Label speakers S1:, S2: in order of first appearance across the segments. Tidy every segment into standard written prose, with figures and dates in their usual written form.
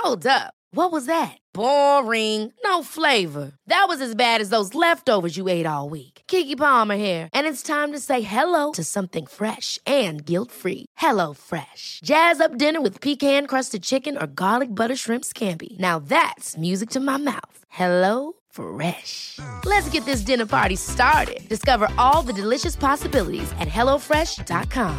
S1: Hold up. What was that? Boring. No flavor. That was as bad as those leftovers you ate all week. Keke Palmer here, and it's time to say hello to something fresh and guilt-free. Hello Fresh. Jazz up dinner with pecan-crusted chicken or garlic butter shrimp scampi. Now that's music to my mouth. Hello Fresh. Let's get this dinner party started. Discover all the delicious possibilities at hellofresh.com.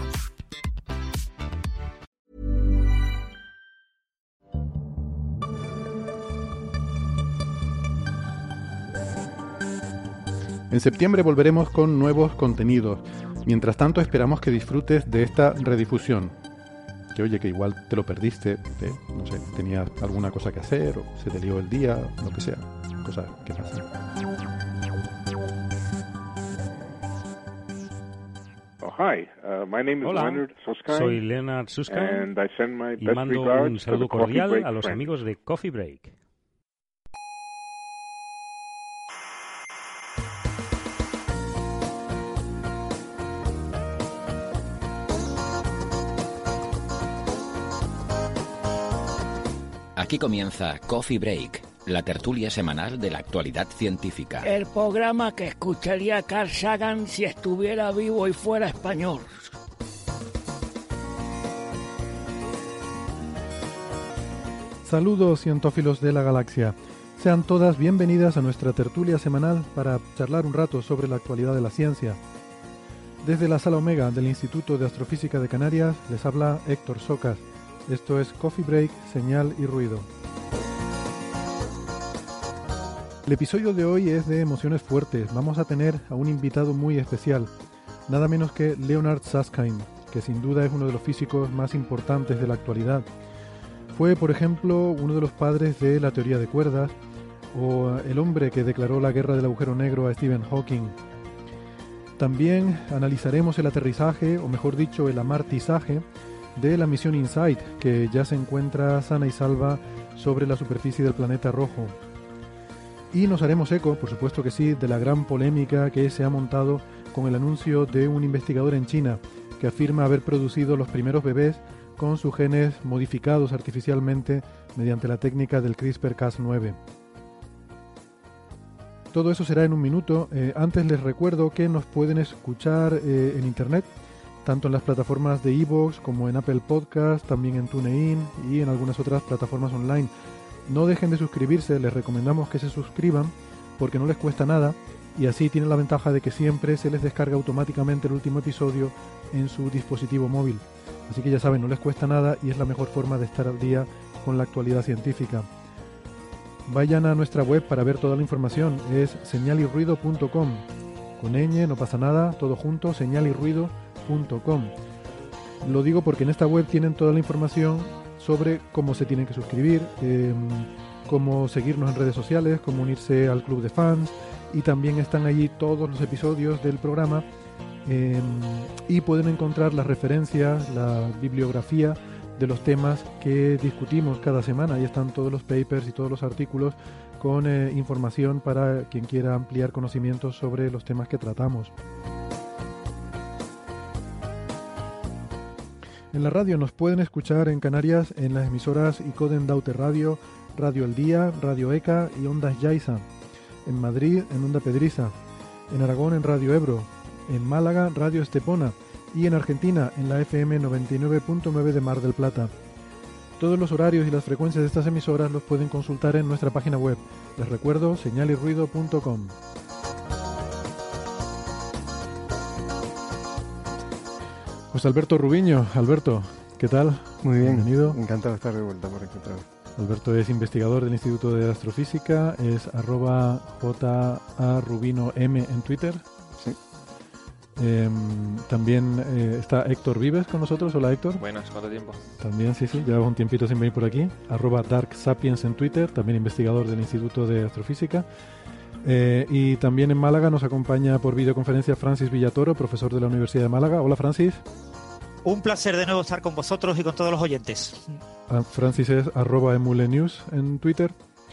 S2: En septiembre volveremos con nuevos contenidos. Mientras tanto, esperamos que disfrutes de esta redifusión. Que oye, que igual te lo perdiste, no sé, tenías alguna cosa que hacer, o se te lió el día, lo que sea. Cosas que pasan.
S3: Oh, hi. My name is
S4: Hola,
S3: Leonard Susskind,
S4: soy Leonard Susskind
S3: and I send my
S4: y
S3: best
S4: mando
S3: regards
S4: un
S3: to
S4: saludo
S3: the Coffee
S4: cordial
S3: Break
S4: a los
S3: friends.
S4: amigos de Coffee Break.
S5: Aquí comienza Coffee Break, la tertulia semanal de la actualidad científica.
S6: El programa que escucharía Carl Sagan si estuviera vivo y fuera español.
S2: Saludos, cientófilos de la galaxia. Sean todas bienvenidas a nuestra tertulia semanal para charlar un rato sobre la actualidad de la ciencia. Desde la Sala Omega del Instituto de Astrofísica de Canarias les habla Héctor Socas. Esto es Coffee Break, Señal y Ruido. El episodio de hoy es de emociones fuertes. Vamos a tener a un invitado muy especial, nada menos que Leonard Susskind, que sin duda es uno de los físicos más importantes de la actualidad. Fue, por ejemplo, uno de los padres de la teoría de cuerdas, o el hombre que declaró la guerra del agujero negro a Stephen Hawking. También analizaremos el aterrizaje, o mejor dicho, el amartizaje, de la misión InSight, que ya se encuentra sana y salva sobre la superficie del planeta rojo. Y nos haremos eco, por supuesto que sí, de la gran polémica que se ha montado con el anuncio de un investigador en China que afirma haber producido los primeros bebés con sus genes modificados artificialmente mediante la técnica del CRISPR-Cas9. Todo eso será en un minuto. Antes les recuerdo que nos pueden escuchar en internet, tanto en las plataformas de iVoox como en Apple Podcast, también en TuneIn y en algunas otras plataformas online. No dejen de suscribirse, les recomendamos que se suscriban porque no les cuesta nada y así tienen la ventaja de que siempre se les descarga automáticamente el último episodio en su dispositivo móvil. Así que ya saben, no les cuesta nada y es la mejor forma de estar al día con la actualidad científica. Vayan a nuestra web para ver toda la información, es señalirruido.com. Con ñ, no pasa nada, todo junto, señalirruido.com. Lo digo porque en esta web tienen toda la información sobre cómo se tienen que suscribir, cómo seguirnos en redes sociales, cómo unirse al club de fans, y también están allí todos los episodios del programa y pueden encontrar las referencias, la bibliografía de los temas que discutimos cada semana. Ahí están todos los papers y todos los artículos con información para quien quiera ampliar conocimientos sobre los temas que tratamos. En la radio nos pueden escuchar en Canarias en las emisoras Icoden Daute Radio, Radio El Día, Radio ECA y Ondas Yaiza. En Madrid en Onda Pedriza, en Aragón en Radio Ebro, en Málaga Radio Estepona y en Argentina en la FM 99.9 de Mar del Plata. Todos los horarios y las frecuencias de estas emisoras los pueden consultar en nuestra página web. Les recuerdo, señalirruido.com. Pues Alberto Rubiño. Alberto, ¿qué tal?
S7: Muy bien,
S2: bienvenido.
S7: Encantado de estar de vuelta por aquí otra vez.
S2: Alberto es investigador del Instituto de Astrofísica, es @JARubinoM en Twitter.
S7: Sí.
S2: También está Héctor Vives con nosotros. Hola Héctor.
S8: Buenas, ¿cuánto tiempo?
S2: También, sí, llevamos un tiempito sin venir por aquí. @DarkSapiens en Twitter, también investigador del Instituto de Astrofísica. Y también en Málaga nos acompaña por videoconferencia Francis Villatoro, profesor de la Universidad de Málaga. Hola Francis.
S9: Un placer de nuevo estar con vosotros y con todos los oyentes.
S2: Francis es @emulenews en Twitter.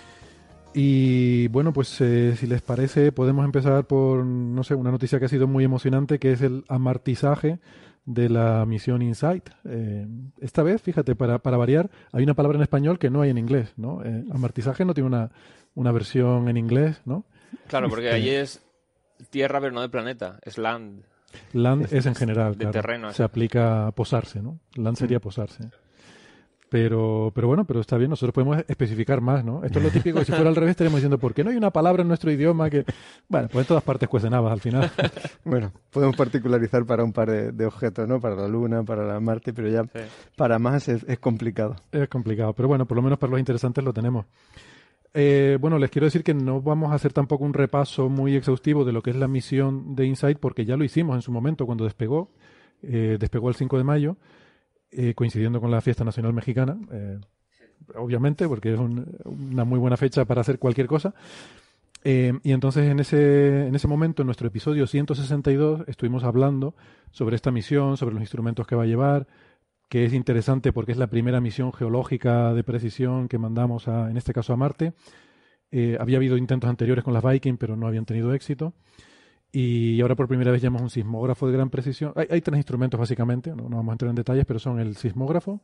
S2: Y bueno, pues si les parece podemos empezar por, no sé, una noticia que ha sido muy emocionante, que es el amartizaje de la misión InSight. Esta vez, fíjate, para variar, hay una palabra en español que no hay en inglés, ¿no? Amartizaje no tiene una versión en inglés, ¿no?
S8: Claro, porque allí es tierra, pero no de planeta, es land.
S2: Land es en general,
S8: de
S2: claro.
S8: terreno.
S2: Se aplica a posarse, ¿no? Land sería posarse. Pero bueno, pero está bien, nosotros podemos especificar más, ¿no? Esto es lo típico, si fuera al revés estaríamos diciendo, ¿por qué no hay una palabra en nuestro idioma que...? Bueno, pues en todas partes cuecen habas al final.
S7: Bueno, podemos particularizar para un par de objetos, ¿no? Para la Luna, para la Marte, pero ya para más es complicado. Es complicado, pero bueno, por lo menos para los interesantes lo tenemos. Bueno, les quiero decir que no vamos a hacer tampoco un repaso muy exhaustivo de lo que es la misión de InSight, porque ya lo hicimos en su momento cuando despegó. Despegó el 5 de mayo. Coincidiendo con la Fiesta Nacional Mexicana, obviamente, porque es una muy buena fecha para hacer cualquier cosa. Y entonces en ese momento, en nuestro episodio 162, estuvimos hablando sobre esta misión, sobre los instrumentos que va a llevar, que es interesante porque es la primera misión geológica de precisión que mandamos, en este caso a Marte. Había habido intentos anteriores con las Viking, pero no habían tenido éxito. Y ahora por primera vez llevamos un sismógrafo de gran precisión. Hay tres instrumentos básicamente, no vamos a entrar en detalles, pero son el sismógrafo,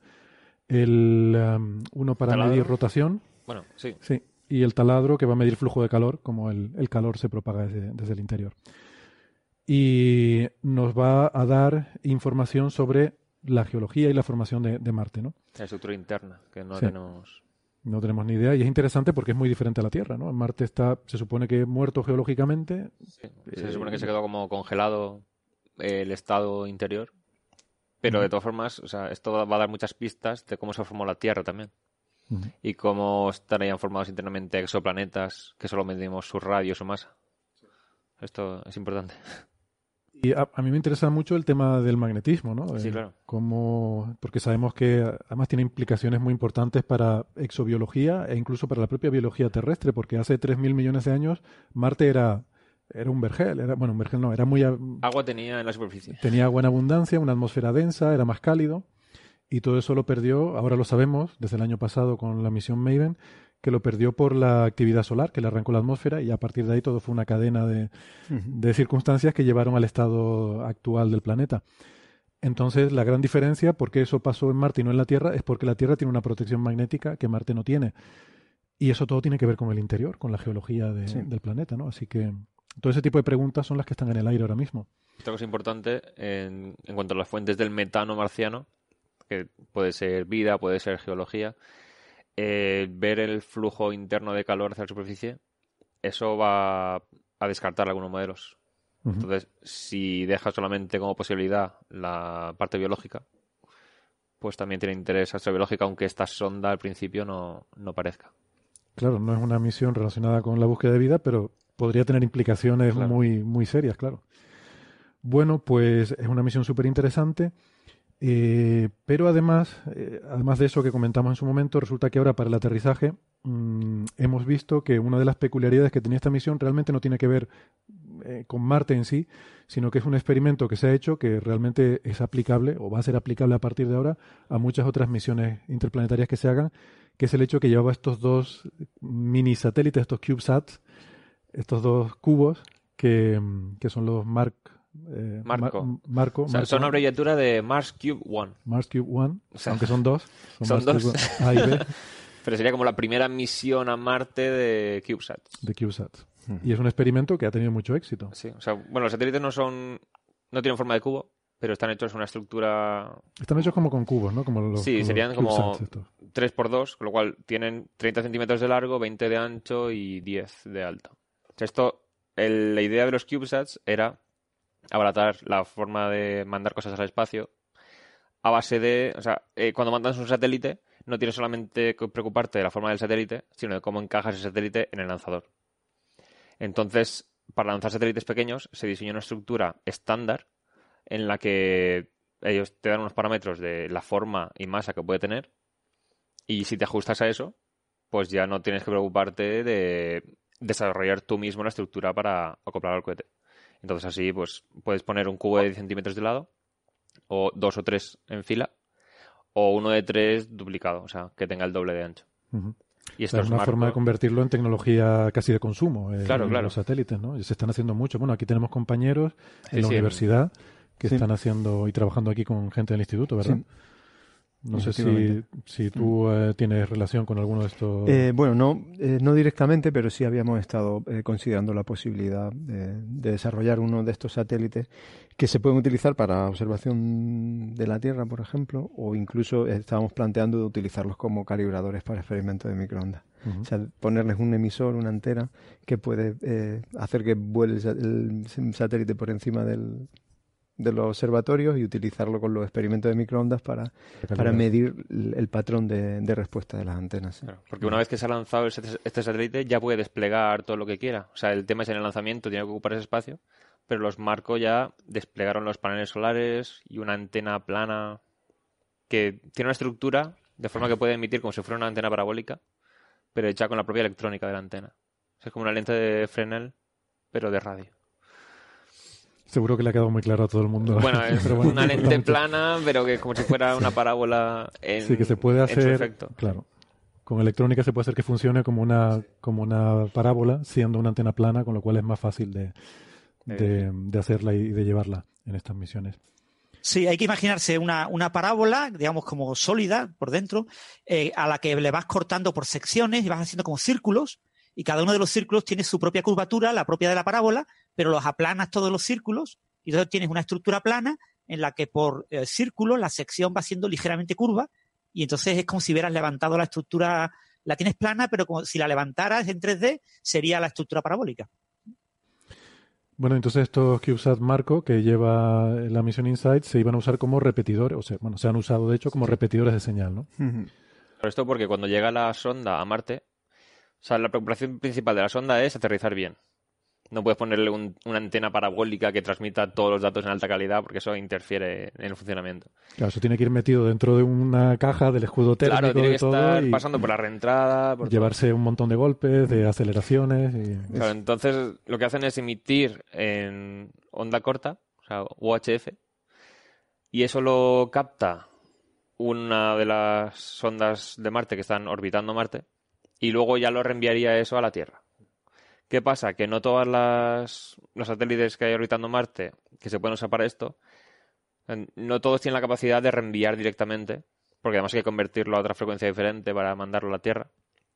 S7: uno para
S8: ¿Taladro?
S2: medir rotación,
S8: Bueno, sí.
S2: y el taladro que va a medir flujo de calor, como el calor se propaga desde el interior. Y nos va a dar información sobre la geología y la formación de Marte, ¿no?
S8: La estructura interna, que no
S2: Sí.
S8: tenemos...
S2: No tenemos ni idea y es interesante porque es muy diferente a la Tierra, ¿no? Marte se supone que muerto geológicamente.
S8: Sí. Se supone que se quedó como congelado el estado interior, pero de todas formas, o sea, esto va a dar muchas pistas de cómo se formó la Tierra también. Y cómo estarían formados internamente exoplanetas que solo medimos su radio, su masa. Esto es importante.
S2: Y a mí me interesa mucho el tema del magnetismo, ¿no?
S8: Sí, claro.
S2: Porque sabemos que además tiene implicaciones muy importantes para exobiología e incluso para la propia biología terrestre, porque hace 3.000 millones de años Marte era un vergel. Un vergel no, era muy...
S8: Agua tenía en la superficie.
S2: Tenía agua en abundancia, una atmósfera densa, era más cálido, y todo eso lo perdió, ahora lo sabemos, desde el año pasado con la misión Maven, que lo perdió por la actividad solar, que le arrancó la atmósfera, y a partir de ahí todo fue una cadena de circunstancias que llevaron al estado actual del planeta. Entonces, la gran diferencia, por qué eso pasó en Marte y no en la Tierra, es porque la Tierra tiene una protección magnética que Marte no tiene. Y eso todo tiene que ver con el interior, con la geología del planeta, ¿no? Así que todo ese tipo de preguntas son las que están en el aire ahora mismo.
S8: Otra cosa importante en cuanto a las fuentes del metano marciano, que puede ser vida, puede ser geología, ver el flujo interno de calor hacia la superficie, eso va a descartar algunos modelos. Entonces, si dejas solamente como posibilidad la parte biológica, pues también tiene interés astrobiológica, aunque esta sonda al principio no parezca.
S2: Claro, no es una misión relacionada con la búsqueda de vida, pero podría tener implicaciones muy, muy serias, claro. Bueno, pues es una misión súper interesante. Pero además de eso que comentamos en su momento, resulta que ahora para el aterrizaje hemos visto que una de las peculiaridades que tenía esta misión realmente no tiene que ver con Marte en sí, sino que es un experimento que se ha hecho que realmente es aplicable o va a ser aplicable a partir de ahora a muchas otras misiones interplanetarias que se hagan, que es el hecho que llevaba estos dos mini satélites, estos CubeSats, estos dos cubos que son los Marco.
S8: Son abreviatura de Mars Cube One.
S2: Mars Cube One, aunque son dos.
S8: Son dos.
S2: A y B.
S8: Pero sería como la primera misión a Marte de CubeSats.
S2: De CubeSats. Y es un experimento que ha tenido mucho éxito.
S8: Sí, o sea, bueno, los satélites no tienen forma de cubo, pero están hechos en una estructura...
S2: Están hechos como con cubos, ¿no?
S8: Serían como 3x2, con lo cual tienen 30 centímetros de largo, 20 de ancho y 10 de alto. O sea, la idea de los CubeSats era abaratar la forma de mandar cosas al espacio a base de... O sea, cuando mandas un satélite, no tienes solamente que preocuparte de la forma del satélite, sino de cómo encajas ese satélite en el lanzador. Entonces, para lanzar satélites pequeños, se diseñó una estructura estándar en la que ellos te dan unos parámetros de la forma y masa que puede tener, y si te ajustas a eso, pues ya no tienes que preocuparte de desarrollar tú mismo la estructura para acoplar al cohete. Entonces así pues puedes poner un cubo de 10 centímetros de lado, o 2 o 3 en fila, o uno de 3 duplicado, o sea, que tenga el doble de ancho. Y esto
S2: es una forma de convertirlo en tecnología casi de consumo.
S8: Claro.
S2: Los satélites, ¿no? Y se están haciendo mucho. Bueno, aquí tenemos compañeros en la universidad que están haciendo y trabajando aquí con gente del instituto, ¿verdad?
S7: Sí.
S2: No sé si tú tienes relación con alguno de estos...
S7: Bueno, no directamente, pero sí habíamos estado considerando la posibilidad de desarrollar uno de estos satélites que se pueden utilizar para observación de la Tierra, por ejemplo, o incluso estábamos planteando de utilizarlos como calibradores para experimentos de microondas. O sea, ponerles un emisor, una antena, que puede hacer que vuele el satélite por encima de los observatorios y utilizarlo con los experimentos de microondas para medir el patrón de respuesta de las antenas. ¿Sí?
S8: Claro, porque una vez que se ha lanzado este satélite ya puede desplegar todo lo que quiera. O sea, el tema es en el lanzamiento, tiene que ocupar ese espacio, pero los Marco ya desplegaron los paneles solares y una antena plana que tiene una estructura de forma que puede emitir como si fuera una antena parabólica, pero hecha con la propia electrónica de la antena. O sea, es como una lente de Fresnel, pero de radio.
S2: Seguro que le ha quedado muy claro a todo el mundo.
S8: Bueno, es una lente plana, pero que como si fuera una parábola
S2: sí, que se puede hacer,
S8: en su efecto.
S2: Claro. Con electrónica se puede hacer que funcione como una parábola, siendo una antena plana, con lo cual es más fácil de hacerla y de llevarla en estas misiones.
S9: Sí, hay que imaginarse una parábola, digamos, como sólida por dentro, a la que le vas cortando por secciones y vas haciendo como círculos, y cada uno de los círculos tiene su propia curvatura, la propia de la parábola, pero los aplanas todos los círculos, y entonces tienes una estructura plana en la que por círculo la sección va siendo ligeramente curva, y entonces es como si hubieras levantado la estructura, la tienes plana, pero como si la levantaras en 3D, sería la estructura parabólica.
S2: Bueno, entonces estos CubeSat Marco que lleva la misión InSight se iban a usar como repetidores, o sea, bueno, se han usado de hecho como repetidores de señal, ¿no?
S8: Pero esto porque cuando llega la sonda a Marte, o sea, la preocupación principal de la sonda es aterrizar bien. No puedes ponerle una antena parabólica que transmita todos los datos en alta calidad porque eso interfiere en el funcionamiento. Claro,
S2: eso tiene que ir metido dentro de una caja del escudo térmico.
S8: Claro, tiene que
S2: estar
S8: pasando por la reentrada. Por
S2: llevarse todo un montón de golpes, de aceleraciones.
S8: Claro, entonces lo que hacen es emitir en onda corta, o sea, UHF, y eso lo capta una de las sondas de Marte que están orbitando Marte y luego ya lo reenviaría eso a la Tierra. ¿Qué pasa? Que no todos los satélites que hay orbitando Marte, que se pueden usar para esto, no todos tienen la capacidad de reenviar directamente, porque además hay que convertirlo a otra frecuencia diferente para mandarlo a la Tierra.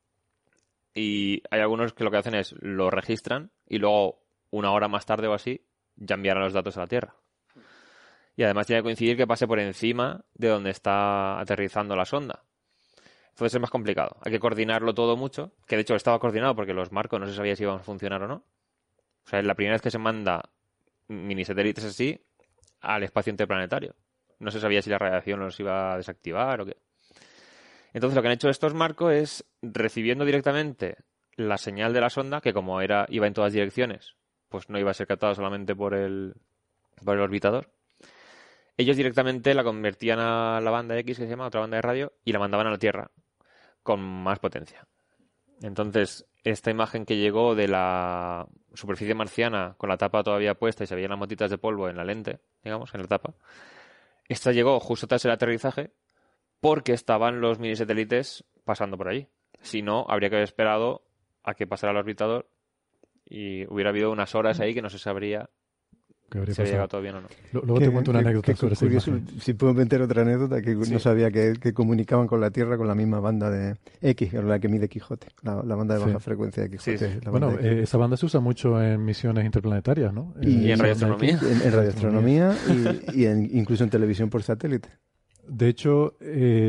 S8: Y hay algunos que lo que hacen es lo registran y luego, una hora más tarde o así, ya enviarán los datos a la Tierra. Y además tiene que coincidir que pase por encima de donde está aterrizando la sonda. Entonces es más complicado. Hay que coordinarlo todo mucho, que de hecho estaba coordinado porque los Marco no se sabía si iban a funcionar o no. O sea, es la primera vez que se manda mini satélites así al espacio interplanetario. No se sabía si la radiación los iba a desactivar o qué. Entonces lo que han hecho estos Marco es, recibiendo directamente la señal de la sonda, que como iba en todas direcciones, pues no iba a ser captada solamente por el orbitador. Ellos directamente la convertían a la banda X, que se llama, otra banda de radio, y la mandaban a la Tierra con más potencia. Entonces, esta imagen que llegó de la superficie marciana con la tapa todavía puesta y se veían las motitas de polvo en la lente, digamos, en la tapa, esta llegó justo tras el aterrizaje porque estaban los mini satélites pasando por allí. Si no, habría que haber esperado a que pasara el orbitador y hubiera habido unas horas ahí que no se sabría si había llegado todo bien o no.
S2: Luego te cuento una anécdota sobre esa imagen.
S7: Si puedo meter otra anécdota, que no sabía que comunicaban con la Tierra con la misma banda de X, que es la que mide Quijote, la banda de baja frecuencia de Quijote.
S8: Sí.
S2: Bueno, esa banda se usa mucho en misiones interplanetarias, ¿no?
S8: Y en radioastronomía.
S7: En radioastronomía y incluso en televisión por satélite.
S2: De hecho,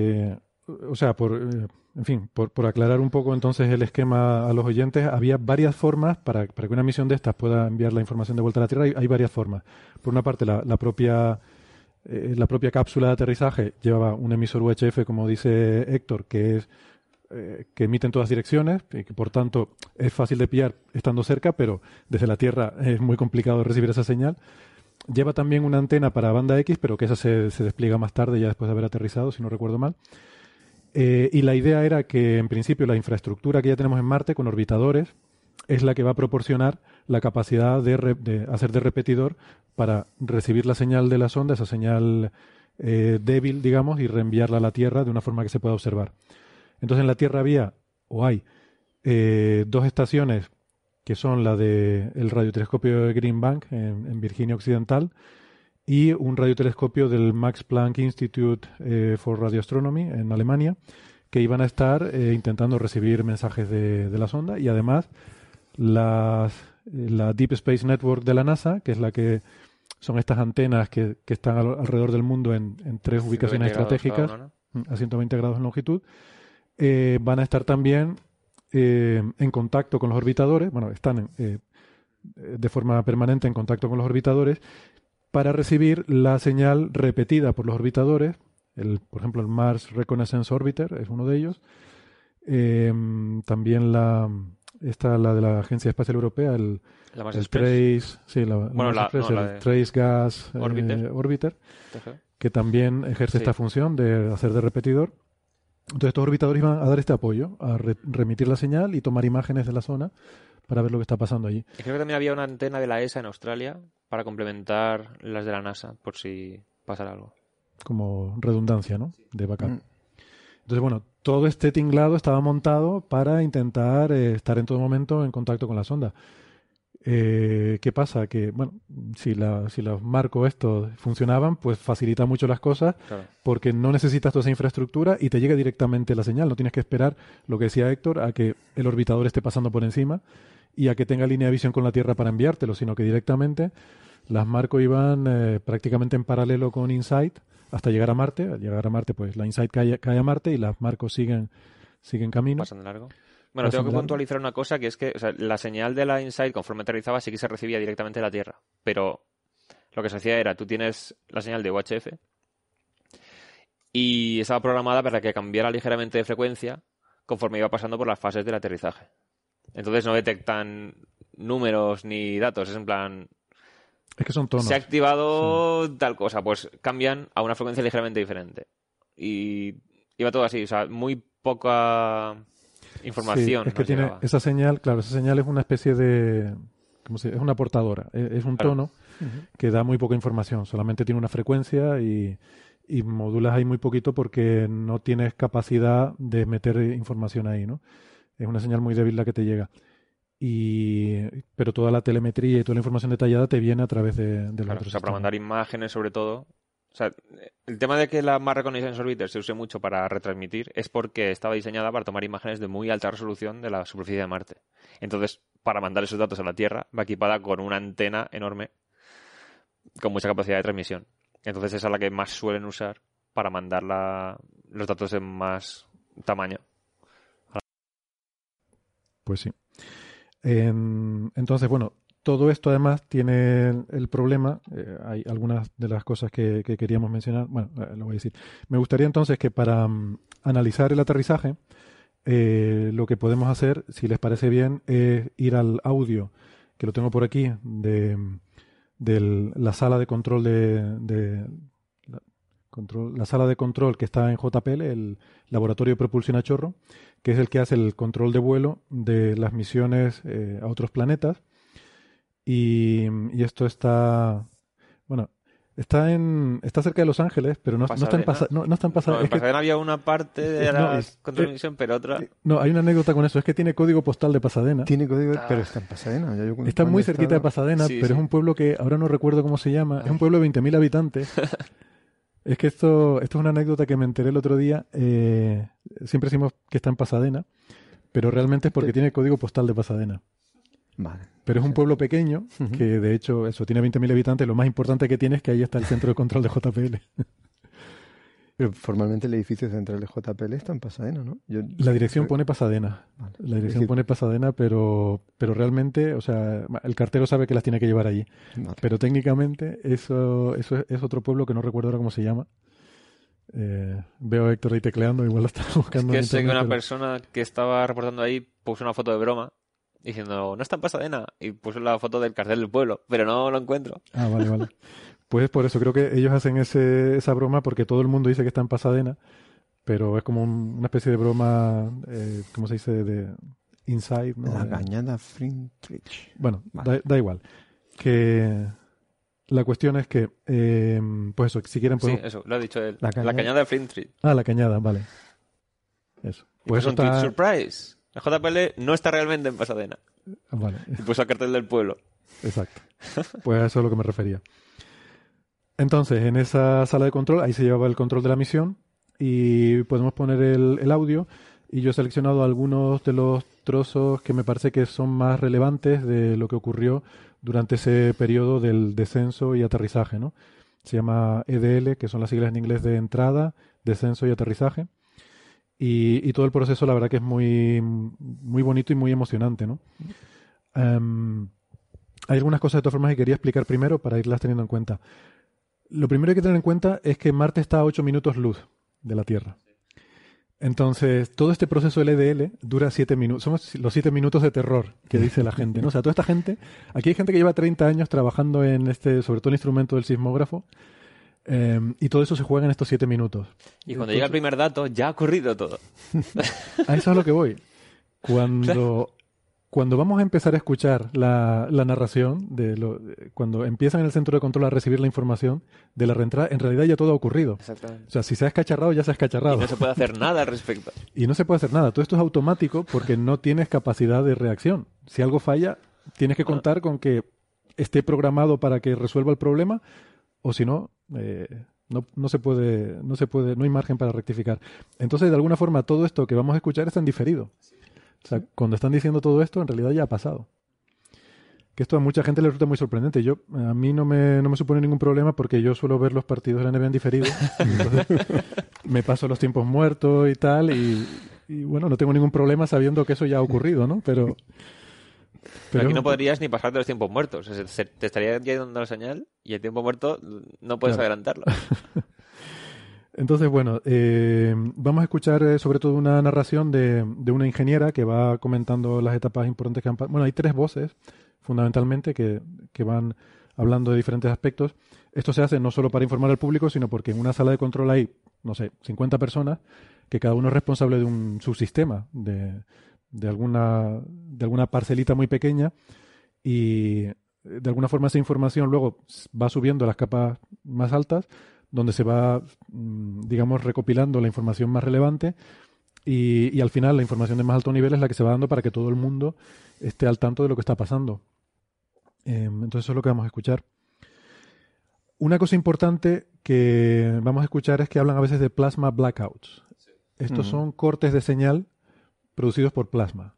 S2: o sea, por aclarar un poco entonces el esquema a los oyentes, había varias formas para que una misión de estas pueda enviar la información de vuelta a la Tierra. Hay varias formas. Por una parte, la propia cápsula de aterrizaje llevaba un emisor UHF, como dice Héctor, que emite en todas direcciones y que por tanto es fácil de pillar estando cerca, pero desde la Tierra es muy complicado recibir esa señal. Lleva también una antena para banda X, pero que esa se despliega más tarde, ya después de haber aterrizado, si no recuerdo mal. Y la idea era que, en principio, la infraestructura que ya tenemos en Marte, con orbitadores, es la que va a proporcionar la capacidad de hacer de repetidor para recibir la señal de la sonda, esa señal débil, digamos, y reenviarla a la Tierra de una forma que se pueda observar. Entonces, en la Tierra hay dos estaciones que son la del radiotelescopio de Green Bank en Virginia Occidental y un radiotelescopio del Max Planck Institute for Radioastronomy en Alemania, que iban a estar intentando recibir mensajes de la sonda, y además la Deep Space Network de la NASA, que es la que son estas antenas que están alrededor del mundo en 3 ubicaciones estratégicas, a 120 grados en longitud, van a estar también en contacto con los orbitadores, bueno, están de forma permanente en contacto con los orbitadores para recibir la señal repetida por los orbitadores. Por ejemplo, el Mars Reconnaissance Orbiter es uno de ellos. También la de la Agencia Espacial Europea, el Trace, el Trace Gas Orbiter, que también ejerce esta función de hacer de repetidor. Entonces estos orbitadores iban a dar este apoyo, a remitir la señal y tomar imágenes de la zona para ver lo que está pasando allí.
S8: Y creo que también había una antena de la ESA en Australia para complementar las de la NASA, por si pasara algo. Como
S2: redundancia, ¿no? De backup. Entonces, bueno, todo este tinglado estaba montado para intentar estar en todo momento en contacto con la sonda. ¿Qué pasa? Que, bueno, si los marcos estos funcionaban, pues facilita mucho las cosas, claro, porque no necesitas toda esa infraestructura y te llega directamente la señal. No tienes que esperar, lo que decía Héctor, a que el orbitador esté pasando por encima y a que tenga línea de visión con la Tierra para enviártelo, sino que directamente las marcos iban prácticamente en paralelo con InSight hasta llegar a Marte. Al llegar a Marte, pues la InSight cae a Marte y las marcos siguen camino.
S8: Pasan de largo. Bueno, tengo que puntualizar una cosa, que es que, o sea, la señal de la InSight, conforme aterrizaba, sí que se recibía directamente de la Tierra. Pero lo que se hacía era, tú tienes la señal de UHF y estaba programada para que cambiara ligeramente de frecuencia conforme iba pasando por las fases del aterrizaje. Entonces no detectan números ni datos, es en plan...
S2: Es que son tonos.
S8: Se ha activado tal cosa, pues cambian a una frecuencia ligeramente diferente. Y iba todo así, o sea, muy poca información.
S2: Sí, es que tiene llegaba. Esa señal, claro, esa señal es una especie de... ¿cómo se dice? Es una portadora, es un tono que da muy poca información, solamente tiene una frecuencia y modulas ahí muy poquito porque no tienes capacidad de meter información ahí, ¿no? Es una señal muy débil la que te llega. Pero toda la telemetría y toda la información detallada te viene a través de los otros.
S8: O sea, para mandar imágenes sobre todo. O sea, el tema de que la Mars Reconnaissance Orbiter se use mucho para retransmitir es porque estaba diseñada para tomar imágenes de muy alta resolución de la superficie de Marte. Entonces, para mandar esos datos a la Tierra, va equipada con una antena enorme con mucha capacidad de transmisión. Entonces, esa es la que más suelen usar para mandar los datos en más tamaño.
S2: Pues sí. Entonces, bueno, todo esto además tiene el problema, hay algunas de las cosas que queríamos mencionar, bueno, lo voy a decir. Me gustaría entonces que para analizar el aterrizaje, lo que podemos hacer, si les parece bien, es ir al audio, que lo tengo por aquí, de la sala de control la sala de control que está en JPL, el Laboratorio de Propulsión a Chorro, que es el que hace el control de vuelo de las misiones a otros planetas. Y esto está... Bueno, está cerca de Los Ángeles, pero no está en Pasadena. No está en Pasadena.
S8: En Pasadena había una parte de la control de misión, pero otra...
S2: No, hay una anécdota con eso. Es que tiene código postal de Pasadena.
S7: Tiene código, pero está en Pasadena.
S2: Está muy cerquita de Pasadena, sí, pero es un pueblo que ahora no recuerdo cómo se llama. Es un pueblo de 20.000 habitantes. Es que esto es una anécdota que me enteré el otro día. Siempre decimos que está en Pasadena, pero realmente es porque tiene código postal de Pasadena.
S7: Vale.
S2: Pero es un pueblo pequeño que, de hecho, eso tiene 20.000 habitantes. Lo más importante que tiene es que ahí está el centro de control de JPL.
S7: Pero formalmente el edificio central de JPL está en Pasadena, ¿no?
S2: La dirección pone Pasadena. Vale. La dirección pone Pasadena, pero realmente, o sea, el cartero sabe que las tiene que llevar allí. Vale. Pero técnicamente eso es otro pueblo que no recuerdo ahora cómo se llama. Veo a Héctor ahí tecleando, igual lo está buscando.
S8: Es que sé que una persona que estaba reportando ahí puso una foto de broma diciendo, no está en Pasadena, y puso la foto del cartel del pueblo, pero no lo encuentro.
S2: Ah, vale. Pues por eso creo que ellos hacen esa broma porque todo el mundo dice que está en Pasadena, pero es como una especie de broma, ¿cómo se dice? De inside, ¿no?
S7: La cañada Flintridge.
S2: Bueno, vale. da igual. Que la cuestión es que, pues eso, si quieren...
S8: Sí, eso, lo ha dicho él. La cañada de Flintridge.
S2: Ah, la cañada, vale. Eso.
S8: Pues eso está... surprise. La JPL no está realmente en Pasadena.
S2: Vale.
S8: Y puso el cartel del pueblo.
S2: Exacto. Pues a eso es a lo que me refería. Entonces, en esa sala de control, ahí se llevaba el control de la misión y podemos poner el audio. Y yo he seleccionado algunos de los trozos que me parece que son más relevantes de lo que ocurrió durante ese periodo del descenso y aterrizaje, ¿no? Se llama EDL, que son las siglas en inglés de entrada, descenso y aterrizaje. Y todo el proceso, la verdad que es muy, muy bonito y muy emocionante, ¿no? Hay algunas cosas de todas formas que quería explicar primero para irlas teniendo en cuenta. Lo primero que hay que tener en cuenta es que Marte está a 8 minutos luz de la Tierra. Entonces, todo este proceso del EDL dura 7 minutos. Son los 7 minutos de terror que dice la gente, ¿no? O sea, toda esta gente... Aquí hay gente que lleva 30 años trabajando en sobre todo el instrumento del sismógrafo, y todo eso se juega en estos 7 minutos.
S8: Y cuando llega el primer dato, ya ha ocurrido todo.
S2: A eso es lo que voy. Cuando vamos a empezar a escuchar la narración, cuando empiezan en el centro de control a recibir la información de la reentrada, en realidad ya todo ha ocurrido.
S8: Exactamente.
S2: O sea, si se ha escacharrado, ya se ha escacharrado.
S8: Y no se puede hacer nada al respecto.
S2: Y no se puede hacer nada. Todo esto es automático porque no tienes capacidad de reacción. Si algo falla, tienes que contar con que esté programado para que resuelva el problema, o si no, no se puede, no hay margen para rectificar. Entonces, de alguna forma, todo esto que vamos a escuchar está en diferido. O sea, cuando están diciendo todo esto, en realidad ya ha pasado. Que esto a mucha gente le resulta muy sorprendente. A mí no me supone ningún problema porque yo suelo ver los partidos de la NBA en diferido. Entonces, me paso los tiempos muertos y tal. Y bueno, no tengo ningún problema sabiendo que eso ya ha ocurrido, ¿no? Pero
S8: aquí no podrías ni pasarte los tiempos muertos. Te estaría dando la señal y el tiempo muerto no puedes adelantarlo.
S2: Entonces, bueno, vamos a escuchar sobre todo una narración de una ingeniera que va comentando las etapas importantes que han pasado. Bueno, hay 3 voces, fundamentalmente, que van hablando de diferentes aspectos. Esto se hace no solo para informar al público, sino porque en una sala de control hay, no sé, 50 personas, que cada uno es responsable de un subsistema, de alguna parcelita muy pequeña, y de alguna forma esa información luego va subiendo a las capas más altas, donde se va, digamos, recopilando la información más relevante y al final la información de más alto nivel es la que se va dando para que todo el mundo esté al tanto de lo que está pasando. Entonces eso es lo que vamos a escuchar. Una cosa importante que vamos a escuchar es que hablan a veces de plasma blackouts. Estos son cortes de señal producidos por plasma.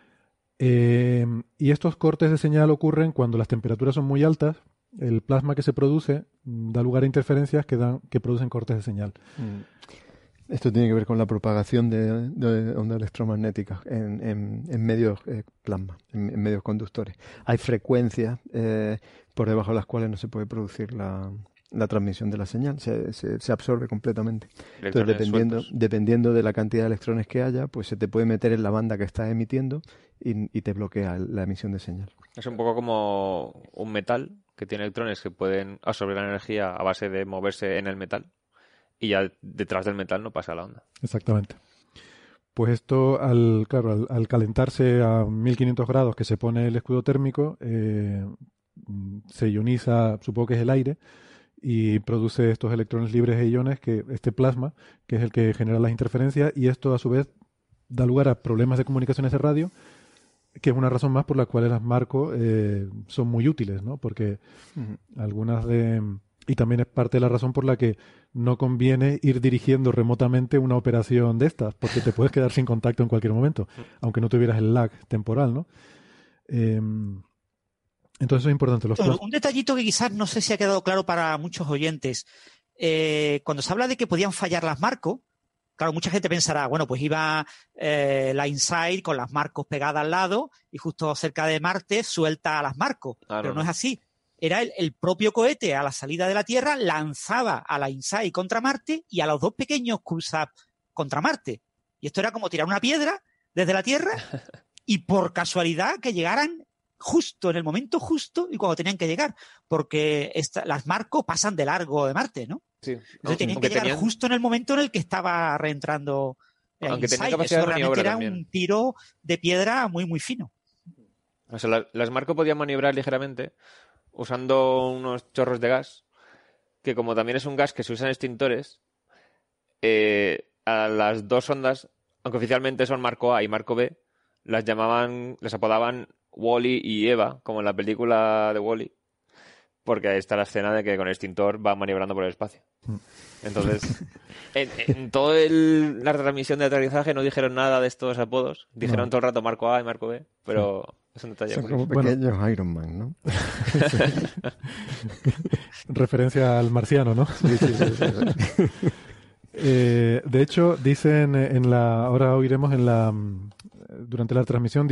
S2: Y estos cortes de señal ocurren cuando las temperaturas son muy altas. El plasma que se produce da lugar a interferencias que producen cortes de señal.
S7: Esto tiene que ver con la propagación de ondas electromagnéticas en medios plasma, en medios conductores. Hay frecuencias por debajo de las cuales no se puede producir la transmisión de la señal, se absorbe completamente. Entonces, dependiendo de la cantidad de electrones que haya, pues se te puede meter en la banda que estás emitiendo y te bloquea la emisión de señal.
S8: Es un poco como un metal que tiene electrones que pueden absorber la energía a base de moverse en el metal y ya detrás del metal no pasa la onda.
S2: Exactamente. Pues esto, al calentarse a 1500 grados que se pone el escudo térmico, se ioniza, supongo que es el aire, y produce estos electrones libres e iones, este plasma, que es el que genera las interferencias, y esto a su vez da lugar a problemas de comunicaciones de radio, que es una razón más por la cual las Marco son muy útiles, ¿no? Porque y también es parte de la razón por la que no conviene ir dirigiendo remotamente una operación de estas, porque te puedes quedar sin contacto en cualquier momento, aunque no tuvieras el lag temporal, ¿no? Entonces eso es importante.
S9: Un detallito que quizás no sé si ha quedado claro para muchos oyentes. Cuando se habla de que podían fallar las Marco, claro, mucha gente pensará, bueno, pues iba la InSight con las Marcos pegadas al lado y justo cerca de Marte suelta a las Marcos. Claro, pero no es así. Era el propio cohete a la salida de la Tierra, lanzaba a la InSight contra Marte y a los 2 pequeños CubeSat contra Marte. Y esto era como tirar una piedra desde la Tierra y por casualidad que llegaran justo en el momento justo y cuando tenían que llegar, porque las Marco pasan de largo de Marte, ¿no?
S8: Sí.
S9: Entonces tenían que llegar justo en el momento en el que estaba reentrando
S8: aunque tenía
S9: InSight.
S8: capacidad
S9: Eso
S8: de maniobra
S9: realmente era
S8: también.
S9: un tiro de piedra muy, muy fino.
S8: O sea, las Marco podían maniobrar ligeramente usando unos chorros de gas, que como también es un gas que se usa en extintores, a las 2 ondas, aunque oficialmente son Marco A y Marco B, las apodaban Wall-E y Eva, como en la película de Wall-E, porque ahí está la escena de que con el extintor va maniobrando por el espacio. Entonces, en toda la retransmisión de aterrizaje no dijeron nada de estos apodos. Dijeron todo el rato Marco A y Marco B, pero es un detalle.
S7: Son como pequeños Iron Man, ¿no?
S2: Referencia al marciano, ¿no?
S7: Sí.
S2: De hecho, dicen ahora oiremos durante la transmisión,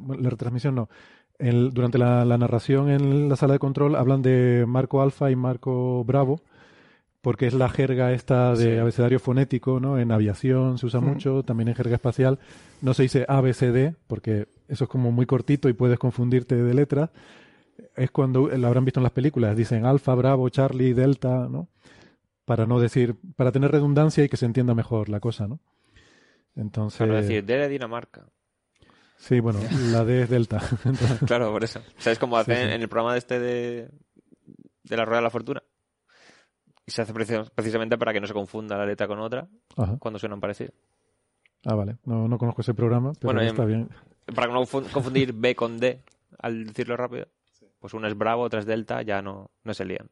S2: durante la narración en la sala de control hablan de Marco Alfa y Marco Bravo, porque es la jerga esta de abecedario fonético, ¿no? En aviación se usa mucho, también en jerga espacial. No se dice ABCD, porque eso es como muy cortito y puedes confundirte de letras. Es cuando lo habrán visto en las películas, dicen Alfa, Bravo, Charlie, Delta, ¿no? Para tener redundancia y que se entienda mejor la cosa, ¿no? Entonces...
S8: Para decir, D de Dinamarca.
S2: Sí, bueno, la D es Delta. Entonces...
S8: Claro, por eso. ¿Sabes cómo hacen en el programa de la Rueda de la Fortuna? Y se hace precisamente para que no se confunda la letra con otra cuando suenan parecido.
S2: Ah, vale. No conozco ese programa, pero está bien.
S8: Para no confundir B con D al decirlo rápido, pues uno es Bravo, otro es Delta, ya no se lían.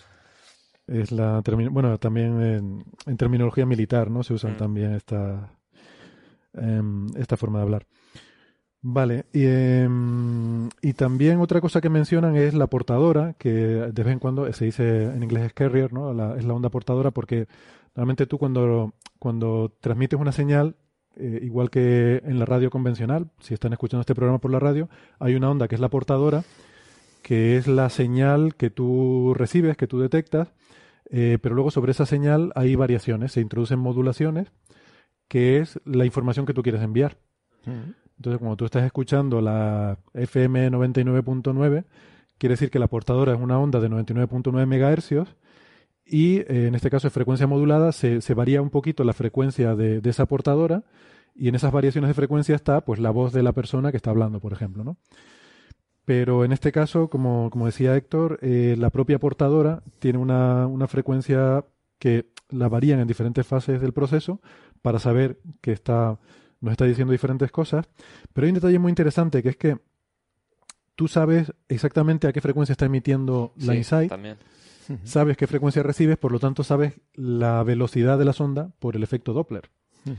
S2: Es también en terminología militar, ¿no? Se usan también esta forma de hablar. Vale, y también otra cosa que mencionan es la portadora, que de vez en cuando se dice en inglés es carrier, ¿no? Es la onda portadora, porque normalmente tú cuando transmites una señal, igual que en la radio convencional, si están escuchando este programa por la radio, hay una onda que es la portadora, que es la señal que tú recibes, que tú detectas, pero luego sobre esa señal hay variaciones, se introducen modulaciones, que es la información que tú quieres enviar. Entonces, cuando tú estás escuchando la FM 99.9, quiere decir que la portadora es una onda de 99.9 MHz y en este caso es frecuencia modulada, se varía un poquito la frecuencia de esa portadora y en esas variaciones de frecuencia está pues la voz de la persona que está hablando, por ejemplo, ¿no? Pero en este caso, como decía Héctor, la propia portadora tiene una frecuencia que la varían en diferentes fases del proceso para saber que nos está diciendo diferentes cosas. Pero hay un detalle muy interesante, que es que tú sabes exactamente a qué frecuencia está emitiendo la Insight.
S8: También.
S2: Sabes qué frecuencia recibes, por lo tanto sabes la velocidad de la sonda por el efecto Doppler.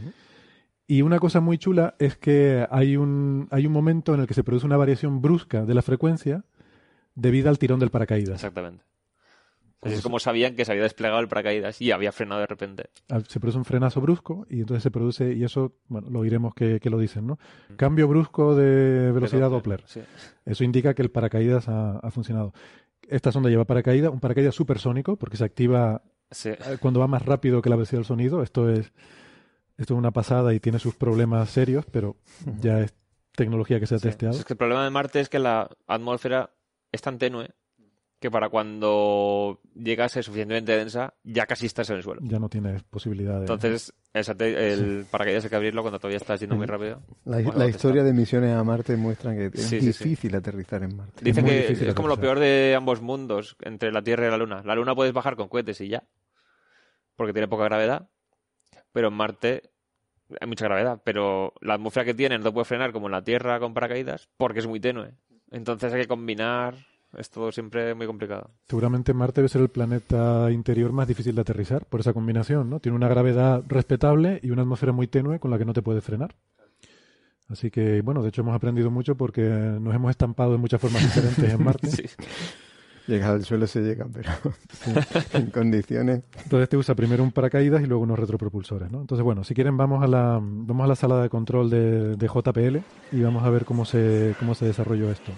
S2: Y una cosa muy chula es que hay un momento en el que se produce una variación brusca de la frecuencia debido al tirón del paracaídas.
S8: Exactamente. Así es como sabían que se había desplegado el paracaídas y había frenado de repente.
S2: Se produce un frenazo brusco y entonces se produce, y eso, bueno, lo oiremos que lo dicen, ¿no? Cambio brusco de velocidad Doppler.
S8: Sí.
S2: Eso indica que el paracaídas ha funcionado. Esta sonda lleva un paracaídas supersónico, porque se activa cuando va más rápido que la velocidad del sonido. Esto es una pasada y tiene sus problemas serios, pero ya es tecnología que se ha testeado.
S8: Es que el problema de Marte es que la atmósfera es tan tenue que para cuando llega a ser suficientemente densa, ya casi estás en el suelo.
S2: Ya no tienes posibilidad de...
S8: Entonces, el paracaídas hay que abrirlo cuando todavía estás yendo muy rápido.
S7: La historia de misiones a Marte muestran que es difícil aterrizar en Marte.
S8: Dicen que es como lo peor de ambos mundos, entre la Tierra y la Luna. La Luna puedes bajar con cohetes y ya, porque tiene poca gravedad, pero en Marte hay mucha gravedad, pero la atmósfera que tiene no te puede frenar como en la Tierra con paracaídas, porque es muy tenue. Entonces hay que combinar... Es todo siempre muy complicado.
S2: Seguramente Marte debe ser el planeta interior más difícil de aterrizar por esa combinación, ¿no? Tiene una gravedad respetable y una atmósfera muy tenue con la que no te puedes frenar. Así que, bueno, de hecho hemos aprendido mucho porque nos hemos estampado de muchas formas diferentes en Marte.
S8: Sí.
S7: Llegar al suelo se llega, pero en condiciones...
S2: Entonces te usa primero un paracaídas y luego unos retropropulsores, ¿no? Entonces, bueno, si quieren vamos a la sala de control de JPL y vamos a ver cómo se desarrolló esto.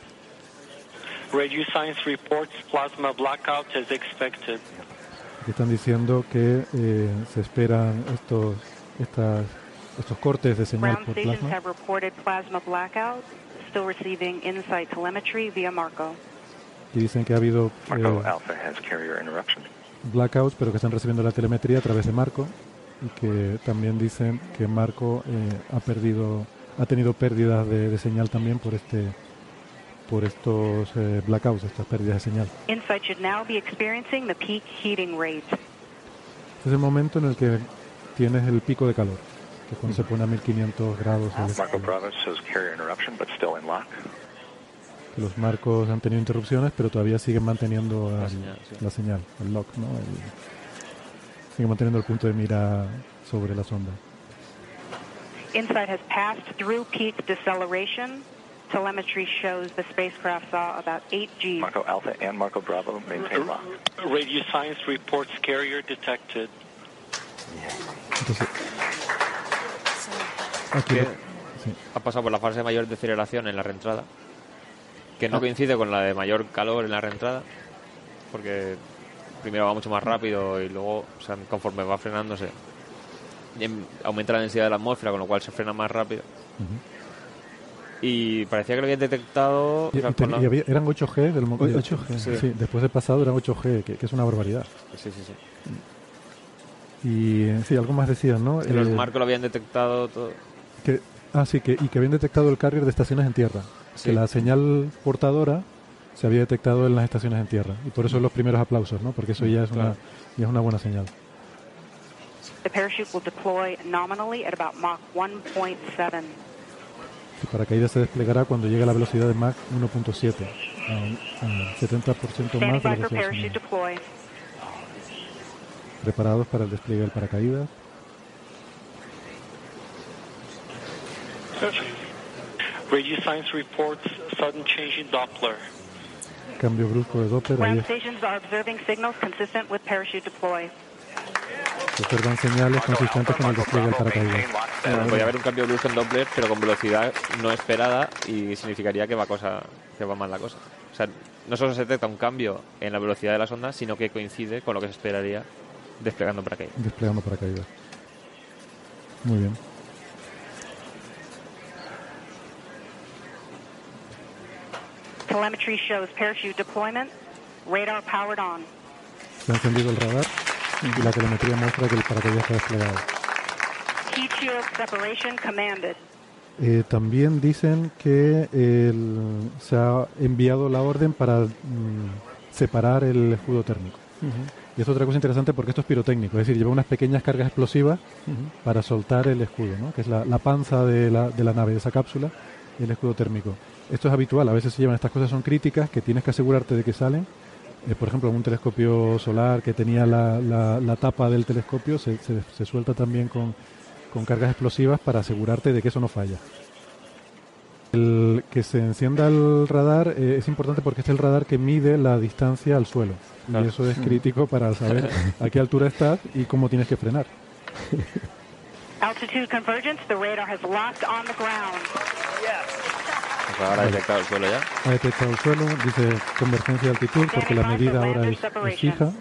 S10: Radio Science reports plasma blackout as expected.
S2: Aquí están diciendo que se esperan estos cortes de señal por plasma.
S11: Have reported plasma blackout, still receiving InSight telemetry via Marco.
S2: Y dicen que ha habido blackouts, pero que están recibiendo la telemetría a través de Marco y que también dicen que Marco ha tenido pérdidas de señal también por estos blackouts, estas pérdidas de señal.
S11: InSight should now be experiencing the peak heating rate.
S2: Este es el momento en el que tienes el pico de calor, que es cuando se pone a 1500 grados.
S12: Marco Bravo shows carrier interruption, but still in lock.
S2: los marcos han tenido interrupciones, pero todavía siguen manteniendo la señal, el lock, ¿no? Siguen manteniendo el punto de mira sobre la sonda.
S11: InSight has passed through peak deceleration. Telemetry shows the spacecraft saw about 8 Gs.
S10: Marco Alpha and Marco Bravo maintain lock.
S12: Radio Science reports carrier detected.
S2: Entonces, aquí
S8: ha pasado por la fase mayor de aceleración en la reentrada, que no coincide con la de mayor calor en la reentrada, porque primero va mucho más rápido y luego, o sea, conforme va frenándose, aumenta la densidad de la atmósfera, con lo cual se frena más rápido. Y parecía que lo habían detectado...
S2: eran 8G del
S7: 8G.
S2: Sí, después de pasado eran 8G, que es una barbaridad.
S8: Sí.
S2: Y sí, algo más decían, ¿no?
S8: Que los marcos lo habían detectado todo.
S2: Que habían detectado el carrier de estaciones en tierra. Sí. Que la señal portadora se había detectado en las estaciones en tierra. Y por eso los primeros aplausos, ¿no? Porque eso ya es una buena señal.
S11: The parachute will deploy nominally at about Mach 1.7.
S2: El paracaídas se desplegará cuando llegue a la velocidad de Mach 1.7, a 70% más de la velocidad sonora. Preparados para el despliegue del paracaídas.
S12: Radio Science reports sudden change in Doppler.
S2: Cambio brusco de Doppler.
S11: Ground stations are observing signals consistent with parachute deploy.
S2: Se observan señales consistentes con el despliegue del paracaídas.
S8: Podría haber un cambio brusco en Doppler, pero con velocidad no esperada, y significaría que va mal la cosa. O sea, no solo se detecta un cambio en la velocidad de la sonda, sino que coincide con lo que se esperaría desplegando paracaídas.
S2: Muy bien.
S11: Telemetry shows parachute deployment. Radar powered on.
S2: Se ha encendido el radar y la telemetría muestra que el paracaídas está desplegado.
S11: Heat shield separation commanded.
S2: También dicen que se ha enviado la orden para separar el escudo térmico. Y esto es otra cosa interesante porque esto es pirotécnico, es decir, lleva unas pequeñas cargas explosivas para soltar el escudo, ¿no? Que es la panza de la nave, de esa cápsula, y el escudo térmico. Esto es habitual, a veces se llevan estas cosas, son críticas, que tienes que asegurarte de que salen. Por ejemplo, en un telescopio solar que tenía la tapa del telescopio, se suelta también con cargas explosivas para asegurarte de que eso no falla. El que se encienda el radar es importante porque este es el radar que mide la distancia al suelo. Claro. Y eso es crítico para saber a qué altura estás y cómo tienes que frenar.
S11: Altitude convergence, the radar has locked on the ground.
S8: Ahora ha detectado el suelo ya.
S2: Ha detectado el suelo, dice convergencia de altitud porque la medida ahora es fija.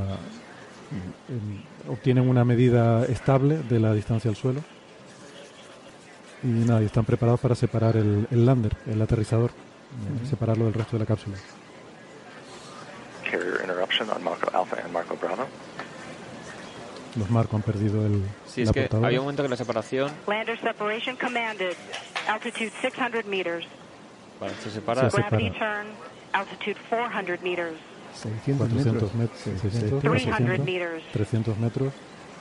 S2: Obtienen una medida estable de la distancia al suelo. Y nada, y están preparados para separar el lander, el aterrizador, separarlo del resto de la cápsula.
S10: Carrier interruption on Marco Alpha and Marco Bravo.
S2: Los Marco han perdido
S8: Sí, es que portadora. Había un momento que la separación...
S11: Lander separation commanded. Altitude 600 meters.
S8: Vale, se separa.
S11: Gravity turn. Altitude 400 meters.
S2: 400 metros.
S11: 300 meters.
S2: 300 metros.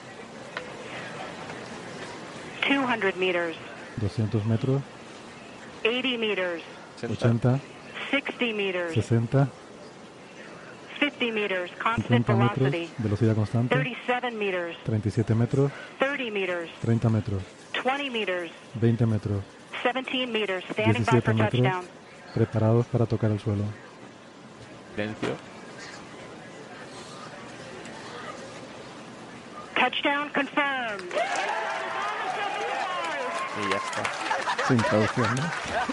S11: 200 meters.
S2: 200 metros.
S11: 80 meters.
S2: 80.
S11: 60 meters.
S2: 60.
S11: 50 meters,
S2: 50 metros, velocidad constante.
S11: 37 meters.
S2: 37 metros.
S11: 30 meters.
S2: 30 metros.
S11: 20 meters.
S2: 20 metros.
S11: 17 meters, standing by for
S2: metros,
S11: touchdown.
S2: Preparados para tocar el suelo.
S8: Silencio.
S11: Touchdown confirmed.
S8: Y ya está.
S7: Sin traducción, ¿no?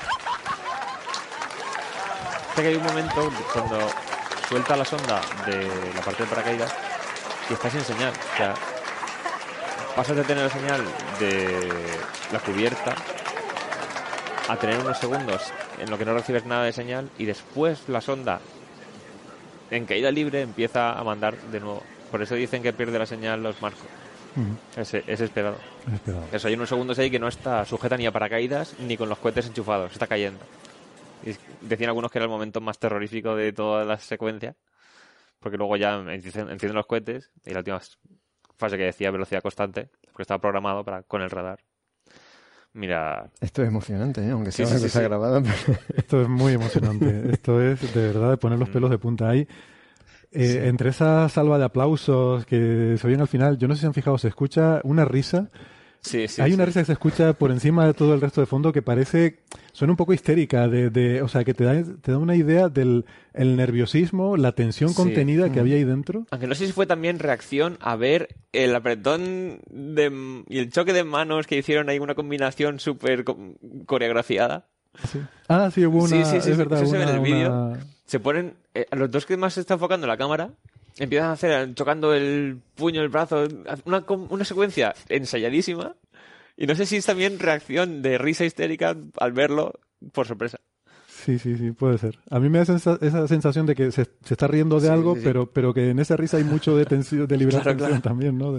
S8: Sé que hay un momento cuando suelta la sonda de la parte de paracaídas y está sin señal. O sea, pasas de tener la señal de la cubierta a tener unos segundos en lo que no recibes nada de señal y después la sonda en caída libre empieza a mandar de nuevo. Por eso dicen que pierde la señal los marcos. Es esperado. Eso, hay unos segundos ahí que no está sujeta ni a paracaídas ni con los cohetes enchufados, está cayendo. Y decían algunos que era el momento más terrorífico de toda la secuencia, porque luego ya encienden los cohetes y la última fase que decía velocidad constante, porque estaba programado con el radar Mira...
S7: Esto es emocionante, ¿eh? Aunque sea una cosa grabada. Pero...
S2: Esto es muy emocionante. Esto es de verdad de poner los pelos de punta ahí. Entre esa salva de aplausos que se oyen al final, yo no sé si han fijado, se escucha una risa. Hay una risa que se escucha por encima de todo el resto de fondo que suena un poco histérica, o sea, que te da una idea del el nerviosismo, la tensión contenida que había ahí dentro.
S8: Aunque no sé si fue también reacción a ver el apretón y el choque de manos que hicieron ahí, una combinación súper coreografiada.
S2: Sí. Ah, sí, hubo una...
S8: Sí,
S2: es verdad,
S8: eso se ve en el vídeo. Se ponen... los dos que más se está enfocando la cámara empiezan a hacer, chocando el puño, el brazo, una secuencia ensayadísima. Y no sé si es también reacción de risa histérica al verlo por sorpresa.
S2: Sí, puede ser. A mí me da esa sensación de que se está riendo de algo, pero que en esa risa hay mucho de tensión, de liberar tensión también, ¿no?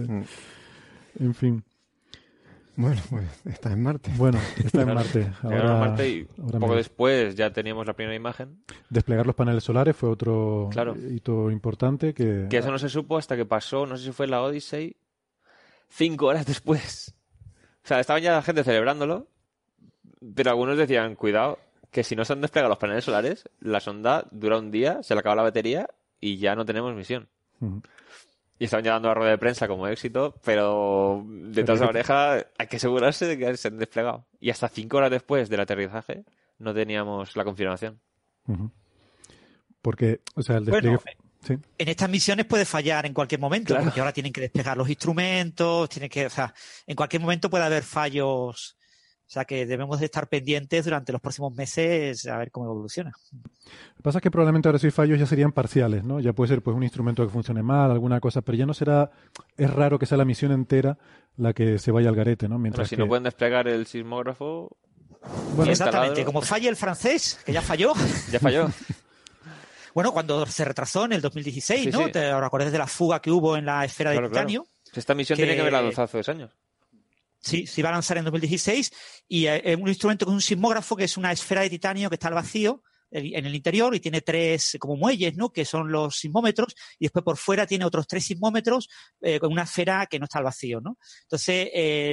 S2: En fin.
S7: Bueno, pues está en Marte.
S2: Está en Marte.
S8: Ahora y poco después ya teníamos la primera imagen.
S2: Desplegar los paneles solares fue otro hito importante. Que
S8: eso no se supo hasta que pasó, no sé si fue la Odyssey, 5 horas después. O sea, estaban ya la gente celebrándolo, pero algunos decían, cuidado, que si no se han desplegado los paneles solares, la sonda dura un día, se le acaba la batería y ya no tenemos misión. Uh-huh. Y estaban ya dando la rueda de prensa como éxito, pero detrás de la oreja hay que asegurarse de que se han desplegado. Y hasta 5 horas después del aterrizaje no teníamos la confirmación.
S2: Uh-huh. Porque, o sea, el despliegue...
S9: Sí. En estas misiones puede fallar en cualquier momento, porque ahora tienen que despegar los instrumentos, en cualquier momento puede haber fallos, o sea que debemos de estar pendientes durante los próximos meses a ver cómo evoluciona.
S2: Lo que pasa es que probablemente ahora sí fallos ya serían parciales, ¿no? Ya puede ser pues un instrumento que funcione mal, alguna cosa, pero ya no será, es raro que sea la misión entera la que se vaya al garete, ¿no?
S8: Mientras si no pueden desplegar el sismógrafo...
S9: Bueno, exactamente, como falle el francés, que ya falló.
S8: Ya falló.
S9: Bueno, cuando se retrasó en el 2016, ¿no? ¿Te acuerdas de la fuga que hubo en la esfera de titanio?
S8: Claro. Esta misión tiene que haberla lanzado hace 2 años.
S9: Sí, se iba a lanzar en 2016 y es un instrumento con un sismógrafo que es una esfera de titanio que está al vacío en el interior y tiene 3 como muelles, ¿no? Que son los sismómetros y después por fuera tiene otros 3 sismómetros con una esfera que no está al vacío, ¿no? Entonces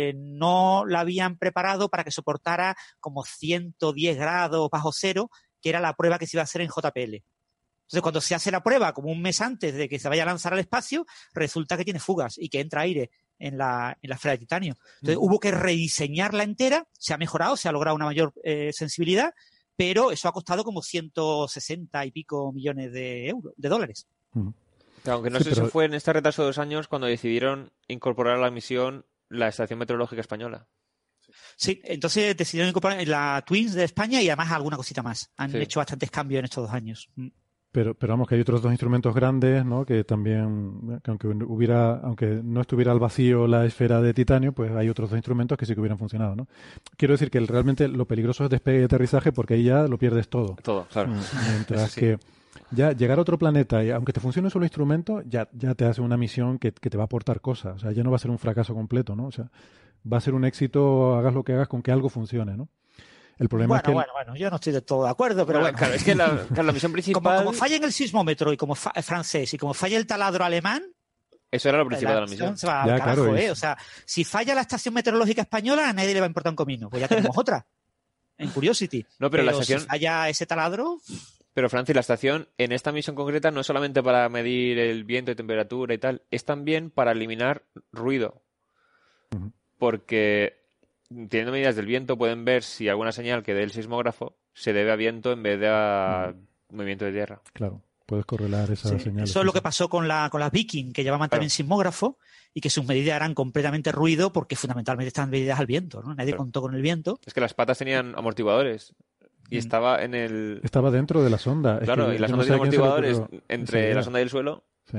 S9: no la habían preparado para que soportara como 110 grados bajo cero, que era la prueba que se iba a hacer en JPL. Entonces, cuando se hace la prueba, como un mes antes de que se vaya a lanzar al espacio, resulta que tiene fugas y que entra aire en la esfera de titanio. Entonces, hubo que rediseñarla entera, se ha mejorado, se ha logrado una mayor sensibilidad, pero eso ha costado como 160 y pico millones de dólares.
S8: Aunque no sé si fue en este retraso de 2 años cuando decidieron incorporar a la misión la Estación Meteorológica Española.
S9: Sí, entonces decidieron incorporar la TWINS de España y además alguna cosita más. Han hecho bastantes cambios en estos 2 años.
S2: Pero vamos, que hay otros 2 instrumentos grandes, ¿no? Que también, que aunque no estuviera al vacío la esfera de titanio, pues hay otros 2 instrumentos que sí que hubieran funcionado, ¿no? Quiero decir que realmente lo peligroso es despegue y aterrizaje porque ahí ya lo pierdes todo.
S8: Todo, claro.
S2: Mientras que ya llegar a otro planeta, y aunque te funcione un solo instrumento, ya te hace una misión que te va a aportar cosas. O sea, ya no va a ser un fracaso completo, ¿no? O sea, va a ser un éxito, hagas lo que hagas, con que algo funcione, ¿no? El problema es que...
S9: Bueno, yo no estoy de todo de acuerdo, pero bueno.
S8: Claro, es que la misión principal...
S9: Como falla en el sismómetro y como francés y como falla el taladro alemán...
S8: Eso era lo principal de la misión.
S9: Se va al carajo, O sea, si falla la estación meteorológica española, a nadie le va a importar un comino. Pues ya tenemos otra. En Curiosity.
S8: No, pero la estación...
S9: si falla ese taladro...
S8: Pero, Francis, la estación en esta misión concreta no es solamente para medir el viento y temperatura y tal, es también para eliminar ruido. Uh-huh. Porque... teniendo medidas del viento, pueden ver si alguna señal que dé el sismógrafo se debe a viento en vez de a movimiento de tierra.
S2: Claro, puedes correlar esa señal.
S9: Eso es lo que pasó con las Viking, que llevaban también sismógrafo y que sus medidas eran completamente ruido porque fundamentalmente estaban medidas al viento, ¿no? Nadie contó con el viento.
S8: Es que las patas tenían amortiguadores y estaba en el...
S2: Estaba dentro de la sonda.
S8: Claro, y la sonda tiene amortiguadores entre la sonda y el suelo.
S2: Sí.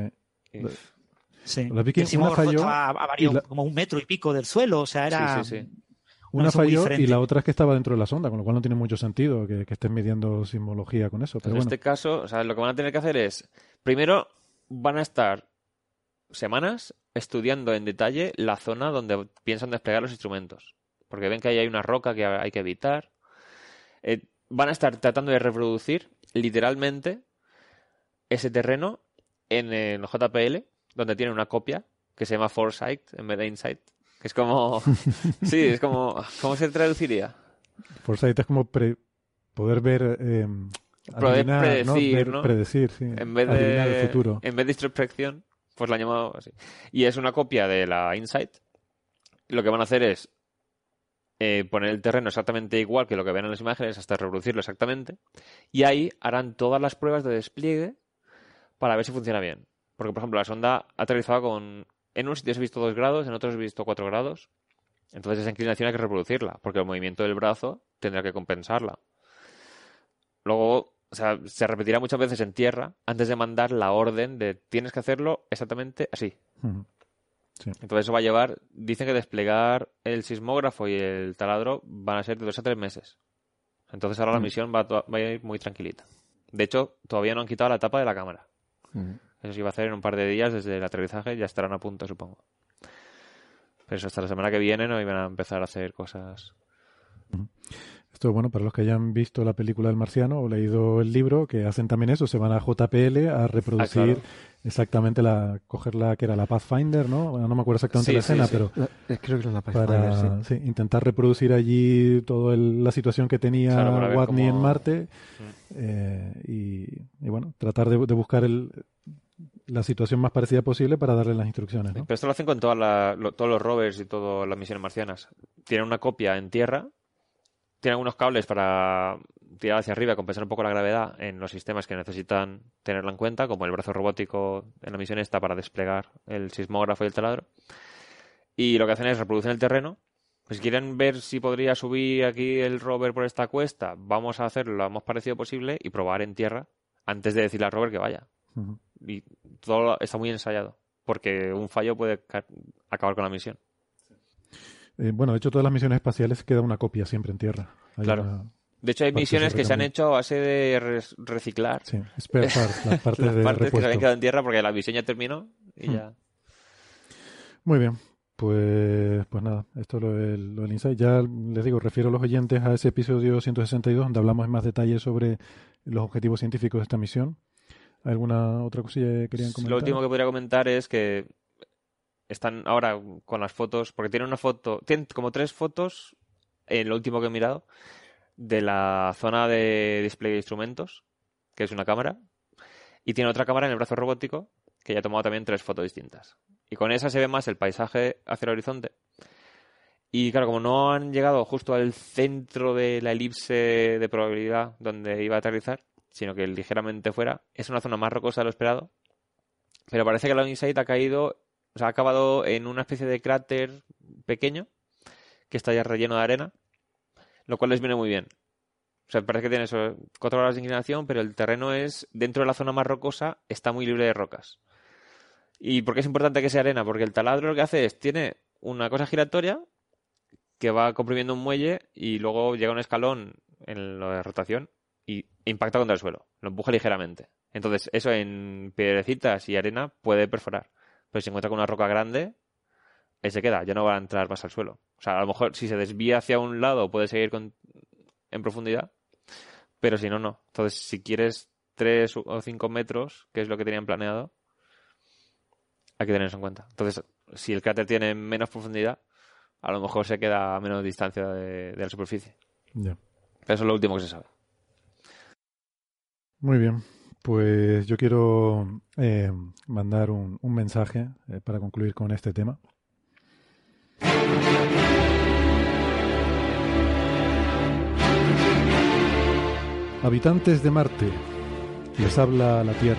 S9: Sí.
S2: La Viking,
S9: el sismógrafo estaba a como 1 metro y pico del suelo, o sea, era...
S8: Sí.
S2: Una falló y la otra es que estaba dentro de la sonda, con lo cual no tiene mucho sentido que estén midiendo sismología con eso. Pero
S8: en este caso, o sea, lo que van a tener que hacer es, primero, van a estar semanas estudiando en detalle la zona donde piensan desplegar los instrumentos, porque ven que ahí hay una roca que hay que evitar. Van a estar tratando de reproducir literalmente ese terreno en el JPL, donde tienen una copia que se llama Foresight en vez de Insight, Que es como... Sí, es como... ¿Cómo se traduciría?
S2: Foresight es como poder ver...
S8: adivinar, predecir, ¿no?
S2: Predecir, sí.
S8: Adivinar
S2: el futuro.
S8: En vez de introspección, pues la han llamado así. Y es una copia de la Insight. Lo que van a hacer es poner el terreno exactamente igual que lo que ven en las imágenes, hasta reproducirlo exactamente. Y ahí harán todas las pruebas de despliegue para ver si funciona bien. Porque, por ejemplo, la sonda ha aterrizado en un sitio he visto 2 grados, en otros he visto 4 grados. Entonces esa inclinación hay que reproducirla, porque el movimiento del brazo tendrá que compensarla. Luego, o sea, se repetirá muchas veces en tierra antes de mandar la orden de tienes que hacerlo exactamente así.
S2: Sí.
S8: Entonces eso va a llevar, dicen que desplegar el sismógrafo y el taladro van a ser de 2 a 3 meses. Entonces ahora la misión va a ir muy tranquilita. De hecho, todavía no han quitado la tapa de la cámara. Eso se iba a hacer en un par de días desde el aterrizaje, ya estarán a punto, supongo. Pero eso hasta la semana que viene no iban a empezar a hacer cosas.
S2: Esto es bueno para los que hayan visto la película del Marciano o leído el libro, que hacen también eso, se van a JPL a reproducir exactamente coger la que era la Pathfinder, ¿no? Bueno, no me acuerdo exactamente la escena, pero
S7: creo que era la Pathfinder,
S2: sí, intentar reproducir allí toda la situación que tenía Watney en Marte y bueno, tratar de buscar la situación más parecida posible para darle las instrucciones, ¿no?
S8: Pero esto lo hacen con todos los rovers y todas las misiones marcianas. Tienen una copia en tierra, tienen algunos cables para tirar hacia arriba, compensar un poco la gravedad en los sistemas que necesitan tenerla en cuenta, como el brazo robótico en la misión esta para desplegar el sismógrafo y el taladro. Y lo que hacen es reproducir el terreno. Pues si quieren ver si podría subir aquí el rover por esta cuesta, vamos a hacerlo lo más parecido posible y probar en tierra antes de decirle al rover que vaya. Y todo está muy ensayado, porque un fallo puede acabar con la misión.
S2: Bueno, de hecho, todas las misiones espaciales queda una copia siempre en tierra.
S8: Claro. De hecho, hay misiones que se han hecho a base de reciclar.
S2: Sí, spare parts, las partes de
S8: partes
S2: repuesto.
S8: Que se habían quedado en tierra porque la misión ya terminó y ya.
S2: Muy bien. Pues nada, esto es lo del Insight. Ya les digo, refiero a los oyentes a ese episodio 162, donde hablamos en más detalle sobre los objetivos científicos de esta misión. ¿Alguna otra cosilla que querían comentar?
S8: Lo último que podría comentar es que están ahora con las fotos, porque tienen como 3 fotos, en lo último que he mirado, de la zona de display de instrumentos, que es una cámara, y tiene otra cámara en el brazo robótico, que ya ha tomado también 3 fotos distintas. Y con esa se ve más el paisaje hacia el horizonte. Y claro, como no han llegado justo al centro de la elipse de probabilidad donde iba a aterrizar, sino que ligeramente fuera, es una zona más rocosa de lo esperado, pero parece que la Insight ha acabado en una especie de cráter pequeño que está ya relleno de arena, lo cual les viene muy bien. O sea, parece que tiene 4 grados de inclinación, pero el terreno dentro de la zona más rocosa, está muy libre de rocas. ¿Y por qué es importante que sea arena? Porque el taladro lo que hace tiene una cosa giratoria que va comprimiendo un muelle y luego llega un escalón en la rotación y impacta contra el suelo, lo empuja ligeramente. Entonces, eso en piedrecitas y arena puede perforar. Pero si se encuentra con una roca grande, ahí se queda, ya no va a entrar más al suelo. O sea, a lo mejor si se desvía hacia un lado puede seguir en profundidad, pero si no, no. Entonces, si quieres 3 o 5 metros, que es lo que tenían planeado, hay que tener eso en cuenta. Entonces, si el cráter tiene menos profundidad, a lo mejor se queda a menos distancia de la superficie.
S2: Yeah.
S8: Eso es lo último que se sabe.
S2: Muy bien, pues yo quiero mandar un mensaje para concluir con este tema. Habitantes de Marte, les habla la Tierra.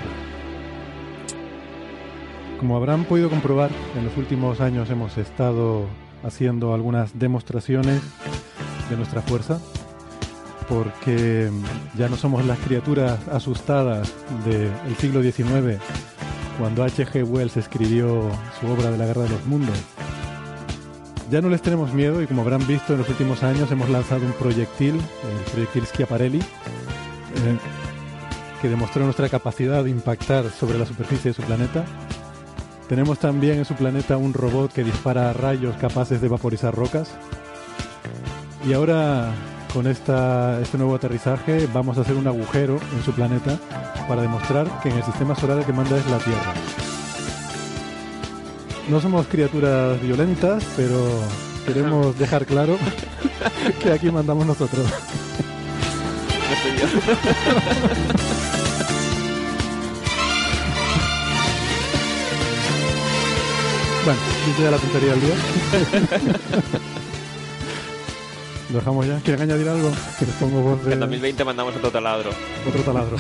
S2: Como habrán podido comprobar, en los últimos años hemos estado haciendo algunas demostraciones de nuestra fuerza, porque ya no somos las criaturas asustadas del siglo XIX, cuando H.G. Wells escribió su obra de la Guerra de los Mundos. Ya no les tenemos miedo y, como habrán visto, en los últimos años hemos lanzado un proyectil, el proyectil Schiaparelli, que demostró nuestra capacidad de impactar sobre la superficie de su planeta. Tenemos también en su planeta un robot que dispara rayos capaces de vaporizar rocas. Y ahora, con este nuevo aterrizaje, vamos a hacer un agujero en su planeta para demostrar que en el sistema solar el que manda es la Tierra. no somos criaturas violentas, pero queremos dejar claro que aquí mandamos nosotros.
S8: No soy yo.
S2: Bueno, dice ya la tontería del día. ¿Lo dejamos ya? ¿Quieren añadir algo? Que les pongo voz de...
S8: En 2020 mandamos otro taladro.
S2: Otro taladro.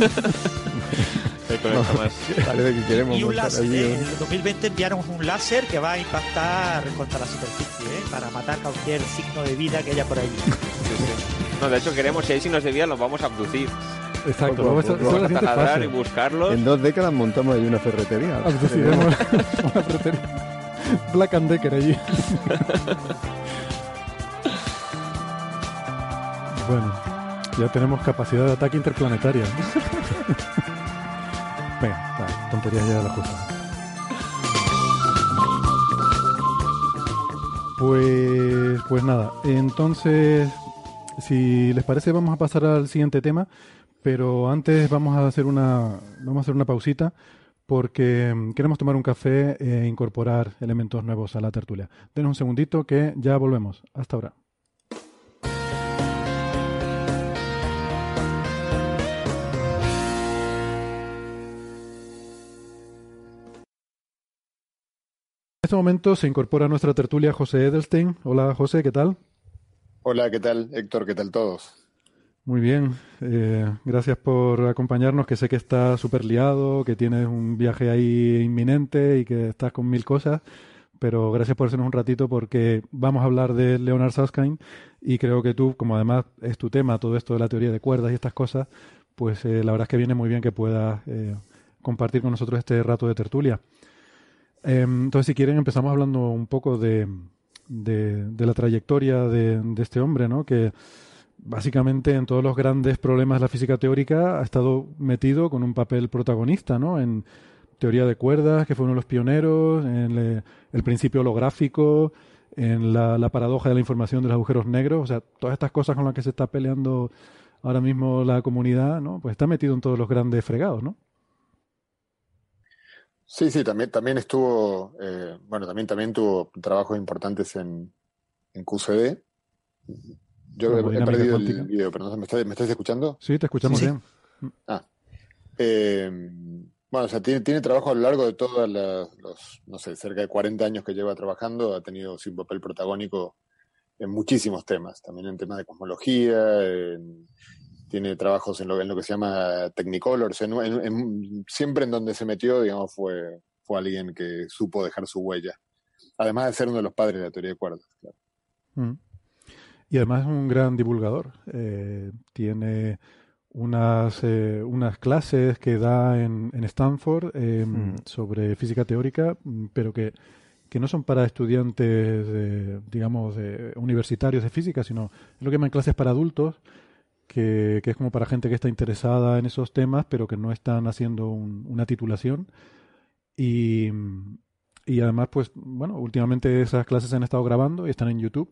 S7: Parece que queremos
S9: y un láser,
S7: allí,
S9: en el 2020 enviaron un láser que va a impactar contra la superficie, para matar cualquier signo de vida que haya por allí.
S8: Sí, sí. No, de hecho queremos, si hay signos de vida, los vamos a abducir.
S2: Exacto,
S8: vamos a taladrar y buscarlos.
S7: En 2 décadas montamos ahí una ferretería.
S2: Abduciremos una ferretería. Black and Decker allí. Bueno, ya tenemos capacidad de ataque interplanetaria. Venga, tonterías ya de la cosa. Pues nada, entonces, si les parece, vamos a pasar al siguiente tema, pero antes vamos a hacer una pausita porque queremos tomar un café e incorporar elementos nuevos a la tertulia. Denos un segundito que ya volvemos. Hasta ahora. En este momento se incorpora a nuestra tertulia José Edelstein. Hola José, ¿qué tal?
S13: Hola, ¿qué tal Héctor? ¿Qué tal todos?
S2: Muy bien, gracias por acompañarnos, que sé que estás súper liado, que tienes un viaje ahí inminente y que estás con 1000 cosas, pero gracias por hacernos un ratito porque vamos a hablar de Leonard Susskind y creo que tú, como además es tu tema, todo esto de la teoría de cuerdas y estas cosas, pues la verdad es que viene muy bien que puedas compartir con nosotros este rato de tertulia. Entonces, si quieren, empezamos hablando un poco de la trayectoria de este hombre, ¿no? Que básicamente en todos los grandes problemas de la física teórica ha estado metido con un papel protagonista, ¿no? En teoría de cuerdas, que fue uno de los pioneros, en el principio holográfico, en la paradoja de la información de los agujeros negros, o sea, todas estas cosas con las que se está peleando ahora mismo la comunidad, ¿no? Pues está metido en todos los grandes fregados, ¿no?
S13: Sí, también estuvo, también tuvo trabajos importantes en QCD. Yo he perdido el video, pero no sé, ¿me estáis escuchando?
S2: Sí, te escuchamos bien.
S13: Bueno, o sea, tiene trabajo a lo largo de todos los, no sé, cerca de 40 años que lleva trabajando, ha tenido un papel protagónico en muchísimos temas, también en temas de cosmología, tiene trabajos en lo que se llama Technicolor, siempre en donde se metió, digamos, fue alguien que supo dejar su huella, además de ser uno de los padres de la teoría de cuerdas, claro.
S2: Y además es un gran divulgador. Tiene unas clases que da en Stanford sobre física teórica, pero que no son para estudiantes, digamos, universitarios de física, sino es lo que llaman clases para adultos, que es como para gente que está interesada en esos temas, pero que no están haciendo una titulación. Y además, pues, bueno, últimamente esas clases se han estado grabando y están en YouTube.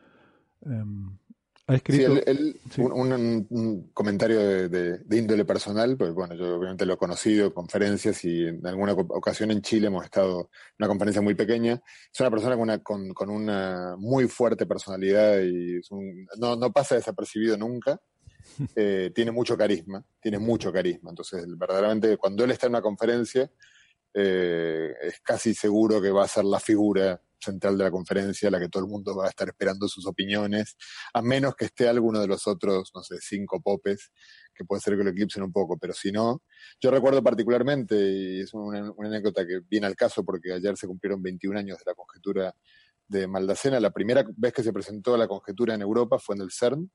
S2: Ha escrito...
S13: Sí, un comentario de índole personal, pues bueno, yo obviamente lo he conocido en conferencias y en alguna ocasión en Chile hemos estado en una conferencia muy pequeña. Es una persona con una muy fuerte personalidad y no pasa desapercibido nunca. Tiene mucho carisma. Entonces, verdaderamente, cuando él está en una conferencia, es casi seguro que va a ser la figura central de la conferencia, la que todo el mundo va a estar esperando sus opiniones, a menos que esté alguno de los otros, no sé, 5 popes, que puede ser que lo eclipsen un poco, pero si no, yo recuerdo particularmente, y es una anécdota que viene al caso porque ayer se cumplieron 21 años de la conjetura de Maldacena. La primera vez que se presentó la conjetura en Europa fue en el CERN,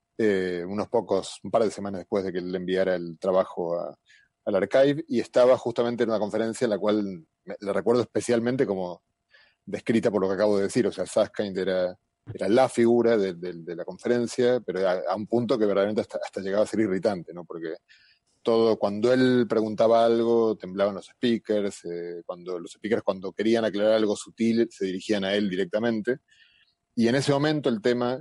S13: un par de semanas después de que él le enviara el trabajo al archive, y estaba justamente en una conferencia en la cual la recuerdo especialmente como descrita por lo que acabo de decir. O sea, Susskind era la figura de la conferencia, pero a un punto que verdaderamente hasta llegaba a ser irritante, ¿no? Porque cuando él preguntaba algo, temblaban los speakers, cuando los speakers, cuando querían aclarar algo sutil, se dirigían a él directamente, y en ese momento el tema,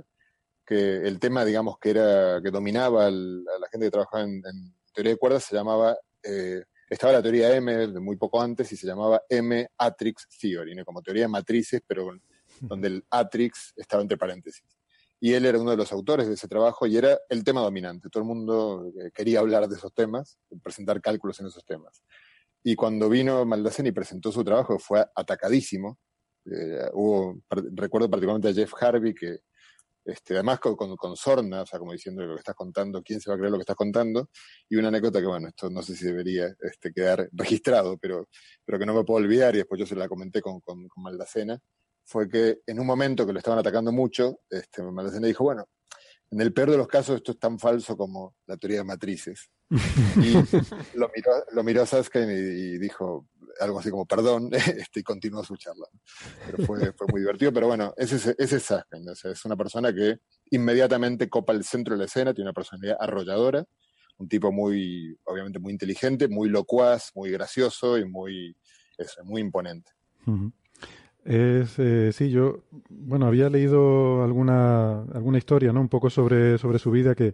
S13: digamos, que dominaba a la gente que trabajaba en teoría de cuerdas, se llamaba estaba la teoría M de muy poco antes y se llamaba M-Atrix Theory, ¿no? Como teoría de matrices, pero donde el atrix estaba entre paréntesis. Y él era uno de los autores de ese trabajo y era el tema dominante. Todo el mundo quería hablar de esos temas, presentar cálculos en esos temas. Y cuando vino Maldacena y presentó su trabajo, fue atacadísimo. Recuerdo particularmente a Jeff Harvey, que además con sorna, o sea, como diciendo lo que estás contando, ¿quién se va a creer lo que estás contando? Y una anécdota que, bueno, esto no sé si debería quedar registrado, pero que no me puedo olvidar, y después yo se la comenté con Maldacena, fue que en un momento que lo estaban atacando mucho, Maldacena dijo, bueno, en el peor de los casos esto es tan falso como la teoría de matrices. Y lo miró a Susskind y dijo algo así como perdón, y continuó su charla. Pero fue muy divertido, pero bueno, ese es Susskind, o sea, es una persona que inmediatamente copa el centro de la escena, tiene una personalidad arrolladora, un tipo obviamente muy inteligente, muy locuaz, muy gracioso y muy imponente.
S2: Uh-huh. Sí, yo, bueno, había leído alguna historia, ¿no? Un poco sobre su vida que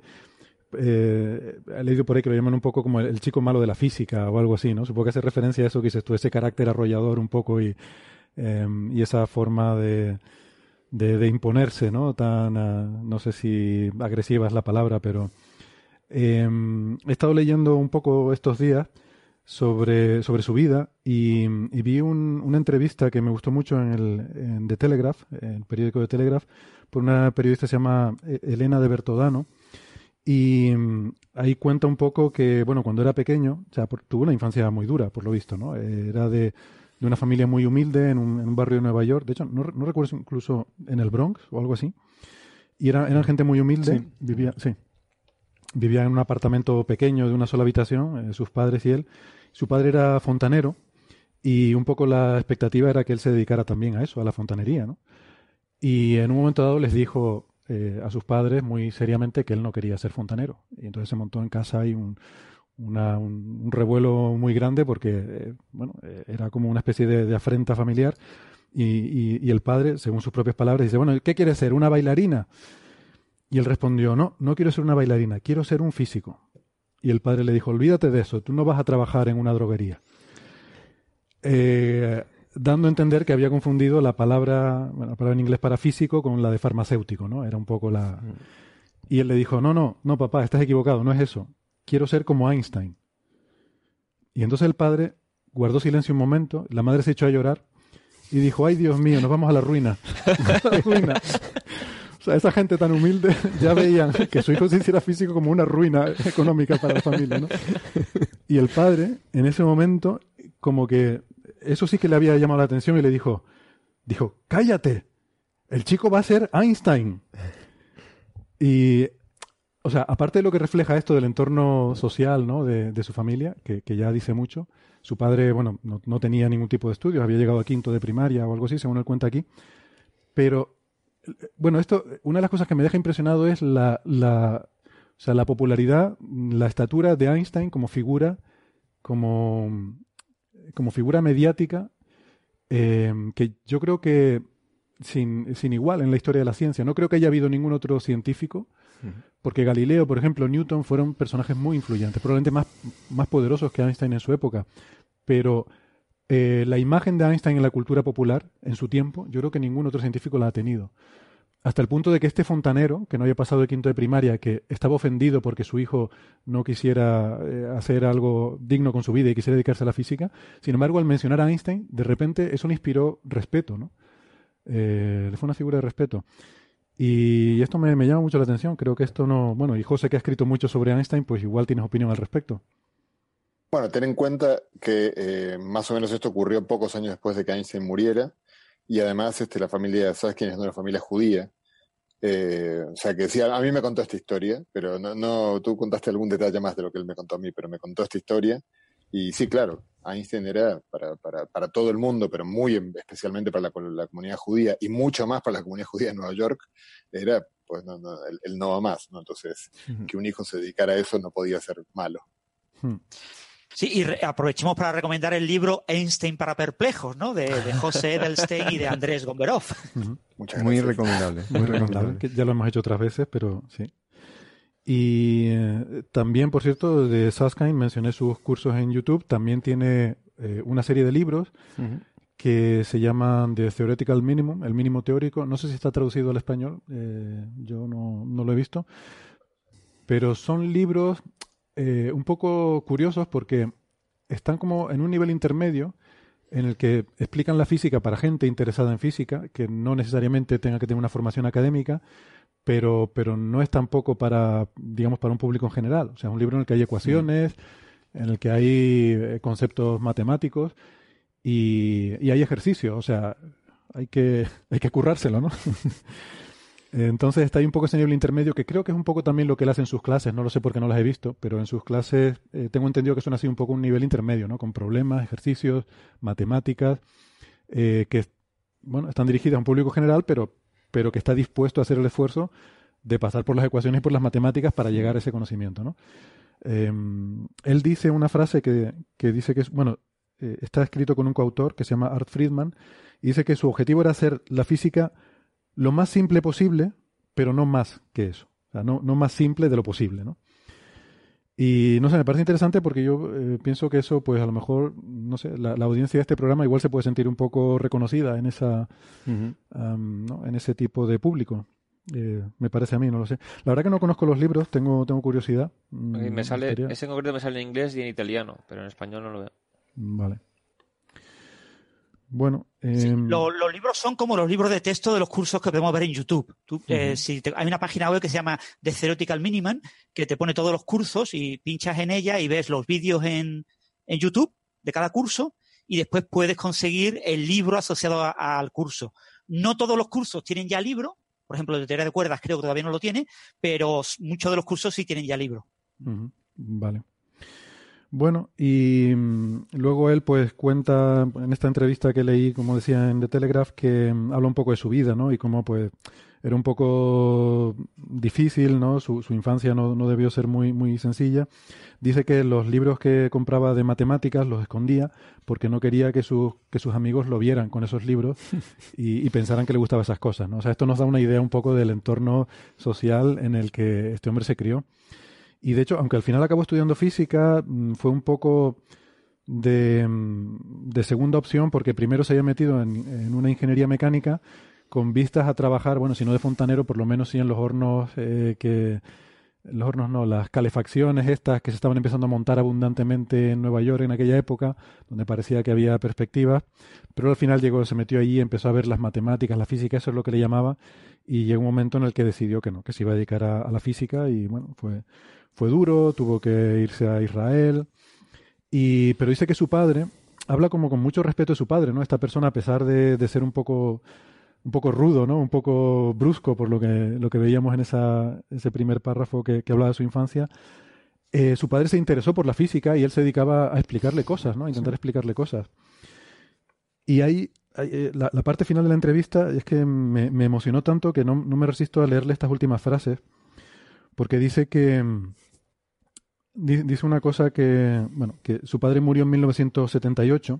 S2: he leído por ahí que lo llaman un poco como el chico malo de la física o algo así, ¿no? Supongo que hace referencia a eso que dices tú, ese carácter arrollador un poco y esa forma de imponerse, ¿no? Tan, no sé si agresiva es la palabra, pero he estado leyendo un poco estos días sobre su vida y vi una entrevista que me gustó mucho en The Telegraph, el periódico de Telegraph, por una periodista que se llama Elena de Bertodano, y ahí cuenta un poco que, bueno, cuando era pequeño, o sea, tuvo una infancia muy dura, por lo visto, ¿no? Era de una familia muy humilde en un barrio de Nueva York, de hecho, no recuerdo, incluso en el Bronx o algo así, y eran gente muy humilde, sí. Vivía en un apartamento pequeño de una sola habitación, sus padres y él. Su padre era fontanero y un poco la expectativa era que él se dedicara también a eso, a la fontanería, ¿no? Y en un momento dado les dijo a sus padres muy seriamente que él no quería ser fontanero. Y entonces se montó en casa ahí un revuelo muy grande porque, era como una especie de afrenta familiar. Y el padre, según sus propias palabras, dice, bueno, ¿qué quiere ser? ¿Una bailarina? Y él respondió, no quiero ser una bailarina, quiero ser un físico. Y el padre le dijo, olvídate de eso, tú no vas a trabajar en una droguería. Dando a entender que había confundido la palabra en inglés para físico con la de farmacéutico, ¿no? Era un poco la... Y él le dijo, no, papá, estás equivocado, no es eso. Quiero ser como Einstein. Y entonces el padre guardó silencio un momento, la madre se echó a llorar y dijo, ay, Dios mío, nos vamos a la ruina. La ruina. O sea, esa gente tan humilde ya veían que su hijo se hiciera físico como una ruina económica para la familia, ¿no? Y el padre, en ese momento, como que eso sí que le había llamado la atención y le dijo, cállate, el chico va a ser Einstein. Y, o sea, aparte de lo que refleja esto del entorno social, ¿no? de su familia, que ya dice mucho, su padre, bueno, no tenía ningún tipo de estudios, había llegado a quinto de primaria o algo así, según él cuenta aquí, pero... Bueno, una de las cosas que me deja impresionado es la popularidad, la estatura de Einstein como figura mediática, que yo creo que sin igual en la historia de la ciencia. No creo que haya habido ningún otro científico, porque Galileo, por ejemplo, Newton fueron personajes muy influyentes, probablemente más poderosos que Einstein en su época, pero... la imagen de Einstein en la cultura popular, en su tiempo, yo creo que ningún otro científico la ha tenido. Hasta el punto de que este fontanero, que no había pasado de quinto de primaria, que estaba ofendido porque su hijo no quisiera hacer algo digno con su vida y quisiera dedicarse a la física, sin embargo, al mencionar a Einstein, de repente eso le inspiró respeto, ¿no? Le fue una figura de respeto. Y esto me llama mucho la atención. Creo que esto no... Bueno, y José, que ha escrito mucho sobre Einstein, pues igual tienes opinión al respecto.
S13: Bueno, ten en cuenta que más o menos esto ocurrió pocos años después de que Einstein muriera, y además la familia de Susskind es una familia judía. O sea que sí, a mí me contó esta historia, pero no, tú contaste algún detalle más de lo que él me contó a mí, pero me contó esta historia. Y sí, claro, Einstein era para todo el mundo, pero muy especialmente para la comunidad judía, y mucho más para la comunidad judía de Nueva York, era pues el no va más, ¿no? Entonces, que un hijo se dedicara a eso no podía ser malo.
S9: Sí, y aprovechemos para recomendar el libro Einstein para perplejos, ¿no? De José Edelstein y de Andrés Gomberov.
S7: Muchas gracias. Muy recomendable.
S2: Que ya lo hemos hecho otras veces, pero sí. Y también, por cierto, de Susskind mencioné sus cursos en YouTube. También tiene una serie de libros que se llaman The Theoretical Minimum, el mínimo teórico. No sé si está traducido al español, yo no lo he visto. Pero son libros un poco curiosos porque están como en un nivel intermedio en el que explican la física para gente interesada en física, que no necesariamente tenga que tener una formación académica, pero no es tampoco para, digamos, para un público en general. O sea, es un libro en el que hay ecuaciones, en el que hay conceptos matemáticos y hay ejercicio. O sea, hay que currárselo, ¿no? Entonces está ahí un poco ese nivel intermedio, que creo que es un poco también lo que él hace en sus clases. No lo sé porque no las he visto, pero en sus clases tengo entendido que son así un poco un nivel intermedio, ¿no? Con problemas, ejercicios, matemáticas, que bueno, están dirigidas a un público general, pero que está dispuesto a hacer el esfuerzo de pasar por las ecuaciones y por las matemáticas para llegar a ese conocimiento, ¿no? Él dice una frase que dice que es, bueno, está escrito con un coautor que se llama Art Friedman, y dice que su objetivo era hacer la física lo más simple posible, pero no más que eso. O sea, no más simple de lo posible, ¿no? Y no sé, me parece interesante porque yo pienso que eso, pues a lo mejor, no sé, la audiencia de este programa igual se puede sentir un poco reconocida en esa, ¿no? En ese tipo de público. Me parece a mí, no lo sé. La verdad que no conozco los libros, tengo curiosidad.
S8: Me sale, ese en concreto me sale en inglés y en italiano, pero en español no lo veo.
S2: Vale. Bueno,
S9: sí, los libros son como los libros de texto de los cursos que podemos ver en YouTube. Hay una página web que se llama The Theoretical Minimum, que te pone todos los cursos y pinchas en ella y ves los vídeos en YouTube de cada curso y después puedes conseguir el libro asociado al curso. No todos los cursos tienen ya libro. Por ejemplo, el de teoría de cuerdas creo que todavía no lo tiene, pero muchos de los cursos sí tienen ya libro.
S2: Vale. Bueno, y luego él pues cuenta en esta entrevista que leí, como decía en The Telegraph, que habla un poco de su vida, ¿no? Y cómo pues era un poco difícil, ¿no? Su infancia no debió ser muy sencilla. Dice que los libros que compraba de matemáticas los escondía porque no quería que sus amigos lo vieran con esos libros y pensaran que le gustaban esas cosas, ¿no? O sea, esto nos da una idea un poco del entorno social en el que este hombre se crió. Y de hecho, aunque al final acabó estudiando física, fue un poco de segunda opción porque primero se había metido en una ingeniería mecánica con vistas a trabajar, bueno, si no de fontanero, por lo menos sí en los hornos, las calefacciones estas que se estaban empezando a montar abundantemente en Nueva York en aquella época, donde parecía que había perspectivas, pero al final se metió allí, empezó a ver las matemáticas, la física, eso es lo que le llamaba, y llegó un momento en el que decidió que no, que se iba a dedicar a la física y bueno, fue duro, tuvo que irse a Israel, pero dice que su padre, habla como con mucho respeto de su padre, ¿no? Esta persona, a pesar de ser un poco rudo, ¿no? Un poco brusco por lo que veíamos en ese primer párrafo que hablaba de su infancia, su padre se interesó por la física y él se dedicaba a explicarle cosas, ¿no? A intentar explicarle cosas. Y ahí la parte final de la entrevista es que me emocionó tanto que no me resisto a leerle estas últimas frases, porque dice dice una cosa que su padre murió en 1978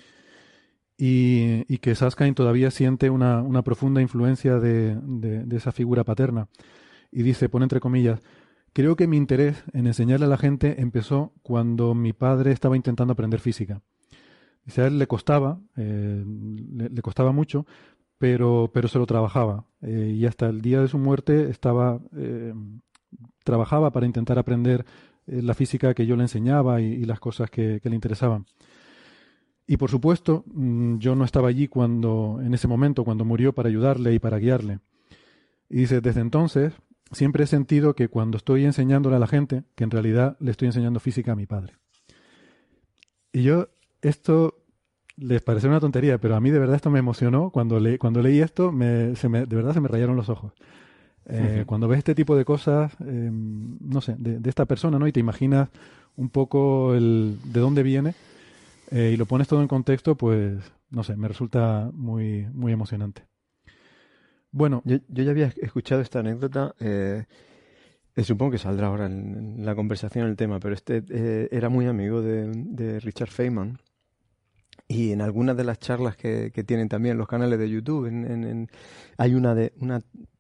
S2: y que Susskind todavía siente una profunda influencia de esa figura paterna. Y dice, pone entre comillas, creo que mi interés en enseñarle a la gente empezó cuando mi padre estaba intentando aprender física. Dice, a él le costaba mucho, pero se lo trabajaba. Y hasta el día de su muerte trabajaba para intentar aprender la física que yo le enseñaba y las cosas que le interesaban. Y por supuesto, yo no estaba allí en ese momento, cuando murió, para ayudarle y para guiarle. Y dice, desde entonces, siempre he sentido que cuando estoy enseñándole a la gente, que en realidad le estoy enseñando física a mi padre. Y esto les parece una tontería, pero a mí de verdad esto me emocionó. Cuando leí esto, de verdad se me rayaron los ojos. Cuando ves este tipo de cosas, no sé, de esta persona, ¿no? Y te imaginas un poco de dónde viene y lo pones todo en contexto, pues, no sé, me resulta muy emocionante. Bueno,
S7: yo ya había escuchado esta anécdota, supongo que saldrá ahora en la conversación el tema, pero era muy amigo de Richard Feynman. Y en algunas de las charlas que tienen también los canales de YouTube, hay una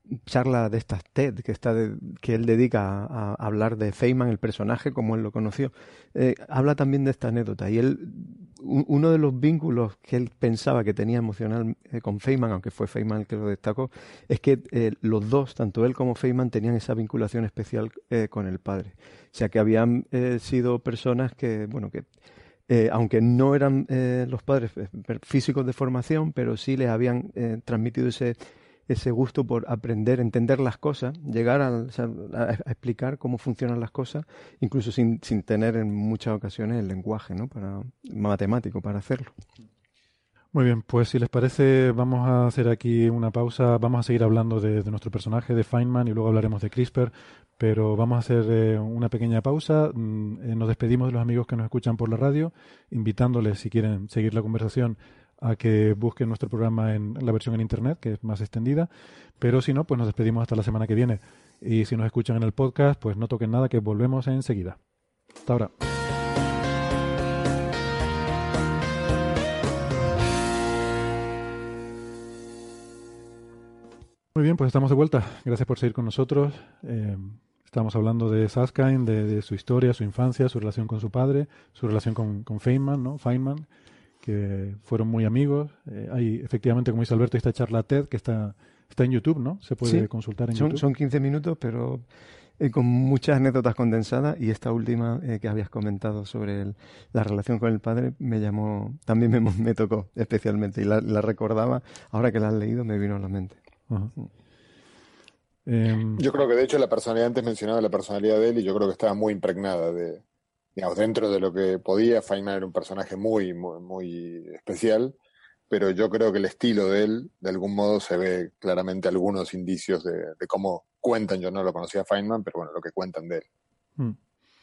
S7: charla de estas TED que él dedica a hablar de Feynman, el personaje, como él lo conoció. Habla también de esta anécdota. Y uno de los vínculos que él pensaba que tenía emocional con Feynman, aunque fue Feynman el que lo destacó, es que los dos, tanto él como Feynman, tenían esa vinculación especial con el padre. O sea, que habían sido personas que, bueno, que aunque no eran los padres físicos de formación, pero sí les habían transmitido ese gusto por aprender, entender las cosas, llegar a explicar cómo funcionan las cosas, incluso sin tener en muchas ocasiones el lenguaje, ¿no? Matemático para hacerlo.
S2: Muy bien, pues si les parece vamos a hacer aquí una pausa, vamos a seguir hablando de nuestro personaje, de Feynman, y luego hablaremos de CRISPR, pero vamos a hacer una pequeña pausa. Nos despedimos de los amigos que nos escuchan por la radio, invitándoles, si quieren seguir la conversación, a que busquen nuestro programa en la versión en internet, que es más extendida, pero si no, pues nos despedimos hasta la semana que viene. Y si nos escuchan en el podcast, pues no toquen nada, que volvemos enseguida. Hasta ahora. Muy bien, pues estamos de vuelta. Gracias por seguir con nosotros. Estamos hablando de Susskind, de su historia, su infancia, su relación con su padre, su relación con Feynman, ¿no? Feynman, que fueron muy amigos. Hay, efectivamente, como dice Alberto, esta charla TED que está en YouTube, ¿no? Se puede consultar en YouTube.
S7: Son 15 minutos, pero con muchas anécdotas condensadas, y esta última que habías comentado sobre la relación con el padre también me tocó especialmente, y la recordaba, ahora que la has leído me vino a la mente.
S2: Uh-huh.
S13: Yo creo que de hecho la personalidad, antes mencionaba la personalidad de él, y yo creo que estaba muy impregnada digamos, dentro de lo que podía. Feynman era un personaje muy, muy, muy especial, pero yo creo que el estilo de él, de algún modo, se ve claramente algunos indicios de cómo cuentan. Yo no lo conocía a Feynman, pero bueno, lo que cuentan de él.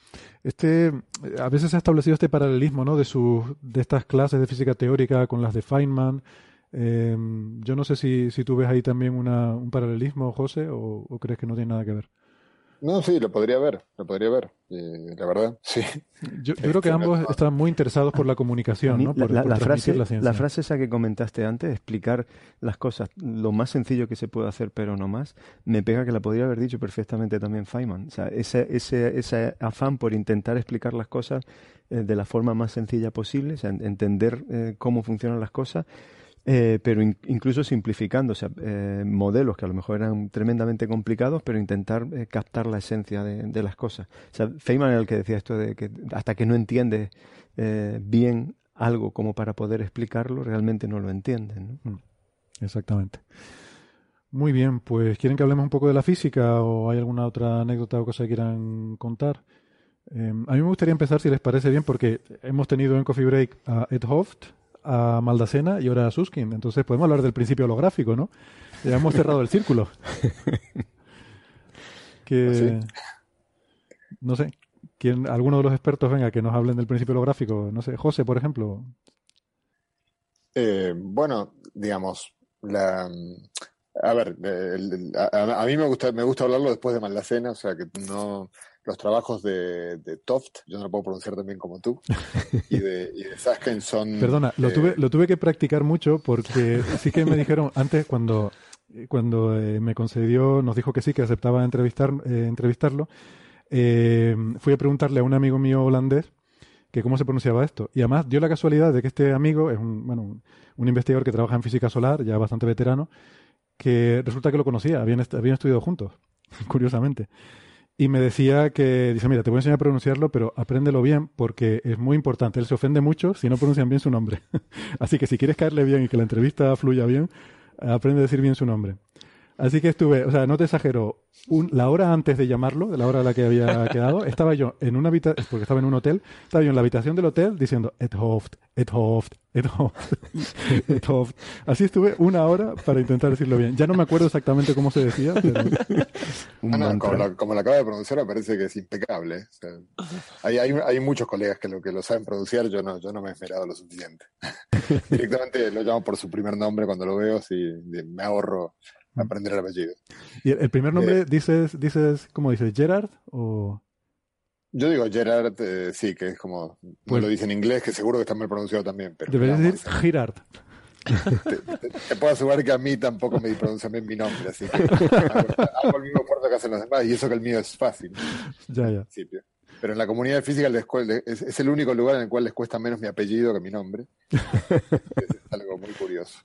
S2: A veces se ha establecido este paralelismo, ¿no? de estas clases de física teórica con las de Feynman. Yo no sé si tú ves ahí también un paralelismo, José, o crees que no tiene nada que ver.
S13: No, sí, lo podría ver, la verdad, sí.
S2: Yo creo que ambos están muy interesados por la comunicación, ¿no? Por
S7: la
S2: transmitir la ciencia.
S7: La frase esa que comentaste antes, explicar las cosas lo más sencillo que se puede hacer, pero no más, me pega que la podría haber dicho perfectamente también Feynman. O sea, ese afán por intentar explicar las cosas de la forma más sencilla posible, o sea, entender cómo funcionan las cosas, pero incluso simplificando, o sea, modelos que a lo mejor eran tremendamente complicados, pero intentar captar la esencia de las cosas. O sea, Feynman era el que decía esto de que hasta que no entiendes bien algo como para poder explicarlo, realmente no lo entiendes, ¿no?
S2: Exactamente. Muy bien, pues ¿quieren que hablemos un poco de la física o hay alguna otra anécdota o cosa que quieran contar? A mí me gustaría empezar, si les parece bien, porque hemos tenido en Coffee Break a Ed Hooft, a Maldacena y ahora a Susskind. Entonces podemos hablar del principio holográfico, ¿no? Ya hemos cerrado el círculo. No sé, alguno de los expertos venga que nos hablen del principio holográfico. No sé, José, por ejemplo.
S13: Bueno, digamos, a ver, a mí me gusta hablarlo después de Maldacena, o sea que no. Los trabajos de Toft, yo no lo puedo pronunciar tan bien como tú, y de Susskind son...
S2: Perdona, lo tuve que practicar mucho porque sí que me dijeron antes, cuando me concedió, nos dijo que sí, que aceptaba entrevistarlo, fui a preguntarle a un amigo mío holandés que cómo se pronunciaba esto. Y además dio la casualidad de que este amigo es un investigador que trabaja en física solar, ya bastante veterano, que resulta que lo conocía, habían estudiado juntos, curiosamente. Y me decía dice, mira, te voy a enseñar a pronunciarlo, pero apréndelo bien porque es muy importante. Él se ofende mucho si no pronuncian bien su nombre. Así que si quieres caerle bien y que la entrevista fluya bien, aprende a decir bien su nombre. Así que estuve, o sea, no te exagero, la hora antes de llamarlo, de la hora a la que había quedado, estaba yo en una habitación, porque estaba en un hotel, estaba yo en la habitación del hotel diciendo Ed Hooft, Ed Hooft, Ed Hooft, Ed Hooft. Así estuve una hora para intentar decirlo bien. Ya no me acuerdo exactamente cómo se decía, pero...
S13: como lo acaba de pronunciar, me parece que es impecable. O sea, hay muchos colegas que lo saben pronunciar, yo no me he esmerado lo suficiente. Directamente lo llamo por su primer nombre cuando lo veo, así me ahorro aprender el apellido.
S2: ¿Y el primer nombre dices, cómo dices, Gerard o...?
S13: Yo digo Gerard, sí, que es como, no lo dice en inglés, que seguro que está mal pronunciado también. Pero
S2: deberías decir Girard.
S13: Te puedo asegurar que a mí tampoco me pronuncian bien mi nombre, así que hago el mismo esfuerzo que hacen los demás, y eso que el mío es fácil.
S2: Ya.
S13: Pero en la comunidad de física es el único lugar en el cual les cuesta menos mi apellido que mi nombre. Es algo muy curioso.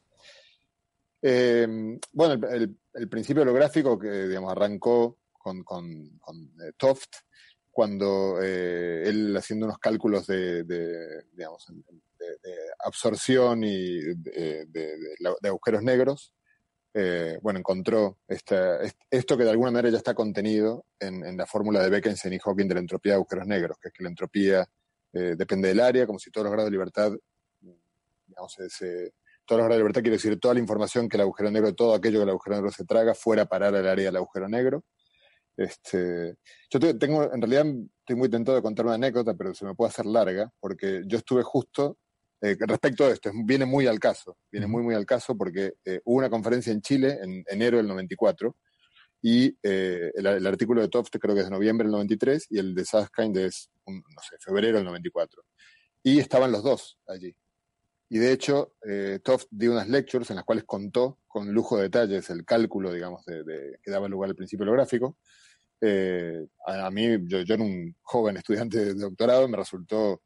S13: Bueno, el principio holográfico que, digamos, arrancó con Toft, cuando él haciendo unos cálculos de absorción y de agujeros negros, encontró esto que de alguna manera ya está contenido en la fórmula de Beckenstein y Hawking de la entropía de agujeros negros, que es que la entropía depende del área, como si todos los grados de libertad, digamos, todos los grados de libertad quiere decir toda la información que el agujero negro, todo aquello que el agujero negro se traga, fuera a parar al área del agujero negro. Yo en realidad estoy muy tentado de contar una anécdota, pero se me puede hacer larga, porque yo estuve justo, respecto a esto, viene muy al caso, muy al caso, porque hubo una conferencia en Chile en enero del 94, y el artículo de Toft creo que es de noviembre del 93, y el de Susskind es, febrero del 94. Y estaban los dos allí. Y de hecho, Toft dio unas lectures en las cuales contó con lujo de detalles el cálculo, digamos, que daba lugar al principio holográfico. A mí, yo era un joven estudiante de doctorado, me resultó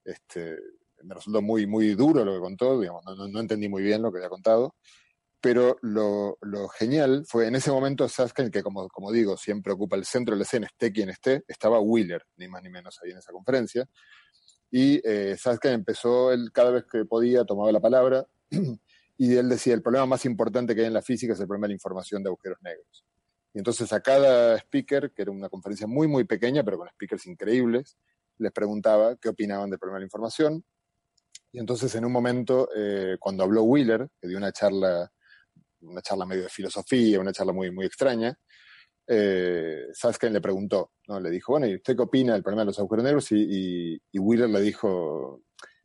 S13: muy, muy duro lo que contó, digamos, no entendí muy bien lo que había contado, pero lo genial fue en ese momento Susskind, que como digo, siempre ocupa el centro de la escena, esté quien esté, estaba Wheeler, ni más ni menos ahí en esa conferencia, y Susskind empezó, él cada vez que podía tomaba la palabra, y él decía, el problema más importante que hay en la física es el problema de la información de agujeros negros. Y entonces a cada speaker, que era una conferencia muy, muy pequeña, pero con speakers increíbles, les preguntaba qué opinaban del problema de la información. Y entonces en un momento, cuando habló Wheeler, que dio una charla medio de filosofía, una charla muy, muy extraña, Susskind le preguntó, ¿no? Le dijo, bueno, ¿y usted qué opina del problema de los agujeros negros? Y Wheeler le dijo,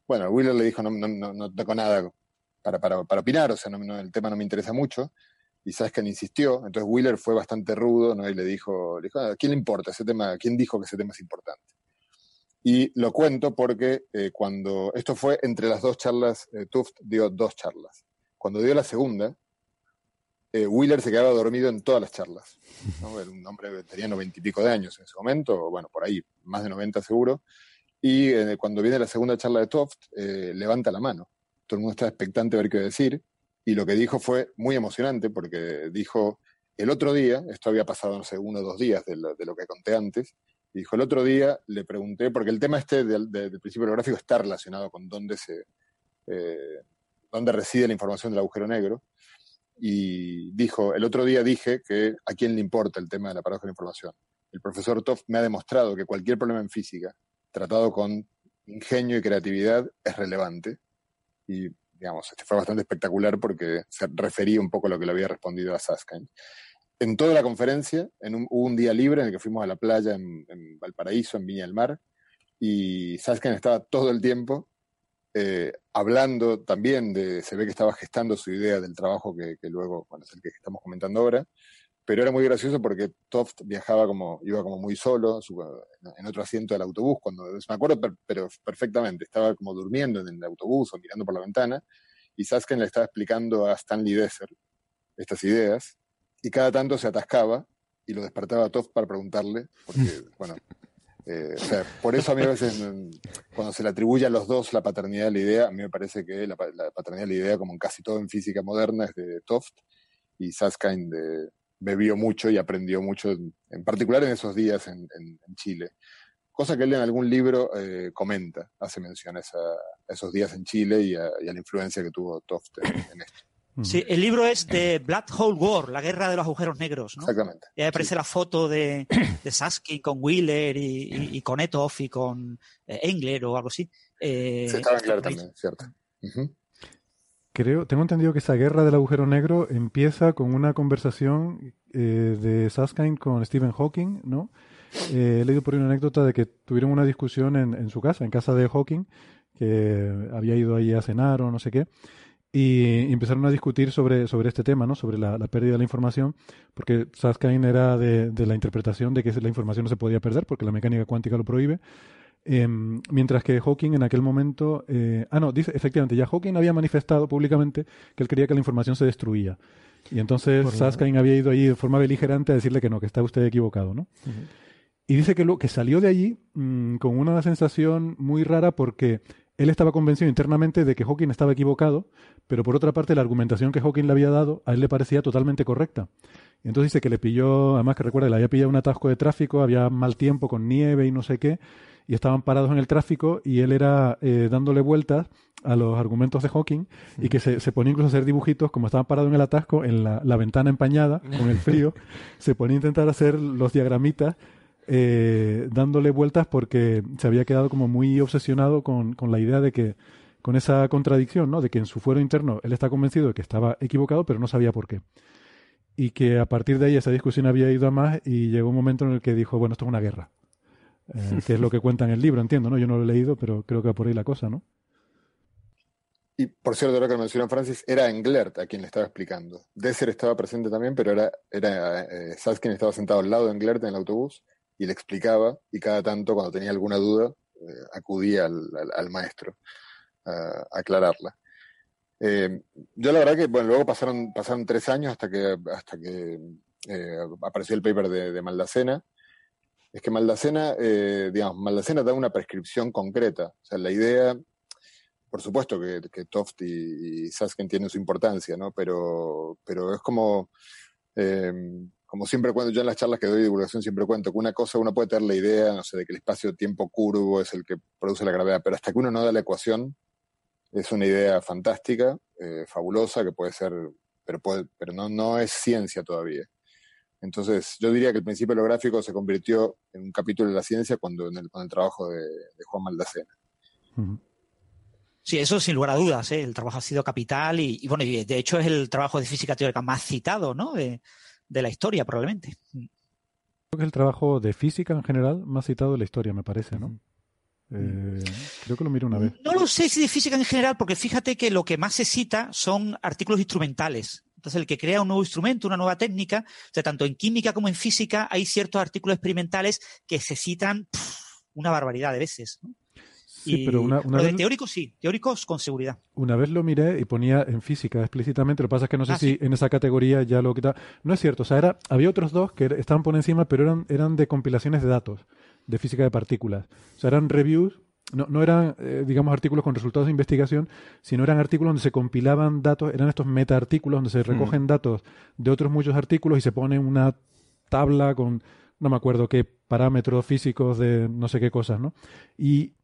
S13: no tengo nada para opinar, o sea, el tema no me interesa mucho. Y Susskind insistió, entonces Wheeler fue bastante rudo, ¿no? Y le dijo, ¿a quién le importa ese tema? ¿Quién dijo que ese tema es importante? Y lo cuento porque cuando esto fue entre las dos charlas, Tufte dio 2 charlas. Cuando dio la segunda, Wheeler se quedaba dormido en todas las charlas, ¿no? Era un hombre, tenía 90 y pico de años en ese momento, bueno, por ahí, más de 90 seguro. Y cuando viene la segunda charla de Toft, levanta la mano. Todo el mundo está expectante a ver qué decir. Y lo que dijo fue muy emocionante, porque dijo, el otro día, esto había pasado, 1 o 2 días de lo que conté antes, y dijo, el otro día le pregunté, porque el tema del principio holográfico está relacionado con dónde reside la información del agujero negro, y dijo, el otro día dije que a quién le importa el tema de la paradoja de la información. El profesor Toft me ha demostrado que cualquier problema en física, tratado con ingenio y creatividad, es relevante, y digamos, fue bastante espectacular porque se refería un poco a lo que le había respondido a Susskind. En toda la conferencia, hubo un día libre en el que fuimos a la playa en Valparaíso, en Viña del Mar, y Susskind estaba todo el tiempo hablando también se ve que estaba gestando su idea del trabajo que luego, bueno, es el que estamos comentando ahora, pero era muy gracioso porque Toft iba como muy solo en otro asiento del autobús, me acuerdo pero perfectamente, estaba como durmiendo en el autobús o mirando por la ventana, y Susskind le estaba explicando a Stanley Desser estas ideas, y cada tanto se atascaba y lo despertaba a Toft para preguntarle, porque, bueno, por eso a mí a veces, cuando se le atribuye a los dos la paternidad de la idea, a mí me parece que la paternidad de la idea, como en casi todo en física moderna, es de Toft, y Susskind bebió mucho y aprendió mucho, en particular en esos días en Chile. Cosa que él en algún libro comenta, hace mención a esos días en Chile y a la influencia que tuvo Toft en esto.
S9: Sí, el libro es de Black Hole War, la guerra de los agujeros negros, ¿no?
S13: Exactamente.
S9: Y ahí aparece la foto de Susskind con Wheeler y con Etoff y con Engler o algo así.
S13: Sí, estaba claro también, cierto.
S2: Tengo entendido que esa guerra del agujero negro empieza con una conversación de Susskind con Stephen Hawking, ¿no? He leído por ahí una anécdota de que tuvieron una discusión en su casa, en casa de Hawking, que había ido ahí a cenar o no sé qué, y empezaron a discutir sobre este tema, ¿no? Sobre la pérdida de la información, porque Susskind era de la interpretación de que la información no se podía perder porque la mecánica cuántica lo prohíbe. Mientras que Hawking en aquel momento... dice, efectivamente, ya Hawking había manifestado públicamente que él quería que la información se destruía. Y entonces Susskind había ido allí de forma beligerante a decirle que no, que está usted equivocado, ¿no? Uh-huh. Y dice que salió de allí con una sensación muy rara porque él estaba convencido internamente de que Hawking estaba equivocado, pero por otra parte la argumentación que Hawking le había dado a él le parecía totalmente correcta. Y entonces dice que le pilló, además que recuerda, le había pillado un atasco de tráfico, había mal tiempo con nieve y no sé qué, y estaban parados en el tráfico y él era dándole vueltas a los argumentos de Hawking y que se ponía incluso a hacer dibujitos, como estaban parados en el atasco, en la ventana empañada, con el frío, se ponía a intentar hacer los diagramitas dándole vueltas porque se había quedado como muy obsesionado con la idea de que, con esa contradicción, ¿no? De que en su fuero interno él está convencido de que estaba equivocado, pero no sabía por qué. Y que a partir de ahí esa discusión había ido a más y llegó un momento en el que dijo, bueno, esto es una guerra. Que es lo que cuenta en el libro, entiendo, ¿no? Yo no lo he leído, pero creo que va por ahí la cosa, ¿no?
S13: Y por cierto, ahora que mencionó Francis, era Englert a quien le estaba explicando. Desser estaba presente también, pero era Susskind estaba sentado al lado de Englert en el autobús y le explicaba, y cada tanto, cuando tenía alguna duda, acudía al maestro a aclararla. Yo la verdad que, bueno, luego pasaron 3 años hasta que apareció el paper de Maldacena. Es que Maldacena da una prescripción concreta. O sea, la idea, por supuesto que Toft y Susskind tienen su importancia, ¿no? Pero es como siempre cuento, yo en las charlas que doy de divulgación siempre cuento que una cosa, uno puede tener la idea, no sé, de que el espacio-tiempo curvo es el que produce la gravedad, pero hasta que uno no da la ecuación, es una idea fantástica, fabulosa, que puede ser, pero no es ciencia todavía. Entonces, yo diría que el principio holográfico se convirtió en un capítulo de la ciencia con el trabajo de Juan Maldacena.
S9: Uh-huh. Sí, eso sin lugar a dudas, ¿eh? El trabajo ha sido capital y bueno, y de hecho es el trabajo de física teórica más citado, ¿no? De la historia, probablemente.
S2: Creo que es el trabajo de física en general más citado de la historia, me parece, ¿no? Creo que lo miro una vez.
S9: No lo sé si de física en general, porque fíjate que lo que más se cita son artículos instrumentales. Entonces, el que crea un nuevo instrumento, una nueva técnica, o sea, tanto en química como en física hay ciertos artículos experimentales que se citan una barbaridad de veces, ¿no?
S2: Sí, pero
S9: pero de teóricos sí, teóricos con seguridad.
S2: Una vez lo miré y ponía en física explícitamente, lo que pasa es que no sé si en esa categoría ya lo quita. No es cierto, o sea, había otros dos que estaban por encima, pero eran de compilaciones de datos, de física de partículas. O sea, eran reviews, no eran, digamos, artículos con resultados de investigación, sino eran artículos donde se compilaban datos, eran estos meta-artículos donde se recogen datos de otros muchos artículos y se pone una tabla con, no me acuerdo qué parámetros físicos de no sé qué cosas, ¿no? Y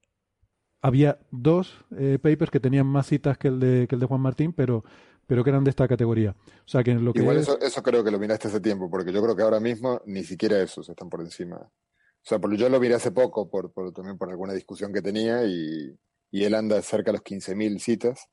S2: había 2 papers que tenían más citas que el de Juan Martín, pero que eran de esta categoría. O sea, que lo que
S13: igual eso creo que lo miraste hace tiempo, porque yo creo que ahora mismo ni siquiera esos están por encima. O sea, porque yo lo miré hace poco también por alguna discusión que tenía y él anda cerca de los 15.000 citas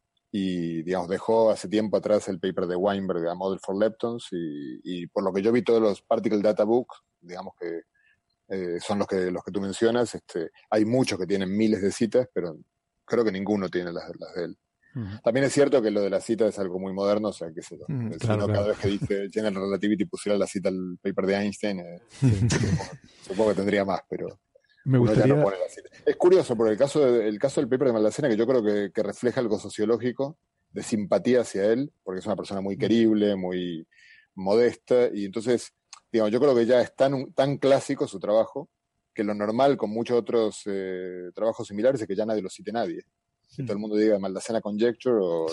S13: y, digamos, dejó hace tiempo atrás el paper de Weinberg, A Model for Leptons, y por lo que yo vi todos los Particle Data Books, digamos que son los que tú mencionas, hay muchos que tienen miles de citas, pero creo que ninguno tiene las de él. Uh-huh. También es cierto que lo de la cita es algo muy moderno, o sea, que sé yo. Claro. Cada vez que dice General Relativity pusiera la cita al paper de Einstein, supongo que tendría más, pero
S2: me gustaría...
S13: ya no pone la cita. Es curioso, porque el caso del paper de Maldacena, que yo creo que refleja algo sociológico de simpatía hacia él, porque es una persona muy querible, muy modesta, y entonces, digamos, yo creo que ya es tan clásico su trabajo, que lo normal con muchos otros trabajos similares es que ya nadie lo cite nadie. Que todo el mundo diga Maldacena Conjecture o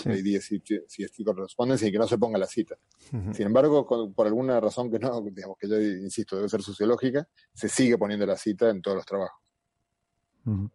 S13: CST Correspondence y que no se ponga la cita. Uh-huh. Sin embargo, por alguna razón que no, digamos que yo insisto, debe ser sociológica, se sigue poniendo la cita en todos los trabajos.
S2: Uh-huh.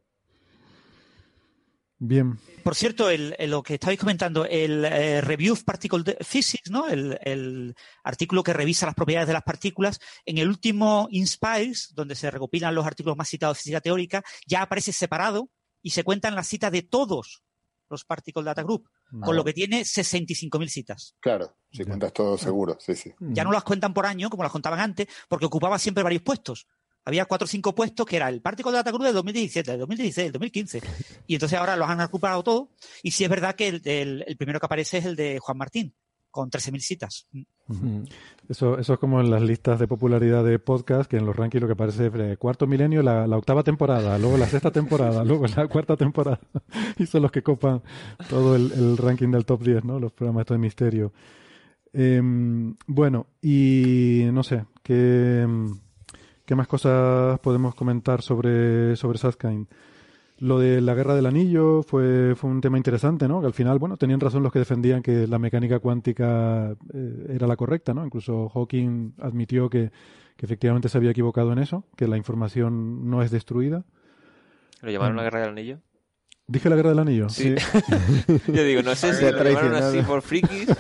S2: Bien.
S9: Por cierto, lo que estabais comentando, el Review of Particle Physics, ¿no? El artículo que revisa las propiedades de las partículas, en el último InSpice, donde se recopilan los artículos más citados de física teórica, ya aparece separado y se cuentan las citas de todos los Particle Data Group, con lo que tiene 65.000 citas.
S13: Claro, si cuentas todo seguro, sí.
S9: Ya no las cuentan por año, como las contaban antes, porque ocupaba siempre varios puestos. Había 4 o 5 puestos que era el Particle Data Group del 2017, del 2016, del 2015. Y entonces ahora los han ocupado todos. Y sí es verdad que el primero que aparece es el de Juan Martín, con 13.000 citas.
S2: Eso es como en las listas de popularidad de podcast, que en los rankings lo que aparece es cuarto milenio, la octava temporada, luego la sexta temporada, luego la cuarta temporada. Y son los que copan todo el ranking del top 10, ¿no? Los programas estos de misterio. Bueno, y no sé, ¿qué más cosas podemos comentar sobre Susskind? Lo de la Guerra del Anillo fue un tema interesante, ¿no? Que al final, bueno, tenían razón los que defendían que la mecánica cuántica era la correcta, ¿no? Incluso Hawking admitió que efectivamente se había equivocado en eso, que la información no es destruida.
S8: ¿Lo llamaron la Guerra del Anillo?
S2: ¿Dije la Guerra del Anillo?
S8: Sí. Yo digo, no sé si lo llamaron así por frikis.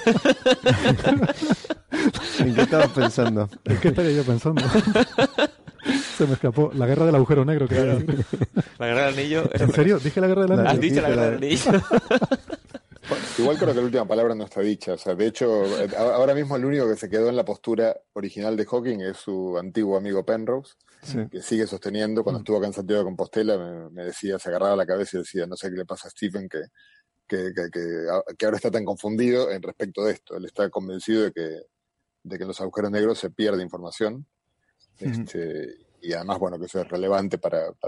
S7: ¿En qué estabas pensando?
S2: ¿En qué estaría yo pensando? Se me escapó. La Guerra del Agujero Negro, creo.
S8: La Guerra del Anillo.
S2: ¿En serio? ¿Dije la Guerra del Anillo?
S8: ¿Has dicho la Guerra del Anillo?
S13: Igual creo que la última palabra no está dicha. O sea, de hecho, ahora mismo el único que se quedó en la postura original de Hawking es su antiguo amigo Penrose, que sigue sosteniendo. Cuando estuvo acá en Santiago de Compostela, me decía, se agarraba la cabeza y decía, no sé qué le pasa a Stephen, que ahora está tan confundido en respecto de esto. Él está convencido de que en los agujeros negros se pierde información. Y además, bueno, que eso es relevante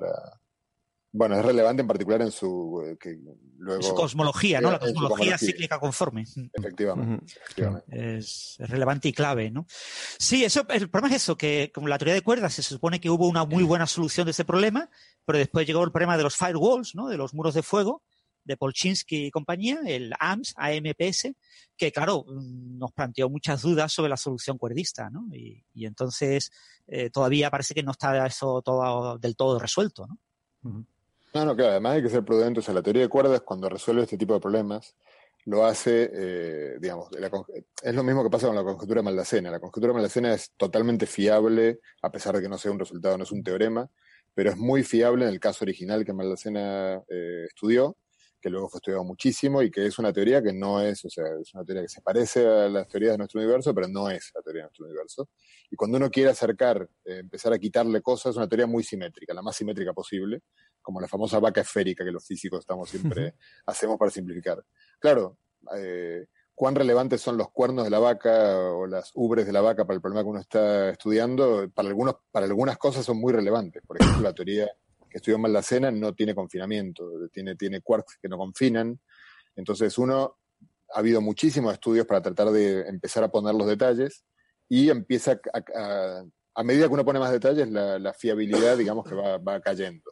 S13: bueno, es relevante en particular en su
S9: cosmología, ¿no? La cosmología cíclica conforme.
S13: Efectivamente.
S9: Es relevante y clave, ¿no? Sí, el problema es eso, que como la teoría de cuerdas se supone que hubo una muy buena solución de ese problema, pero después llegó el problema de los firewalls, ¿no? De los muros de fuego, de Polchinski y compañía, el AMPS, que claro, nos planteó muchas dudas sobre la solución cuerdista, ¿no? Y entonces todavía parece que no está eso todo del todo resuelto, ¿no?
S13: No, claro, además hay que ser prudentes. O sea, la teoría de cuerdas, cuando resuelve este tipo de problemas, lo hace, digamos, es lo mismo que pasa con la conjetura de Maldacena. La conjetura de Maldacena es totalmente fiable, a pesar de que no sea un resultado, no es un teorema, pero es muy fiable en el caso original que Maldacena estudió, que luego fue estudiado muchísimo y que es una teoría que no es, o sea, es una teoría que se parece a las teorías de nuestro universo, pero no es la teoría de nuestro universo. Y cuando uno quiere empezar a quitarle cosas, es una teoría muy simétrica, la más simétrica posible, como la famosa vaca esférica que los físicos siempre hacemos para simplificar. Claro, cuán relevantes son los cuernos de la vaca o las ubres de la vaca para el problema que uno está estudiando, para algunas cosas son muy relevantes. Por ejemplo, la teoría que estudió Maldacena no tiene confinamiento, tiene quarks que no confinan. Entonces ha habido muchísimos estudios para tratar de empezar a poner los detalles y empieza a medida que uno pone más detalles, la fiabilidad, digamos que va cayendo.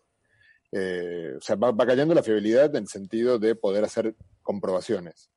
S13: O sea, va cayendo la fiabilidad en el sentido de poder hacer comprobaciones.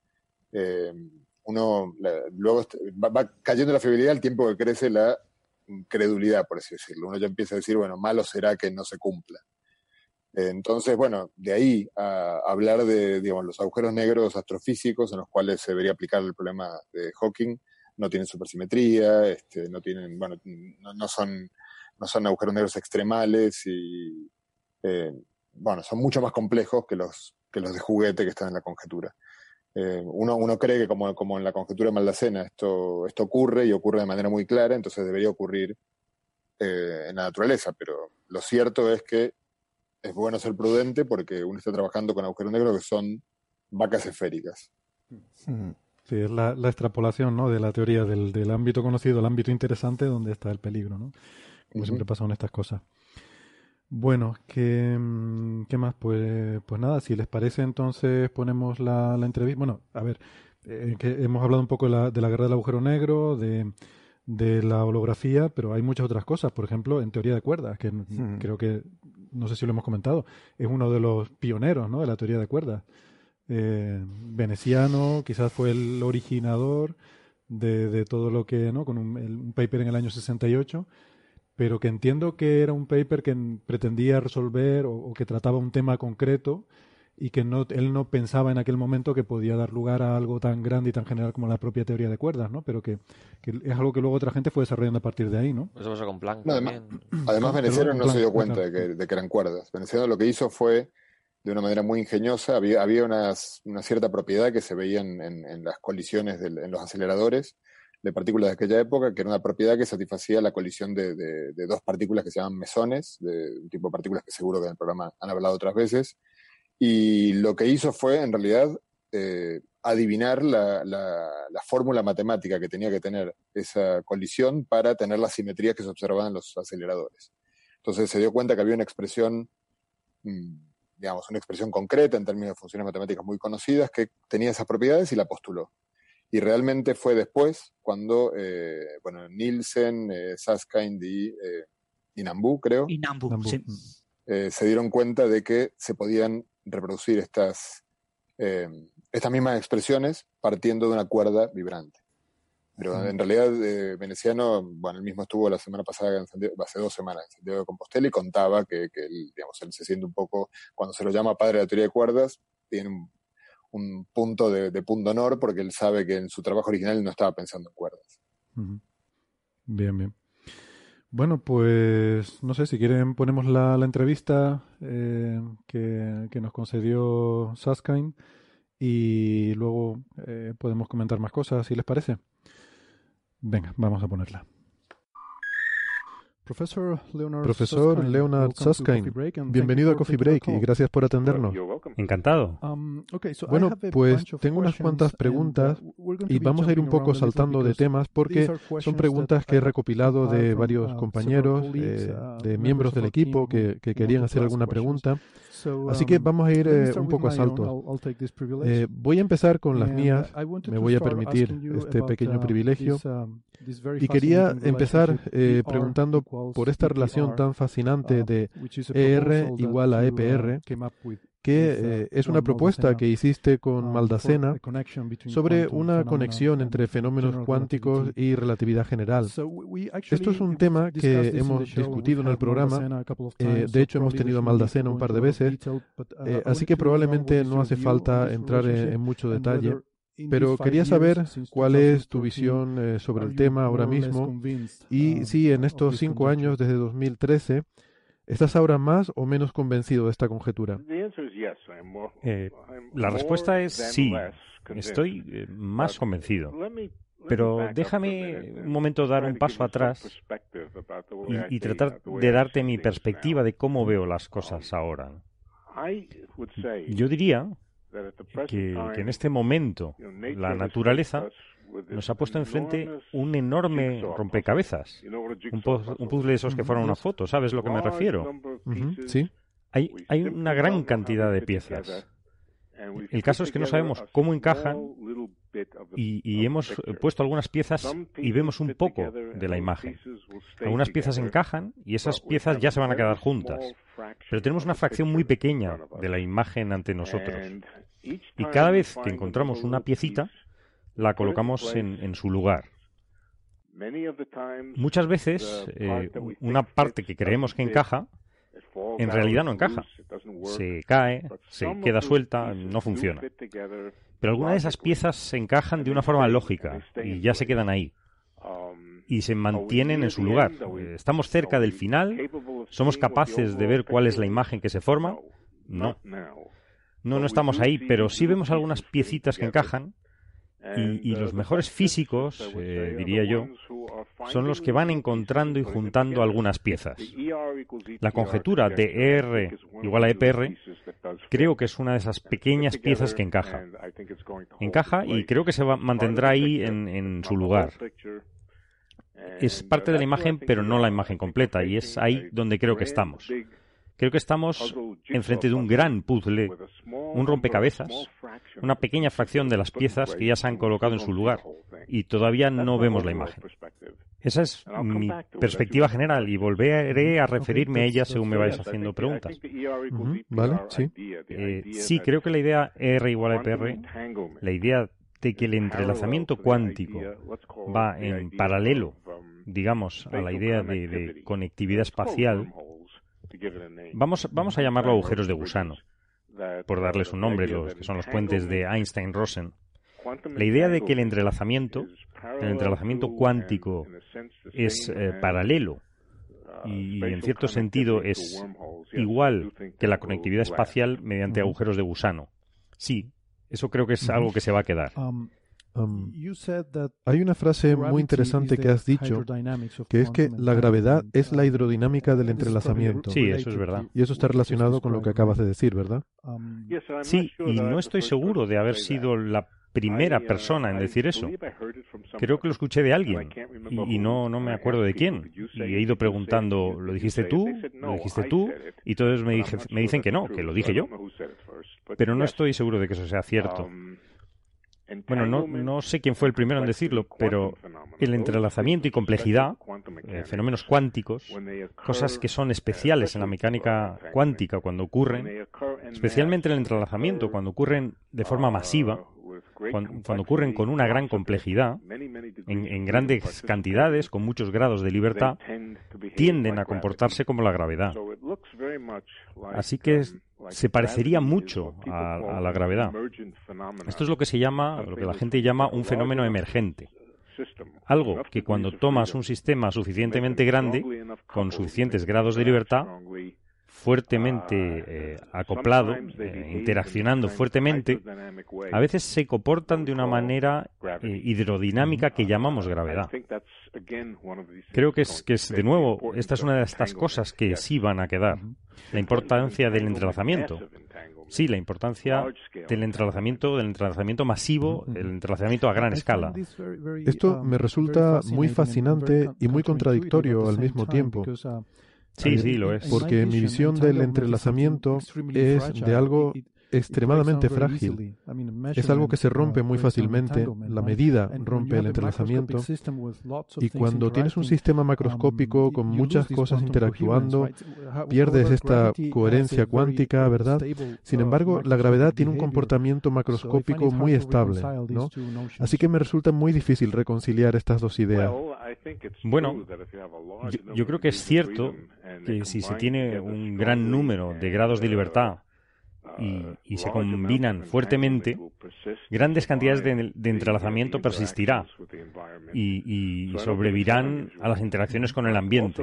S13: Luego va cayendo la fiabilidad al tiempo que crece la credulidad, por así decirlo. Uno ya empieza a decir, bueno, malo será que no se cumpla. Entonces, bueno, de ahí a hablar de, digamos, los agujeros negros astrofísicos en los cuales se debería aplicar el problema de Hawking, no tienen supersimetría, no tienen, bueno, no son agujeros negros extremales y, bueno, son mucho más complejos que los de juguete que están en la conjetura. Uno cree que como en la conjetura de Maldacena esto ocurre y ocurre de manera muy clara, entonces debería ocurrir en la naturaleza, pero lo cierto es que es bueno ser prudente porque uno está trabajando con agujeros negros que son vacas esféricas.
S2: Sí, es la extrapolación, ¿no?, de la teoría del ámbito conocido al ámbito interesante donde está el peligro, ¿no? Como siempre pasa con estas cosas. Bueno, ¿qué más? Pues nada, si les parece, entonces ponemos la entrevista. Bueno, a ver, que hemos hablado un poco de la guerra del agujero negro, de la holografía, pero hay muchas otras cosas. Por ejemplo, en teoría de cuerdas, que creo que, no sé si lo hemos comentado, es uno de los pioneros, ¿no?, de la teoría de cuerdas. Veneciano, quizás fue el originador de todo lo que, ¿no?, con un paper en el año 68, pero que entiendo que era un paper que pretendía resolver o que trataba un tema concreto y que él no pensaba en aquel momento que podía dar lugar a algo tan grande y tan general como la propia teoría de cuerdas, ¿no? Pero que es algo que luego otra gente fue desarrollando a partir de ahí, ¿no?
S8: Eso pasa con Planck
S13: también. Además, Veneciano no se dio cuenta de que eran cuerdas. Veneciano lo que hizo fue, de una manera muy ingeniosa, había una cierta propiedad que se veía en las colisiones en los aceleradores de partículas de aquella época, que era una propiedad que satisfacía la colisión de dos partículas que se llaman mesones, de un tipo de partículas que seguro que en el programa han hablado otras veces, y lo que hizo fue, en realidad, adivinar la fórmula matemática que tenía que tener esa colisión para tener las simetrías que se observaban en los aceleradores. Entonces se dio cuenta que había una expresión, digamos, una expresión concreta en términos de funciones matemáticas muy conocidas que tenía esas propiedades y la postuló. Y realmente fue después cuando, Nielsen, Susskind y Nambu, creo.
S9: Y Nambu, sí.
S13: Se dieron cuenta de que se podían reproducir estas mismas expresiones partiendo de una cuerda vibrante. Pero en realidad Veneciano, él mismo estuvo la semana pasada, hace 2 semanas, en Santiago de Compostela, y contaba que él se siente un poco, cuando se lo llama padre de la teoría de cuerdas, tiene un punto de punto honor, porque él sabe que en su trabajo original no estaba pensando en cuerdas.
S2: Bien, bien. Bueno, pues no sé, si quieren ponemos la entrevista que nos concedió Susskind y luego podemos comentar más cosas, si les parece. Venga, vamos a ponerla. Profesor Leonard Susskind, bienvenido a Coffee Break y gracias por atendernos.
S4: Encantado.
S2: Bueno, pues tengo unas cuantas preguntas y vamos a ir un poco saltando de temas porque son preguntas que he recopilado de varios compañeros, de miembros del equipo que querían hacer alguna pregunta. Así que vamos a ir un poco a saltos. Voy a empezar con las mías, me voy a permitir este pequeño privilegio. Y quería empezar preguntando por esta relación tan fascinante de ER igual a EPR, que es una propuesta que hiciste con Maldacena sobre una conexión entre fenómenos cuánticos y relatividad general. Esto es un tema que hemos discutido en el programa. De hecho, hemos tenido a Maldacena un par de veces, así que probablemente no hace falta entrar en mucho detalle. Pero quería saber cuál es tu visión sobre el tema ahora mismo y si en estos 5 años, desde 2013, ¿estás ahora más o menos convencido de esta conjetura?
S4: La respuesta es sí, estoy más convencido. Pero déjame un momento dar un paso atrás y tratar de darte mi perspectiva de cómo veo las cosas ahora. Yo diría que en este momento la naturaleza nos ha puesto enfrente un enorme rompecabezas, un puzzle de esos que fueron una foto, ¿sabes a lo que me refiero?
S2: Sí.
S4: Hay una gran cantidad de piezas. El caso es que no sabemos cómo encajan y hemos puesto algunas piezas y vemos un poco de la imagen. Algunas piezas encajan y esas piezas ya se van a quedar juntas. Pero tenemos una fracción muy pequeña de la imagen ante nosotros. Y cada vez que encontramos una piecita, la colocamos en su lugar. Muchas veces, una parte que creemos que encaja, en realidad no encaja. Se cae, se queda suelta, no funciona. Pero algunas de esas piezas se encajan de una forma lógica y ya se quedan ahí. Y se mantienen en su lugar. ¿Estamos cerca del final? ¿Somos capaces de ver cuál es la imagen que se forma? No. No estamos ahí, pero sí vemos algunas piecitas que encajan. Y los mejores físicos, diría yo, son los que van encontrando y juntando algunas piezas. La conjetura de ER igual a EPR creo que es una de esas pequeñas piezas que encaja. Encaja y creo que se mantendrá ahí en su lugar. Es parte de la imagen, pero no la imagen completa, y es ahí donde creo que estamos. Creo que estamos enfrente de un gran puzzle, un rompecabezas, una pequeña fracción de las piezas que ya se han colocado en su lugar y todavía no vemos la imagen. Esa es mi perspectiva general y volveré a referirme a ella según me vayas haciendo preguntas.
S2: ¿Vale? Sí.
S4: Sí, creo que la idea R igual a EPR, la idea de que el entrelazamiento cuántico va en paralelo, digamos, a la idea de conectividad espacial. Vamos a llamarlo agujeros de gusano, por darles un nombre, los que son los puentes de Einstein-Rosen. La idea de que el entrelazamiento cuántico es paralelo y en cierto sentido es igual que la conectividad espacial mediante agujeros de gusano. Sí, eso creo que es algo que se va a quedar.
S2: Hay una frase muy interesante que has dicho, que es que la gravedad es la hidrodinámica del entrelazamiento.
S4: Sí, eso es verdad.
S2: Y eso está relacionado con lo que acabas de decir, ¿verdad?
S4: Sí, y no estoy seguro de haber sido la primera persona en decir eso. Creo que lo escuché de alguien y no me acuerdo de quién. Y he ido preguntando, ¿lo dijiste tú? ¿Lo dijiste tú? Y todos me dicen que no, que lo dije yo. Pero no estoy seguro de que eso sea cierto. Bueno, no sé quién fue el primero en decirlo, pero el entrelazamiento y complejidad, fenómenos cuánticos, cosas que son especiales en la mecánica cuántica cuando ocurren, especialmente el entrelazamiento cuando ocurren de forma masiva, cuando ocurren con una gran complejidad, en grandes cantidades, con muchos grados de libertad, tienden a comportarse como la gravedad. Así que se parecería mucho a la gravedad. Esto es lo que la gente llama un fenómeno emergente. Algo que cuando tomas un sistema suficientemente grande, con suficientes grados de libertad, fuertemente acoplado, interaccionando fuertemente, a veces se comportan de una manera hidrodinámica que llamamos gravedad. Creo que es de nuevo, esta es una de estas cosas que sí van a quedar. La importancia del entrelazamiento. Sí, la importancia del entrelazamiento masivo, el entrelazamiento a gran escala.
S2: Esto me resulta muy fascinante y muy contradictorio al mismo tiempo.
S4: Sí, lo es.
S2: Porque mi visión del entrelazamiento es de algo extremadamente frágil. Es algo que se rompe muy fácilmente. La medida rompe el entrelazamiento. Y cuando tienes un sistema macroscópico con muchas cosas interactuando, pierdes esta coherencia cuántica, ¿verdad? Sin embargo, la gravedad tiene un comportamiento macroscópico muy estable, ¿no? Así que me resulta muy difícil reconciliar estas dos ideas.
S4: Bueno, yo creo que es cierto que si se tiene un gran número de grados de libertad y se combinan fuertemente, grandes cantidades de entrelazamiento persistirá y sobrevivirán a las interacciones con el ambiente.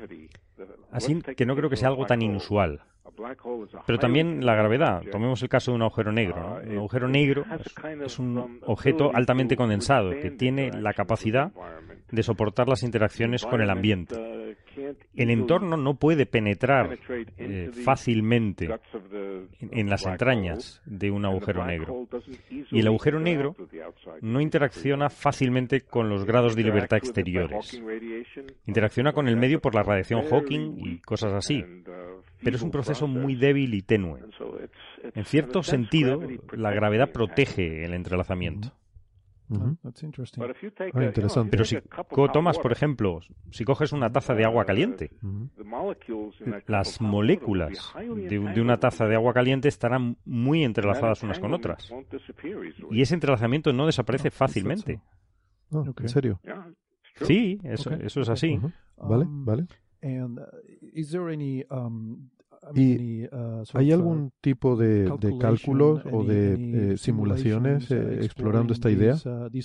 S4: Así que no creo que sea algo tan inusual. Pero también la gravedad. Tomemos el caso de un agujero negro, ¿no? Un agujero negro es un objeto altamente condensado que tiene la capacidad de soportar las interacciones con el ambiente. El entorno no puede penetrar fácilmente en las entrañas de un agujero negro. Y el agujero negro no interacciona fácilmente con los grados de libertad exteriores. Interacciona con el medio por la radiación Hawking y cosas así. Pero es un proceso muy débil y tenue. En cierto sentido, la gravedad protege el entrelazamiento.
S2: Interesante.
S4: Pero si tomas, por ejemplo, si coges una taza de agua caliente, las moléculas de una taza de agua caliente estarán muy entrelazadas unas con otras. Y ese entrelazamiento no desaparece fácilmente.
S2: ¿En serio?
S4: Sí, eso es así.
S2: Vale. ¿Y hay algún tipo de cálculos o de simulaciones explorando esta idea?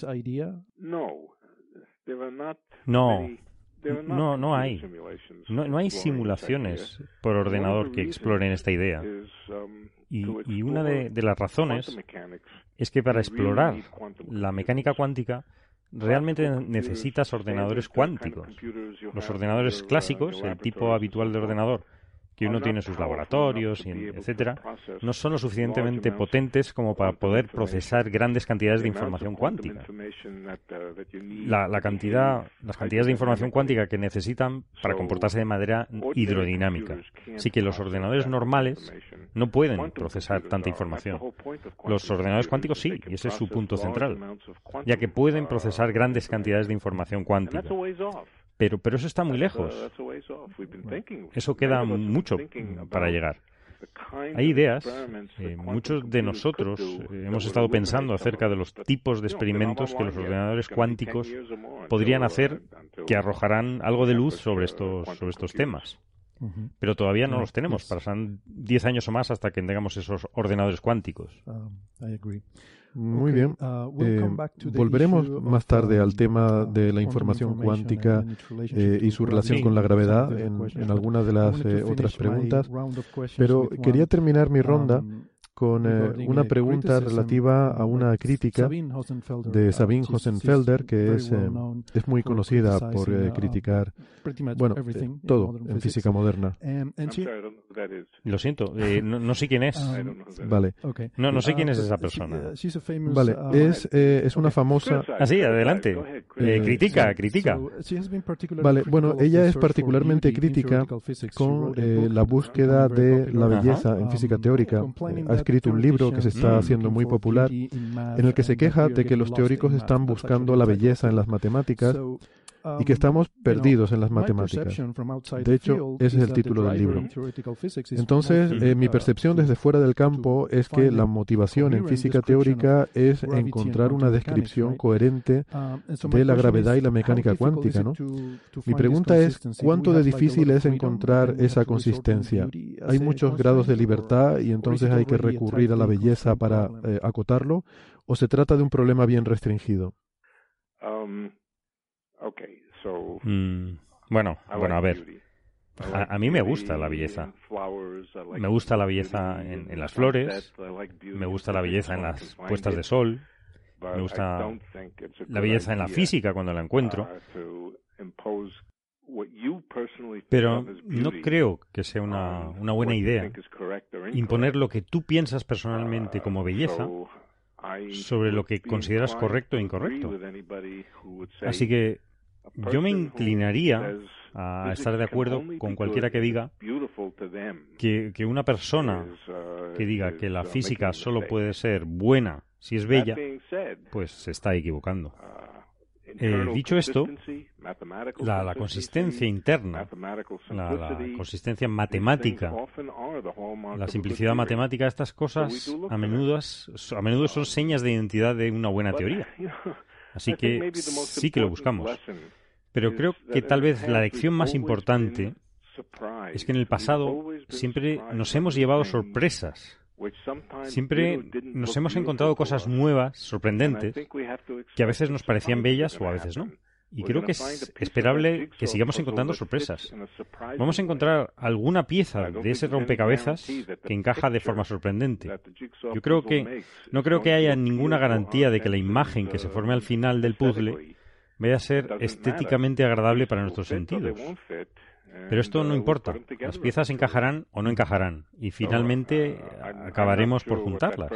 S4: No hay. No hay simulaciones por ordenador que exploren esta idea. Y una de las razones es que para explorar la mecánica cuántica realmente necesitas ordenadores cuánticos. Los ordenadores clásicos, el tipo habitual de ordenador, que uno tiene en sus laboratorios, etcétera, no son lo suficientemente potentes como para poder procesar grandes cantidades de información cuántica. Las cantidades de información cuántica que necesitan para comportarse de manera hidrodinámica. Así que los ordenadores normales no pueden procesar tanta información. Los ordenadores cuánticos sí, y ese es su punto central, ya que pueden procesar grandes cantidades de información cuántica. Pero eso está muy lejos. Eso queda mucho para llegar. Hay ideas, muchos de nosotros hemos estado pensando acerca de los tipos de experimentos que los ordenadores cuánticos podrían hacer que arrojarán algo de luz sobre estos temas. Pero todavía no los tenemos. Pasarán 10 años o más hasta que tengamos esos ordenadores cuánticos.
S2: Muy bien. Volveremos más tarde al tema de la información cuántica y su relación con la gravedad en algunas de las otras preguntas. Pero quería terminar mi ronda con una pregunta relativa a una crítica de Sabine Hossenfelder, que es muy conocida por criticar, bueno, todo en física moderna.
S4: Lo siento, no sé quién es.
S2: Vale.
S4: No sé quién es esa persona.
S2: Vale, es una famosa...
S4: Sí, adelante. Critica.
S2: Vale, bueno, ella es particularmente crítica con la búsqueda de la belleza en física teórica. Ha escrito un libro que se está haciendo muy popular, en el que se queja de que los teóricos están buscando la belleza en las matemáticas y que estamos perdidos en las matemáticas. De hecho, ese es el título del libro. Entonces, mi percepción desde fuera del campo es que la motivación en física teórica es encontrar una descripción coherente de la gravedad y la mecánica cuántica, ¿no? Mi pregunta es, ¿cuánto de difícil es encontrar esa consistencia? ¿Hay muchos grados de libertad y entonces hay que recurrir a la belleza para acotarlo? ¿O se trata de un problema bien restringido?
S4: Bueno, a ver. A mí me gusta la belleza. Me gusta la belleza en las flores, me gusta la belleza en las puestas de sol, me gusta la belleza en la física cuando la encuentro. Pero no creo que sea una buena idea imponer lo que tú piensas personalmente como belleza sobre lo que consideras correcto e incorrecto. Así que yo me inclinaría a estar de acuerdo con cualquiera que diga que una persona que diga que la física solo puede ser buena si es bella, pues se está equivocando. Dicho esto, la consistencia interna, la consistencia matemática, la simplicidad matemática, estas cosas a menudo son señas de identidad de una buena teoría. Así que sí que lo buscamos. Pero creo que tal vez la lección más importante es que en el pasado siempre nos hemos llevado sorpresas. Siempre nos hemos encontrado cosas nuevas, sorprendentes, que a veces nos parecían bellas o a veces no. Y creo que es esperable que sigamos encontrando sorpresas. Vamos a encontrar alguna pieza de ese rompecabezas que encaja de forma sorprendente. No creo que haya ninguna garantía de que la imagen que se forme al final del puzzle vaya a ser estéticamente agradable para nuestros sentidos. Pero esto no importa. Las piezas encajarán o no encajarán y finalmente acabaremos por juntarlas.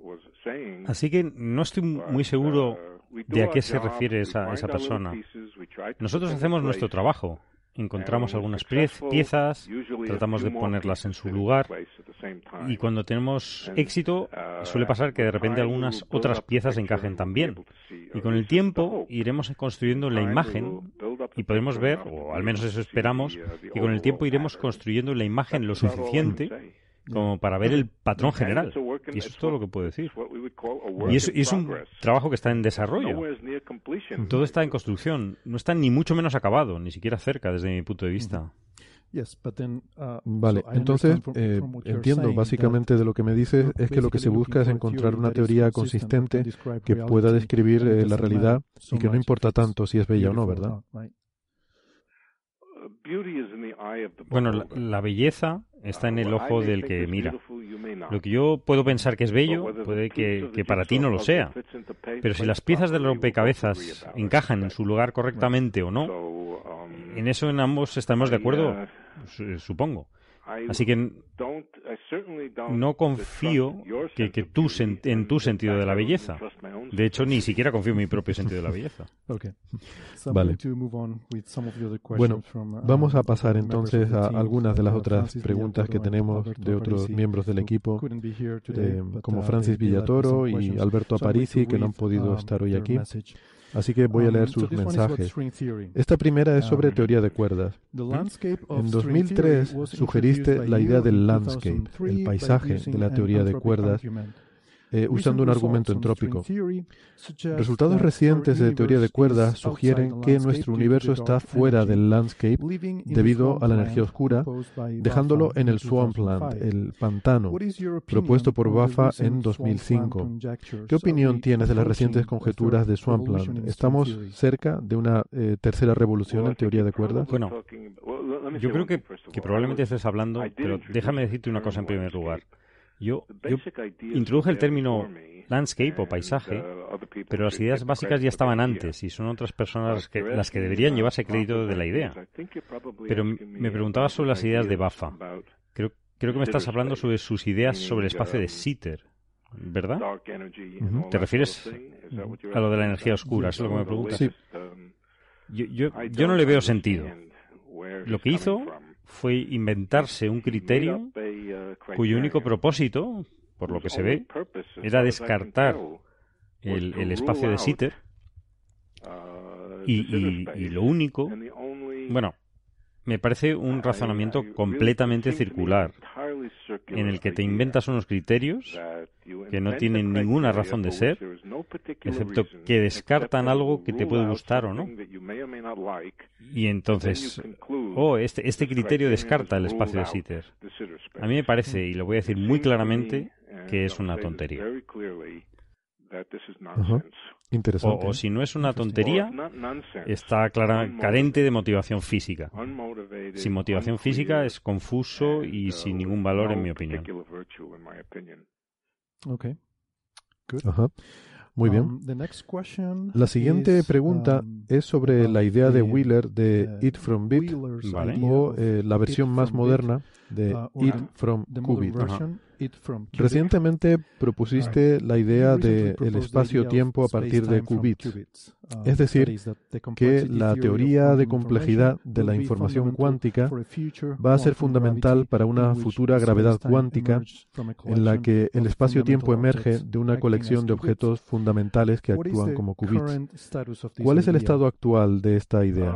S4: Así que no estoy muy seguro de a qué se refiere esa persona. Nosotros hacemos nuestro trabajo. Encontramos algunas piezas, tratamos de ponerlas en su lugar y cuando tenemos éxito suele pasar que de repente algunas otras piezas encajen también. Y con el tiempo iremos construyendo la imagen y podremos ver, o al menos eso esperamos, que con el tiempo iremos construyendo la imagen lo suficiente como para ver el patrón general. Y eso es todo lo que puedo decir. Y es un trabajo que está en desarrollo. Todo está en construcción. No está ni mucho menos acabado, ni siquiera cerca desde mi punto de vista.
S2: Vale, entonces entiendo básicamente de lo que me dices es que lo que se busca es encontrar una teoría consistente que pueda describir la realidad y que no importa tanto si es bella o no, ¿verdad?
S4: Bueno, la belleza está en el ojo del que mira. Lo que yo puedo pensar que es bello, puede que para ti no lo sea. Pero si las piezas del rompecabezas encajan en su lugar correctamente o no, en eso en ambos estamos de acuerdo, supongo. Así que no confío en tu sentido de la belleza. De hecho, ni siquiera confío en mi propio sentido de la belleza.
S2: Vale. Bueno, vamos a pasar entonces a algunas de las otras preguntas que tenemos de otros miembros del equipo, como Francis Villatoro y Alberto Aparici, que no han podido estar hoy aquí. Así que voy a leer sus mensajes. Esta primera es sobre teoría de cuerdas. En 2003 sugeriste la idea del landscape, el paisaje de la teoría de cuerdas, usando un argumento entrópico. Resultados recientes de teoría de cuerdas sugieren que nuestro universo está fuera del landscape debido a la energía oscura, dejándolo en el swampland, el pantano, propuesto por Buffa en 2005. ¿Qué opinión tienes de las recientes conjeturas de swampland? ¿Estamos cerca de una tercera revolución en teoría de cuerdas?
S4: Bueno, yo creo que probablemente estés hablando, pero déjame decirte una cosa en primer lugar. Yo introduje el término landscape o paisaje, pero las ideas básicas ya estaban antes y son otras personas las que deberían llevarse crédito de la idea. Pero me preguntaba sobre las ideas de Baffa. Creo que me estás hablando sobre sus ideas sobre el espacio de Sitter, ¿verdad? ¿Te refieres a lo de la energía oscura? ¿Eso es lo que me preguntas?
S2: Sí.
S4: Yo no le veo sentido. Lo que hizo fue inventarse un criterio cuyo único propósito, por lo que se ve, era descartar el espacio de Sitter y lo único, bueno, me parece un razonamiento completamente circular en el que te inventas unos criterios que no tienen ninguna razón de ser, excepto que descartan algo que te puede gustar o no. Y entonces, este criterio descarta el espacio de Sitter. A mí me parece, y lo voy a decir muy claramente, que es una tontería.
S2: Interesante.
S4: O si no es una tontería, está carente de motivación física. Sin motivación física es confuso y sin ningún valor, en mi opinión.
S2: Okay. Good. Muy bien. La siguiente pregunta es sobre la idea de Wheeler de Eat from Bit, o la versión más moderna de Eat from Qubit. Recientemente propusiste la idea del espacio-tiempo a partir de qubits, es decir, que la teoría de complejidad de la información cuántica va a ser fundamental para una futura gravedad cuántica en la que el espacio-tiempo emerge de una colección de objetos fundamentales que actúan como qubits. ¿Cuál es el estado actual de esta idea?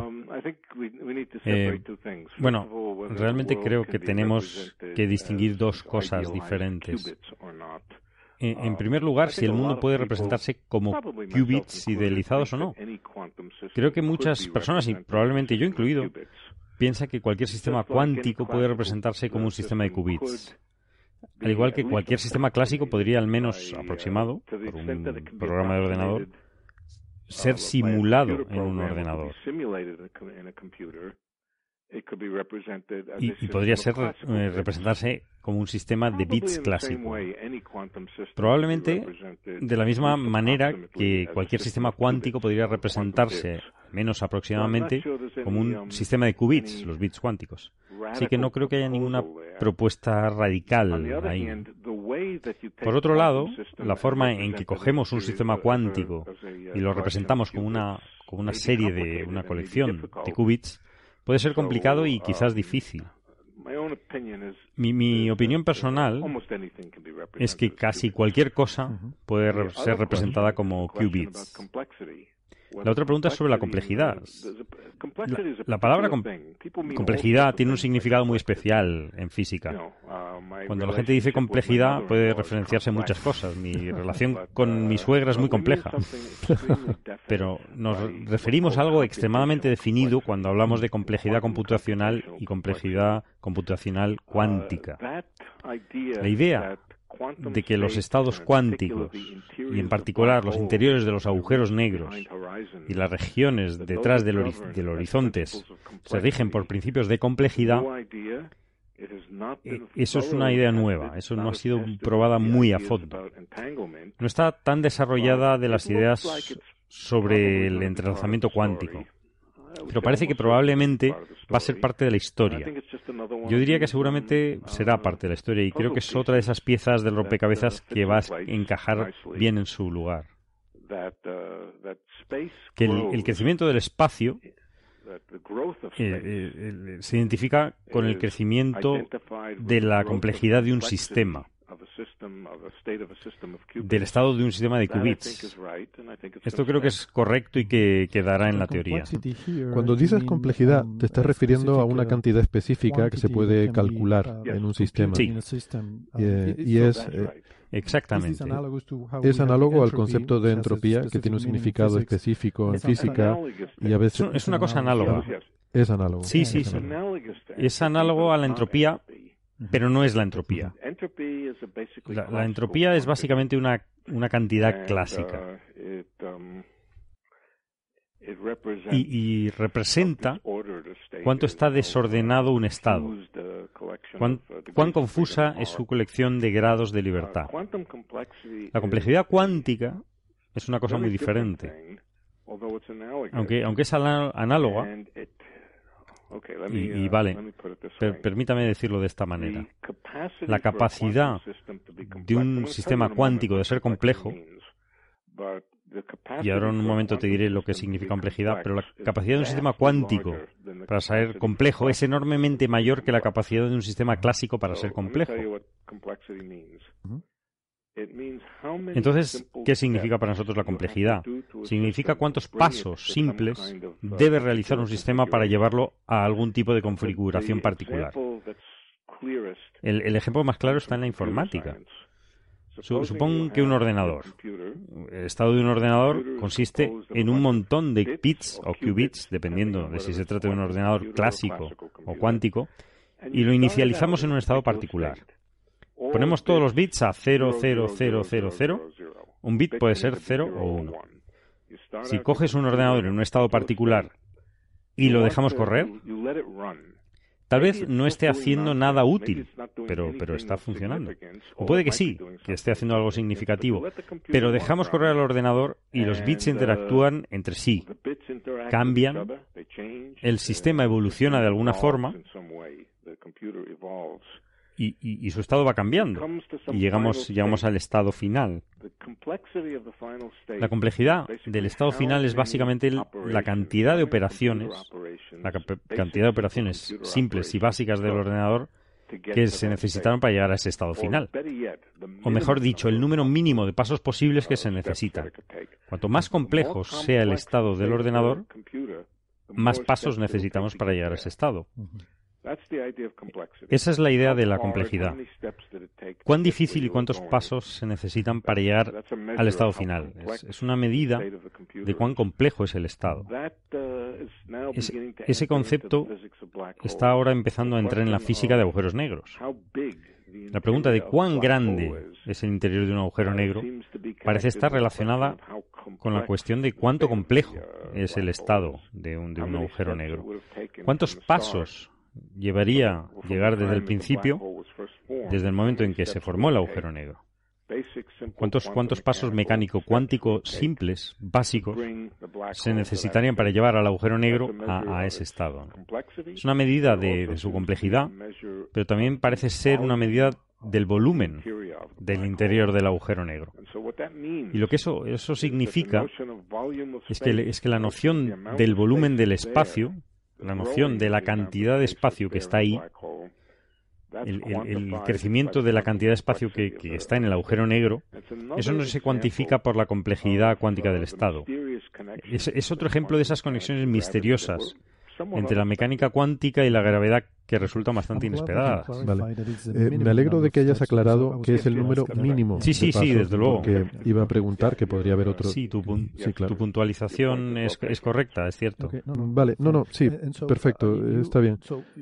S4: Bueno, realmente creo que tenemos que distinguir dos cosas diferentes. En primer lugar, si el mundo puede representarse como qubits idealizados o no. Creo que muchas personas, y probablemente yo incluido, piensan que cualquier sistema cuántico puede representarse como un sistema de qubits. Al igual que cualquier sistema clásico podría, al menos aproximado, por un programa de ordenador, ser simulado en un ordenador. Y podría ser representarse como un sistema de bits clásico. Probablemente de la misma manera que cualquier sistema cuántico podría representarse, menos aproximadamente, como un sistema de qubits, los bits cuánticos. Así que no creo que haya ninguna propuesta radical ahí. Por otro lado, la forma en que cogemos un sistema cuántico y lo representamos como una serie de una colección de qubits puede ser complicado y quizás difícil. Mi opinión personal es que casi cualquier cosa puede ser representada como qubits. La otra pregunta es sobre la complejidad. La palabra complejidad tiene un significado muy especial en física. Cuando la gente dice complejidad puede referenciarse a muchas cosas. Mi relación con mi suegra es muy compleja. Pero nos referimos a algo extremadamente definido cuando hablamos de complejidad computacional y complejidad computacional cuántica. La idea de que los estados cuánticos, y en particular los interiores de los agujeros negros y las regiones detrás del horizonte, se rigen por principios de complejidad, eso es una idea nueva, eso no ha sido probada muy a fondo. No está tan desarrollada de las ideas sobre el entrelazamiento cuántico, pero parece que probablemente va a ser parte de la historia. Yo diría que seguramente será parte de la historia y creo que es otra de esas piezas del rompecabezas que va a encajar bien en su lugar. Que el crecimiento del espacio se identifica con el crecimiento de la complejidad de un sistema, del estado de un sistema de qubits. Esto creo que es correcto y que quedará en la teoría.
S2: Cuando dices complejidad, te estás refiriendo a una cantidad específica que se puede calcular en un sistema.
S4: Sí.
S2: Y es...
S4: Exactamente.
S2: Es análogo al concepto de entropía, que tiene un significado específico en física y a veces...
S4: Es una cosa análoga.
S2: Es análogo.
S4: Sí. Es análogo a la entropía, pero no es la entropía. La entropía es básicamente una cantidad clásica. Y representa cuánto está desordenado un estado, ¿Cuán confusa es su colección de grados de libertad? La complejidad cuántica es una cosa muy diferente. Aunque es análoga, y vale, permítame decirlo de esta manera. La capacidad de un sistema cuántico de ser complejo, y ahora en un momento te diré lo que significa complejidad, pero la capacidad de un sistema cuántico para ser complejo es enormemente mayor que la capacidad de un sistema clásico para ser complejo. Entonces, ¿qué significa para nosotros la complejidad? Significa cuántos pasos simples debe realizar un sistema para llevarlo a algún tipo de configuración particular. El ejemplo más claro está en la informática. Supón que un ordenador, el estado de un ordenador consiste en un montón de bits o qubits, dependiendo de si se trata de un ordenador clásico o cuántico, y lo inicializamos en un estado particular. Ponemos todos los bits a 0, 0, 0, 0, 0. Un bit puede ser 0 o 1. Si coges un ordenador en un estado particular y lo dejamos correr, tal vez no esté haciendo nada útil, pero está funcionando. O puede que sí, que esté haciendo algo significativo, pero dejamos correr al ordenador y los bits interactúan entre sí, cambian, el sistema evoluciona de alguna forma y su estado va cambiando y llegamos al estado final. La complejidad del estado final es básicamente la cantidad de operaciones, simples y básicas del ordenador que se necesitaron para llegar a ese estado final. O mejor dicho, el número mínimo de pasos posibles que se necesitan. Cuanto más complejo sea el estado del ordenador, más pasos necesitamos para llegar a ese estado. Esa es la idea de la complejidad. ¿Cuán difícil y cuántos pasos se necesitan para llegar al estado final? Es una medida de cuán complejo es el estado. Ese concepto está ahora empezando a entrar en la física de agujeros negros. La pregunta de cuán grande es el interior de un agujero negro parece estar relacionada con la cuestión de cuánto complejo es el estado de un agujero negro. ¿Cuántos pasos llevaría llegar desde el principio, desde el momento en que se formó el agujero negro? ¿Cuántos pasos mecánico-cuánticos simples, básicos, se necesitarían para llevar al agujero negro a ese estado? Es una medida de su complejidad, pero también parece ser una medida del volumen del interior del agujero negro. Y lo que eso significa es que la noción del volumen del espacio, la noción de la cantidad de espacio que está ahí, el crecimiento de la cantidad de espacio que está en el agujero negro, eso no se cuantifica por la complejidad cuántica del estado. Es otro ejemplo de esas conexiones misteriosas entre la mecánica cuántica y la gravedad que resultan bastante inesperadas.
S2: Vale. Me alegro de que hayas aclarado que es el número mínimo.
S4: Sí, desde luego.
S2: Porque iba a preguntar que podría haber otro.
S4: Sí, tu puntualización es correcta, es cierto.
S2: Vale, sí, perfecto, está bien.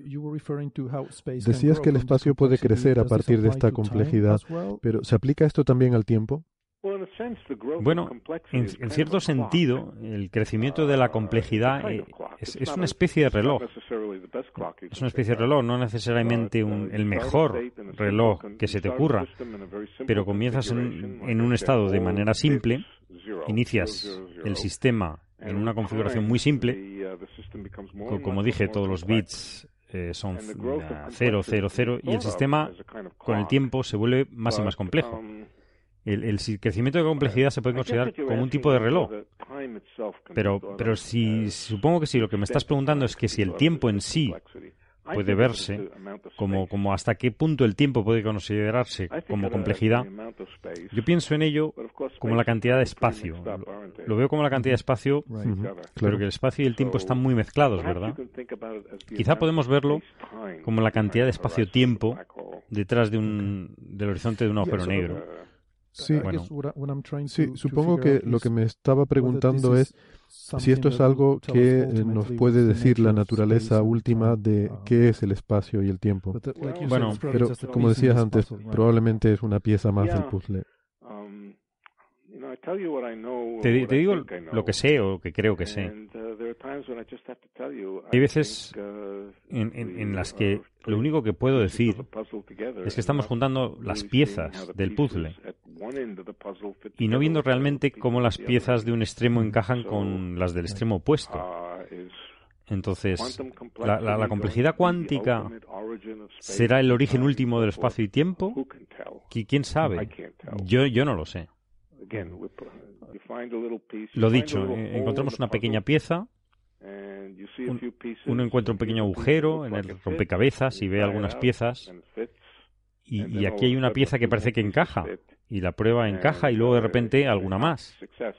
S2: Decías que el espacio puede crecer a partir de esta complejidad, pero ¿se aplica esto también al tiempo?
S4: Bueno, en cierto sentido, el crecimiento de la complejidad es una especie de reloj. Es una especie de reloj, no necesariamente el mejor reloj que se te ocurra, pero comienzas en un estado de manera simple, inicias el sistema en una configuración muy simple, como dije, todos los bits son 0, 0, 0, y el sistema con el tiempo se vuelve más y más complejo. El crecimiento de complejidad se puede considerar como un tipo de reloj. Pero supongo que si lo que me estás preguntando es que si el tiempo en sí puede verse como hasta qué punto el tiempo puede considerarse como complejidad, yo pienso en ello como la cantidad de espacio. Lo veo como la cantidad de espacio, pero que el espacio y el tiempo están muy mezclados, ¿verdad? Quizá podemos verlo como la cantidad de espacio-tiempo detrás del horizonte de un agujero negro.
S2: Sí, supongo que lo que me estaba preguntando es si esto es algo que nos puede decir la naturaleza última de qué es el espacio y el tiempo.
S4: Bueno,
S2: pero como decías antes, probablemente es una pieza más del puzzle.
S4: Te digo lo que sé o que creo que sé. Hay veces en las que lo único que puedo decir es que estamos juntando las piezas del puzzle y no viendo realmente cómo las piezas de un extremo encajan con las del extremo opuesto. Entonces, ¿la complejidad cuántica será el origen último del espacio y tiempo? ¿Quién sabe? Yo no lo sé. Lo dicho, encontramos una pequeña pieza, uno encuentra un pequeño agujero en el rompecabezas y ve algunas piezas, y aquí hay una pieza que parece que encaja, y la prueba encaja y luego de repente alguna más.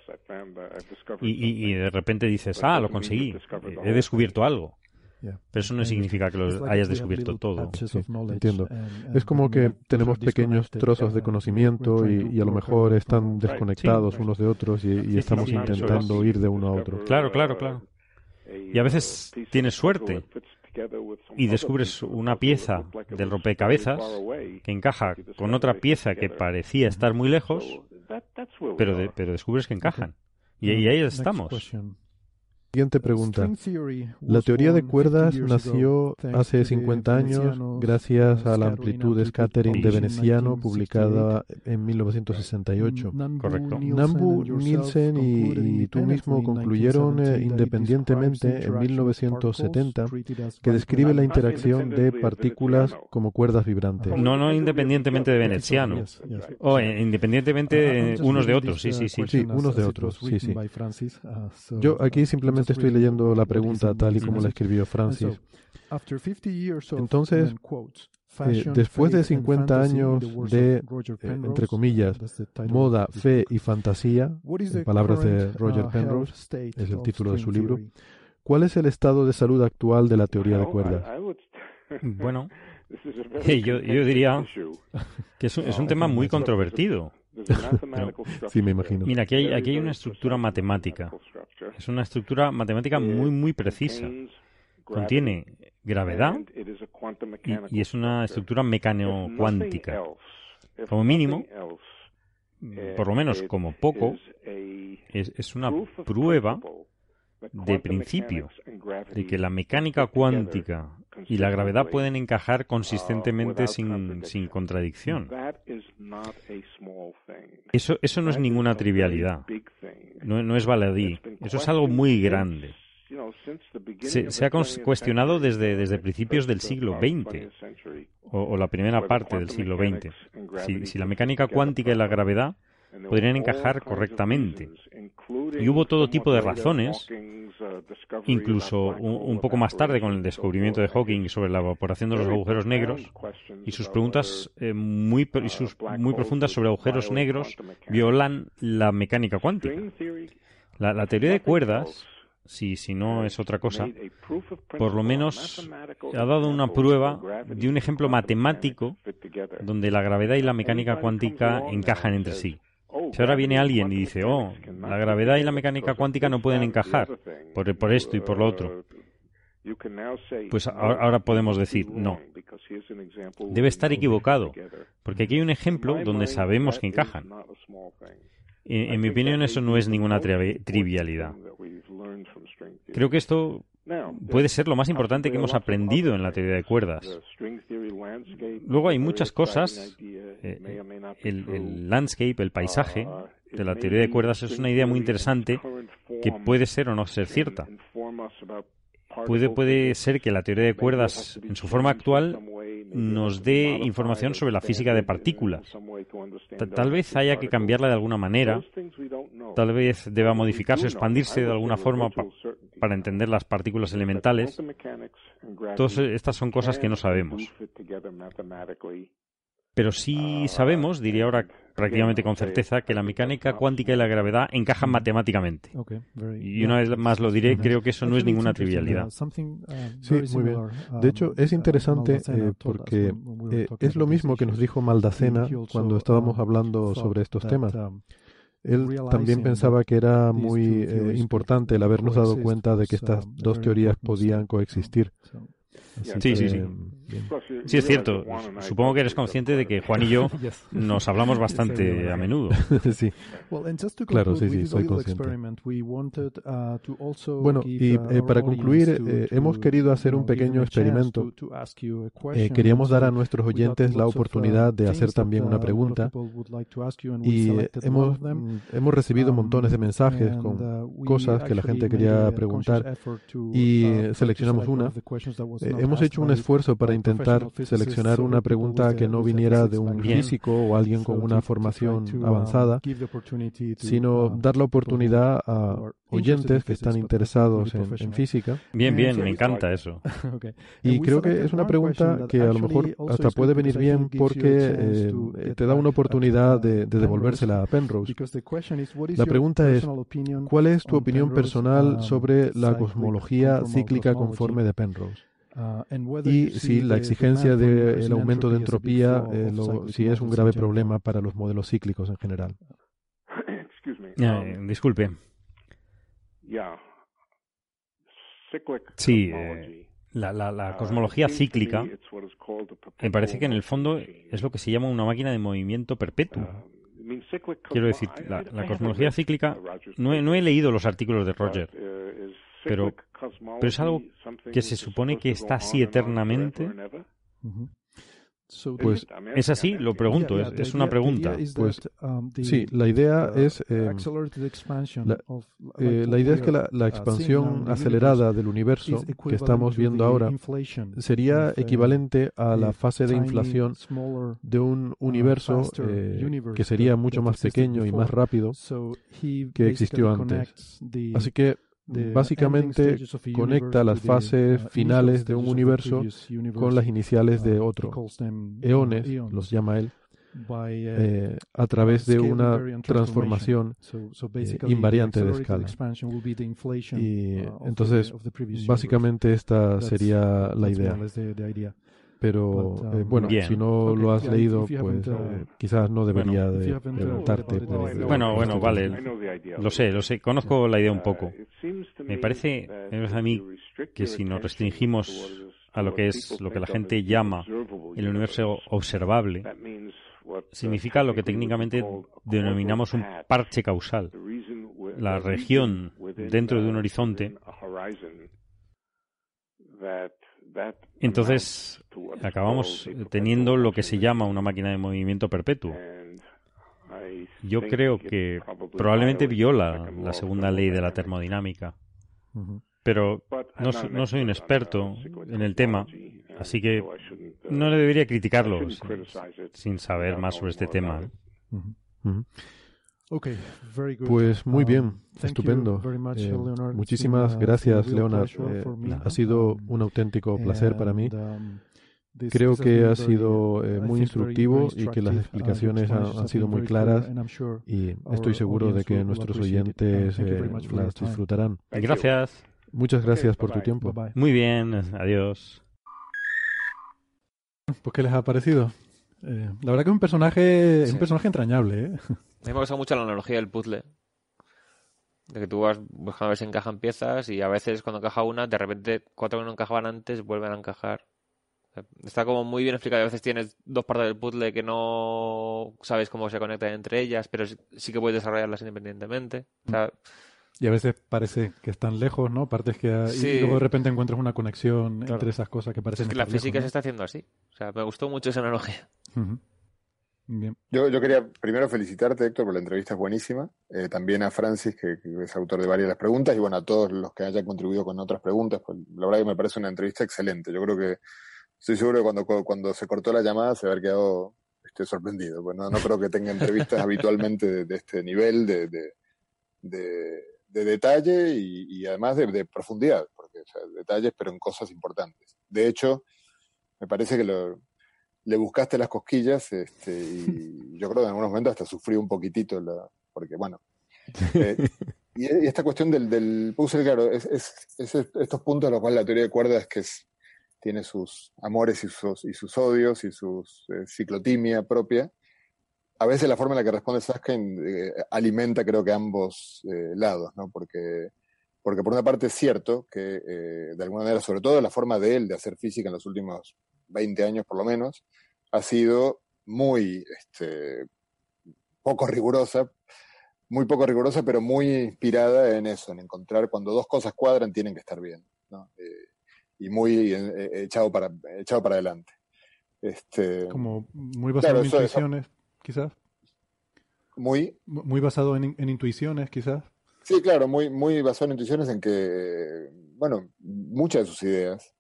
S4: Y de repente dices, lo conseguí, he descubierto algo. Pero eso no significa que lo hayas descubierto todo.
S2: Sí, entiendo. Es como que tenemos pequeños trozos de conocimiento y a lo mejor están desconectados unos de otros y estamos intentando ir de uno a otro.
S4: Claro. Y a veces tienes suerte y descubres una pieza del rompecabezas que encaja con otra pieza que parecía estar muy lejos, pero descubres que encajan. Y ahí estamos.
S2: Siguiente pregunta. La teoría de cuerdas nació hace 50 años gracias a la amplitud de scattering de Veneciano publicada en 1968.
S4: Correcto.
S2: Nambu, Nielsen y tú mismo concluyeron independientemente en 1970 que describe la interacción de partículas como cuerdas vibrantes.
S4: No independientemente de Veneciano. Independientemente unos de otros, sí.
S2: Sí, unos de otros, sí. Yo aquí simplemente estoy leyendo la pregunta tal y como la escribió Francis. Entonces, después de 50 años de, entre comillas, moda, fe y fantasía, en palabras de Roger Penrose, es el título de su libro, ¿cuál es el estado de salud actual de la teoría de cuerdas?
S4: Bueno, yo diría que es un tema muy controvertido.
S2: Sí, me imagino.
S4: Mira, aquí hay una estructura matemática. Es una estructura matemática muy precisa. Contiene gravedad y es una estructura mecano-cuántica. Como mínimo, por lo menos como poco, es una prueba de principio de que la mecánica cuántica y la gravedad pueden encajar consistentemente sin contradicción. Eso no es ninguna trivialidad, no es baladí, eso es algo muy grande. Se ha cuestionado desde principios del siglo XX o la primera parte del siglo XX si la mecánica cuántica y la gravedad podrían encajar correctamente. Y hubo todo tipo de razones, incluso un poco más tarde con el descubrimiento de Hawking sobre la evaporación de los agujeros negros y sus preguntas muy profundas sobre agujeros negros violan la mecánica cuántica. La teoría de cuerdas, si no es otra cosa, por lo menos ha dado una prueba de un ejemplo matemático donde la gravedad y la mecánica cuántica encajan entre sí. Si ahora viene alguien y dice, la gravedad y la mecánica cuántica no pueden encajar por esto y por lo otro, pues ahora podemos decir, no. Debe estar equivocado, porque aquí hay un ejemplo donde sabemos que encajan. En mi opinión, eso no es ninguna trivialidad. Creo que esto puede ser lo más importante que hemos aprendido en la teoría de cuerdas. Luego hay muchas cosas. El landscape, el paisaje de la teoría de cuerdas es una idea muy interesante que puede ser o no ser cierta. Puede ser que la teoría de cuerdas, en su forma actual, nos dé información sobre la física de partículas. Tal vez haya que cambiarla de alguna manera, tal vez deba modificarse o expandirse de alguna forma para entender las partículas elementales. Todas estas son cosas que no sabemos. Pero sí sabemos, diría ahora prácticamente con certeza, que la mecánica cuántica y la gravedad encajan matemáticamente. Y una vez más lo diré, creo que eso no es ninguna trivialidad.
S2: Sí, muy bien. De hecho, es interesante porque es lo mismo que nos dijo Maldacena cuando estábamos hablando sobre estos temas. Él también pensaba que era muy importante el habernos dado cuenta de que estas dos teorías podían coexistir.
S4: Sí. Sí, es cierto. Supongo que eres consciente de que Juan y yo nos hablamos bastante a menudo.
S2: Sí. Claro, sí, soy consciente. Bueno, y para concluir, hemos querido hacer un pequeño experimento. Queríamos dar a nuestros oyentes la oportunidad de hacer también una pregunta. Y hemos recibido montones de mensajes con cosas que la gente quería preguntar y seleccionamos una. Hemos hecho un esfuerzo para intentar seleccionar una pregunta que no viniera de un físico o alguien con una formación avanzada, sino dar la oportunidad a oyentes que están interesados en física.
S4: Bien, me encanta eso.
S2: Y creo que es una pregunta que a lo mejor hasta puede venir bien porque te da una oportunidad de devolvérsela a Penrose. La pregunta es, ¿cuál es tu opinión personal sobre la cosmología cíclica conforme de Penrose? Y si la exigencia del aumento de entropía si es un grave problema para los modelos cíclicos en general.
S4: Disculpe. Sí, la cosmología cíclica me parece que en el fondo es lo que se llama una máquina de movimiento perpetuo. Quiero decir, la cosmología cíclica, no he leído los artículos de Roger, pero es algo que se supone que está así eternamente. Pues es así, lo pregunto, es una pregunta.
S2: Pues sí, la idea es la idea es que la expansión acelerada del universo que estamos viendo ahora sería equivalente a la fase de inflación de un universo que sería mucho más pequeño y más rápido que existió antes. Así que básicamente conecta las fases finales de un universo con las iniciales de otro. Eones, los llama él, a través de una transformación invariante de escala. Y entonces, básicamente esta sería la idea. Pero bueno, si no lo has leído, pues quizás no debería de preguntarte.
S4: Bueno, vale, lo sé, conozco la idea un poco. Me parece a mí que si nos restringimos a lo que es lo que la gente llama el universo observable, significa lo que técnicamente denominamos un parche causal, la región dentro de un horizonte. Entonces acabamos teniendo lo que se llama una máquina de movimiento perpetuo. Yo creo que probablemente viola la segunda ley de la termodinámica, pero no soy un experto en el tema, así que no le debería criticarlo sin saber más sobre este tema.
S2: Pues muy bien, estupendo. Muchísimas gracias, Leonard. Ha sido un auténtico placer para mí. Creo que ha sido muy instructivo y que las explicaciones han sido muy claras y estoy seguro de que nuestros oyentes las disfrutarán.
S4: Gracias.
S2: Muchas gracias por tu tiempo.
S4: Muy bien, adiós.
S2: Pues, ¿qué les ha parecido? La verdad que es un personaje entrañable, ¿eh?
S8: A mí me gusta mucho la analogía del puzzle. De que tú vas buscando a ver si encajan piezas y a veces cuando encaja una, de repente 4 que no encajaban antes vuelven a encajar. Está como muy bien explicado. A veces tienes 2 partes del puzzle que no sabes cómo se conectan entre ellas, pero sí que puedes desarrollarlas independientemente. O sea,
S2: y a veces parece que están lejos, ¿no? Partes que sí. Y luego de repente encuentras una conexión entre esas cosas que parecen.
S8: Es que la física lejos, ¿no? Se está haciendo así. O sea, me gustó mucho esa analogía.
S2: Bien.
S13: Yo quería primero felicitarte, Héctor, por la entrevista, es buenísima. También a Francis, que es autor de varias de las preguntas, y bueno, a todos los que hayan contribuido con otras preguntas. Pues, la verdad que me parece una entrevista excelente. Yo creo que estoy seguro que cuando se cortó la llamada se va a haber quedado sorprendido. Pues no creo que tenga entrevistas habitualmente de este nivel de detalle y además de profundidad, porque detalles pero en cosas importantes. De hecho, me parece que le buscaste las cosquillas y yo creo que en algunos momentos hasta sufrí un poquitito porque bueno y esta cuestión del puzzle, claro, es estos puntos a los cuales la teoría de cuerdas tiene sus amores y sus odios y su ciclotimia propia. A veces la forma en la que responde Susskind alimenta, creo que, ambos lados, ¿no? Porque por una parte es cierto que, de alguna manera, sobre todo la forma de él de hacer física en los últimos 20 años por lo menos, ha sido muy poco rigurosa, pero muy inspirada en eso, en encontrar cuando dos cosas cuadran tienen que estar bien, ¿no? Y muy echado para adelante.
S2: Como muy basado en intuiciones, quizás. Muy basado en intuiciones, quizás.
S13: Sí, claro, muy basado en intuiciones en que, bueno, muchas de sus ideas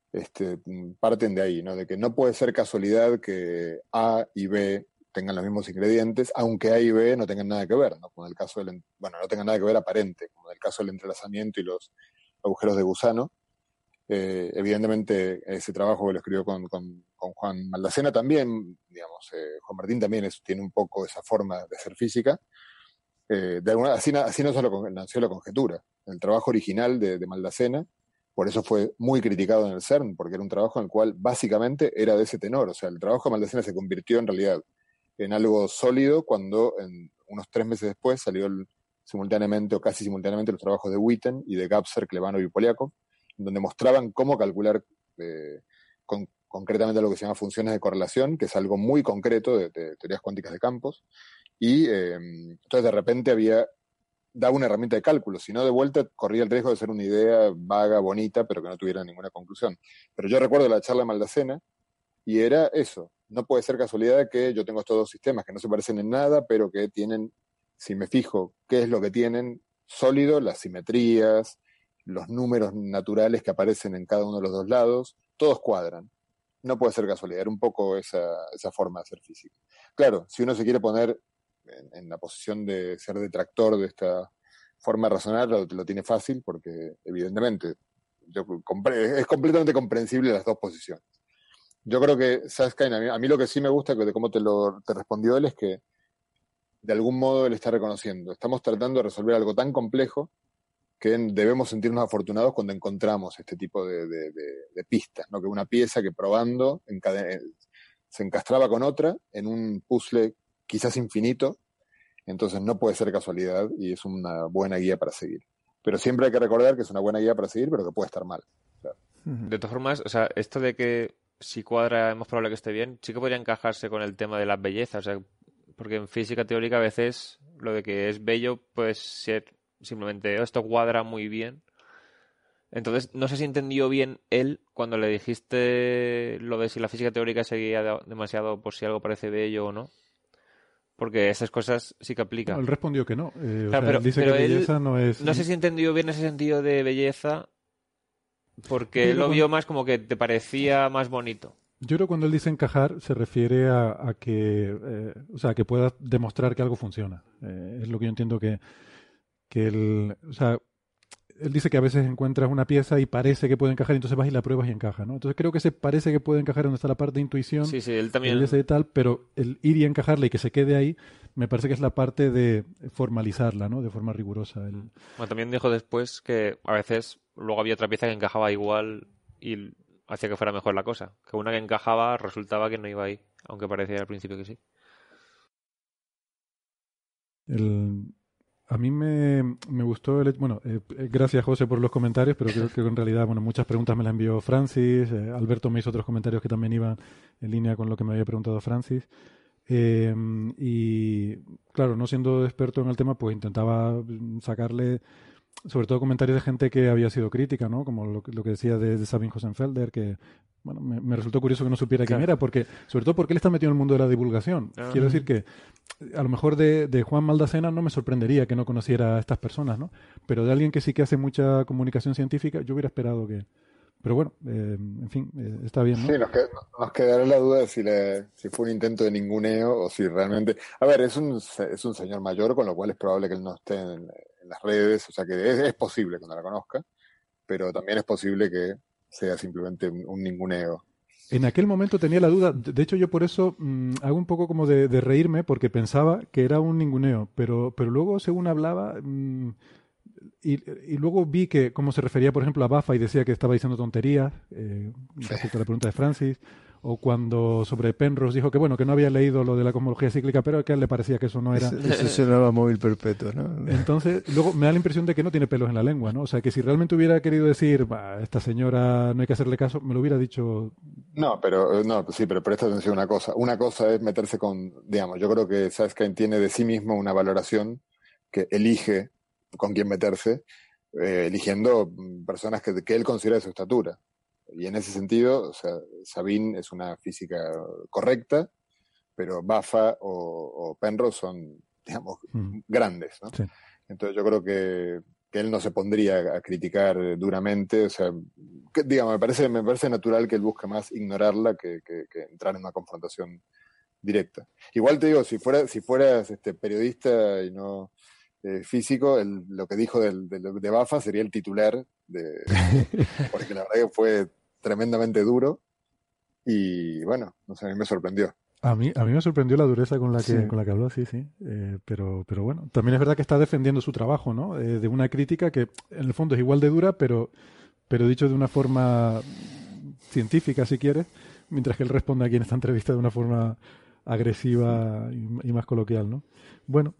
S13: parten de ahí, ¿no? De que no puede ser casualidad que A y B tengan los mismos ingredientes, aunque A y B no tengan nada que ver, ¿no? Como en el caso no tengan nada que ver aparente, como en el caso del entrelazamiento y los agujeros de gusano. Evidentemente ese trabajo lo escribió con Juan Maldacena también, digamos, Juan Martín también tiene un poco esa forma de hacer física. Así no solo nació la conjetura. El trabajo original de Maldacena, por eso fue muy criticado en el CERN, porque era un trabajo en el cual básicamente era de ese tenor. O sea, el trabajo de Maldacena se convirtió en realidad en algo sólido cuando unos 3 meses después salió simultáneamente o casi simultáneamente los trabajos de Witten y de Gapser, Klebanov y Poliakov, donde mostraban cómo calcular concretamente lo que se llama funciones de correlación, que es algo muy concreto de teorías cuánticas de campos, y entonces de repente daba una herramienta de cálculo, si no de vuelta corría el riesgo de ser una idea vaga, bonita, pero que no tuviera ninguna conclusión. Pero yo recuerdo la charla de Maldacena, y era eso, no puede ser casualidad que yo tengo estos dos sistemas que no se parecen en nada, pero que tienen, si me fijo qué es lo que tienen, sólido, las simetrías, los números naturales que aparecen en cada uno de los dos lados, todos cuadran. No puede ser casualidad, era un poco esa forma de hacer física. Claro, si uno se quiere poner en la posición de ser detractor de esta forma de razonar, lo tiene fácil, porque evidentemente es completamente comprensible las dos posiciones. Yo creo que Susskind, a mí lo que sí me gusta de cómo te respondió él es que de algún modo él está reconociendo, estamos tratando de resolver algo tan complejo que debemos sentirnos afortunados cuando encontramos este tipo de pistas, ¿no? Que una pieza que probando se encastraba con otra en un puzzle quizás infinito, entonces no puede ser casualidad y es una buena guía para seguir. Pero siempre hay que recordar que es una buena guía para seguir, pero que puede estar mal. Claro.
S8: De todas formas, o sea, esto de que si cuadra es más probable que esté bien, sí que podría encajarse con el tema de la belleza, o sea, porque en física teórica a veces lo de que es bello puede ser simplemente esto cuadra muy bien. Entonces, no sé si entendió bien él cuando le dijiste lo de si la física teórica seguía demasiado por si algo parece bello o no. Porque esas cosas sí que aplican.
S2: No, él respondió que no.
S8: Claro, pero, él dice que belleza no es... No sé si entendió bien ese sentido de belleza, porque él lo vio más como que te parecía más bonito.
S2: Yo creo que cuando él dice encajar se refiere a que, o sea, que puedas demostrar que algo funciona. Es lo que yo entiendo que él, o sea, él dice que a veces encuentras una pieza y parece que puede encajar, y entonces vas y la pruebas y encaja, ¿no? Entonces creo que se parece que puede encajar donde está la parte de intuición.
S8: Sí, él también.
S2: Y tal, pero el ir y encajarla y que se quede ahí, me parece que es la parte de formalizarla, ¿no? De forma rigurosa.
S8: Bueno, también dijo después que a veces luego había otra pieza que encajaba igual y hacía que fuera mejor la cosa. Que una que encajaba resultaba que no iba ahí, aunque parecía al principio que sí.
S2: A mí me gustó gracias José por los comentarios, pero creo que en realidad, muchas preguntas me las envió Francis, Alberto me hizo otros comentarios que también iban en línea con lo que me había preguntado Francis, y claro, no siendo experto en el tema, pues intentaba sacarle sobre todo comentarios de gente que había sido crítica, ¿no? Como lo que decía de Sabine Hosenfelder, que bueno, me resultó curioso que no supiera quién era, porque sobre todo porque él está metido en el mundo de la divulgación. Quiero decir que a lo mejor de Juan Maldacena no me sorprendería que no conociera a estas personas, ¿no? Pero de alguien que sí que hace mucha comunicación científica, yo hubiera esperado que... Pero bueno, en fin, está bien, ¿no?
S13: Sí, nos quedará la duda de si fue un intento de ninguneo o si realmente... A ver, es un señor mayor, con lo cual es probable que él no esté en las redes, o sea que es posible que no la conozca, pero también es posible que sea simplemente un ninguneo.
S2: En aquel momento tenía la duda, de hecho yo por eso hago un poco como de reírme, porque pensaba que era un ninguneo, pero luego según hablaba... Y luego vi que cómo se refería, por ejemplo, a Bafa y decía que estaba diciendo tonterías respecto a la pregunta de Francis, o cuando sobre Penrose dijo que bueno, que no había leído lo de la cosmología cíclica, pero que a él le parecía que eso no era...
S7: Eso sonaba móvil perpetuo, ¿no?
S2: Entonces, luego me da la impresión de que no tiene pelos en la lengua, ¿no? O sea, que si realmente hubiera querido decir, esta señora no hay que hacerle caso, me lo hubiera dicho...
S13: No, pero presta atención a una cosa. Una cosa es meterse con, digamos, yo creo que Susskind tiene de sí mismo una valoración que elige con quién meterse, eligiendo personas que él considera de su estatura. Y en ese sentido, o sea, Sabine es una física correcta, pero Bafa o Penrose son, digamos, grandes, ¿no? Sí. Entonces yo creo que él no se pondría a criticar duramente, o sea, digamos, me parece natural que él busque más ignorarla que entrar en una confrontación directa. Igual te digo, si fueras periodista y no físico, lo que dijo de Bafa sería el titular, porque la verdad que fue tremendamente duro y bueno, no sé, a mí me sorprendió.
S2: A mí me sorprendió la dureza con la que habló, sí. Pero bueno, también es verdad que está defendiendo su trabajo, ¿no? De una crítica que en el fondo es igual de dura, pero dicho de una forma científica, si quieres, mientras que él responde aquí en esta entrevista de una forma agresiva y más coloquial, ¿no? Bueno,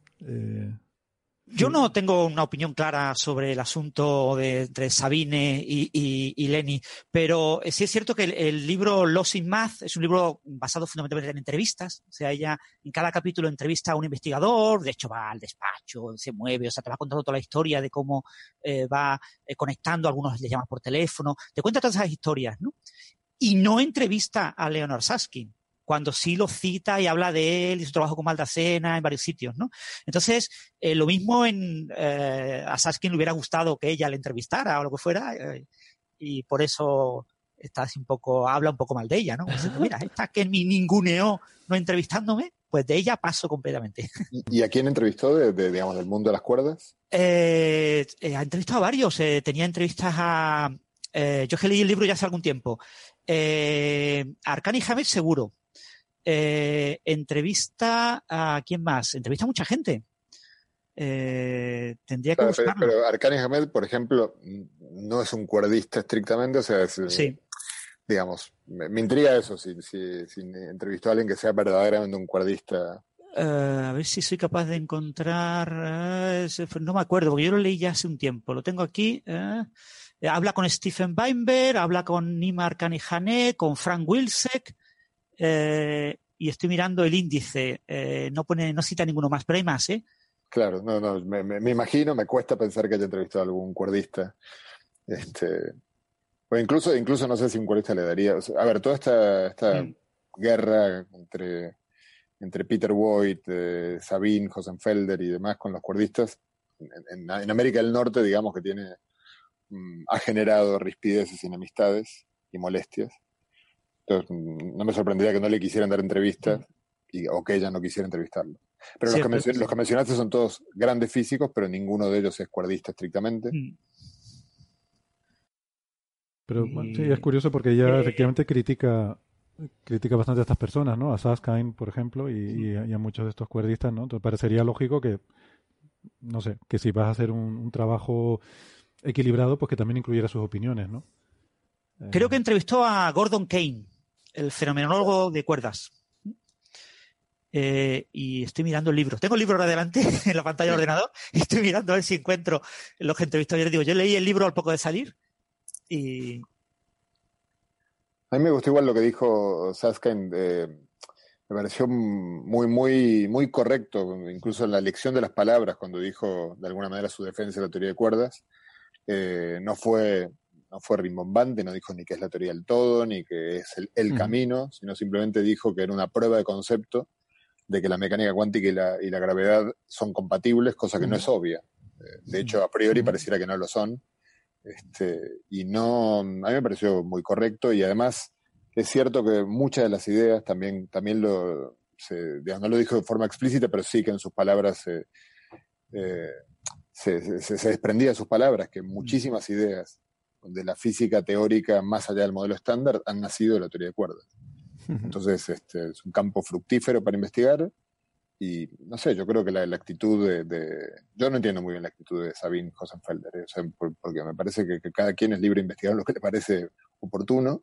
S9: yo no tengo una opinión clara sobre el asunto entre Sabine y Lenny, pero sí es cierto que el libro Lost in Math es un libro basado fundamentalmente en entrevistas. O sea, ella en cada capítulo entrevista a un investigador, de hecho va al despacho, se mueve, o sea, te va contando toda la historia de cómo va conectando, algunos le llaman por teléfono, te cuenta todas esas historias, ¿no? Y no entrevista a Leonard Susskind, cuando sí lo cita y habla de él y su trabajo con Maldacena en varios sitios, ¿no? Entonces, lo mismo a Susskind le hubiera gustado que ella le entrevistara o lo que fuera, y por eso está así habla un poco mal de ella, ¿no? Diciendo, mira, esta que me ninguneó no entrevistándome, pues de ella paso completamente.
S13: ¿Y a quién entrevistó digamos, del mundo de las cuerdas?
S9: Ha entrevistado a varios. Tenía entrevistas a... yo que leí el libro ya hace algún tiempo. A Arcani Hamed seguro. Entrevista a ¿quién más? Entrevista a mucha gente. Tendría que buscarlo.
S13: Pero Arcani Hamed, por ejemplo, no es un cuerdista estrictamente, o sea,
S9: sí.
S13: Digamos, me intriga eso, si entrevistó a alguien que sea verdaderamente un cuerdista.
S9: A ver si soy capaz de encontrar, no me acuerdo, porque yo lo leí ya hace un tiempo, lo tengo aquí. Habla con Stephen Weinberg, habla con Nima Arcani Hamed, con Frank Wilczek. Y estoy mirando el índice, no cita ninguno más, pero hay más, ¿eh?
S13: Claro, no, me imagino, me cuesta pensar que haya entrevistado a algún cuerdista. O incluso no sé si un cuerdista le daría. O sea, a ver, toda esta guerra entre Peter Voigt, Sabine, Hossenfelder y demás con los cuerdistas, en América del Norte, digamos que ha generado rispideces y enemistades y molestias. Entonces, no me sorprendería que no le quisieran dar entrevistas o que ella no quisiera entrevistarlo. Pero los que mencionaste son todos grandes físicos, pero ninguno de ellos es cuerdista estrictamente.
S2: Pero bueno, sí, es curioso porque ella efectivamente critica bastante a estas personas, ¿no? A Susskind, por ejemplo, y a muchos de estos cuerdistas, ¿no? Entonces parecería lógico que, no sé, que si vas a hacer un trabajo equilibrado, pues que también incluyera sus opiniones, ¿no?
S9: Creo que entrevistó a Gordon Kane, el fenomenólogo de cuerdas. Y estoy mirando el libro. Tengo el libro ahora delante en la pantalla del ordenador y estoy mirando a ver si encuentro los que entrevistó. Yo leí el libro al poco de salir y...
S13: A mí me gustó igual lo que dijo Susskind. Me pareció muy, muy, muy correcto, incluso en la elección de las palabras, cuando dijo de alguna manera su defensa de la teoría de cuerdas. No fue rimbombante, no dijo ni que es la teoría del todo, ni que es el camino, sino simplemente dijo que era una prueba de concepto de que la mecánica cuántica y la gravedad son compatibles, cosa que no es obvia. De hecho, a priori pareciera que no lo son. Y no, a mí me pareció muy correcto, y además es cierto que muchas de las ideas también no lo dijo de forma explícita, pero sí que en sus palabras se desprendía de sus palabras que muchísimas ideas de la física teórica más allá del modelo estándar han nacido de la teoría de cuerdas. Entonces es un campo fructífero para investigar, Y no sé, yo creo que la actitud yo no entiendo muy bien la actitud de Sabine Hossenfelder, o sea, porque me parece que cada quien es libre de investigar lo que le parece oportuno.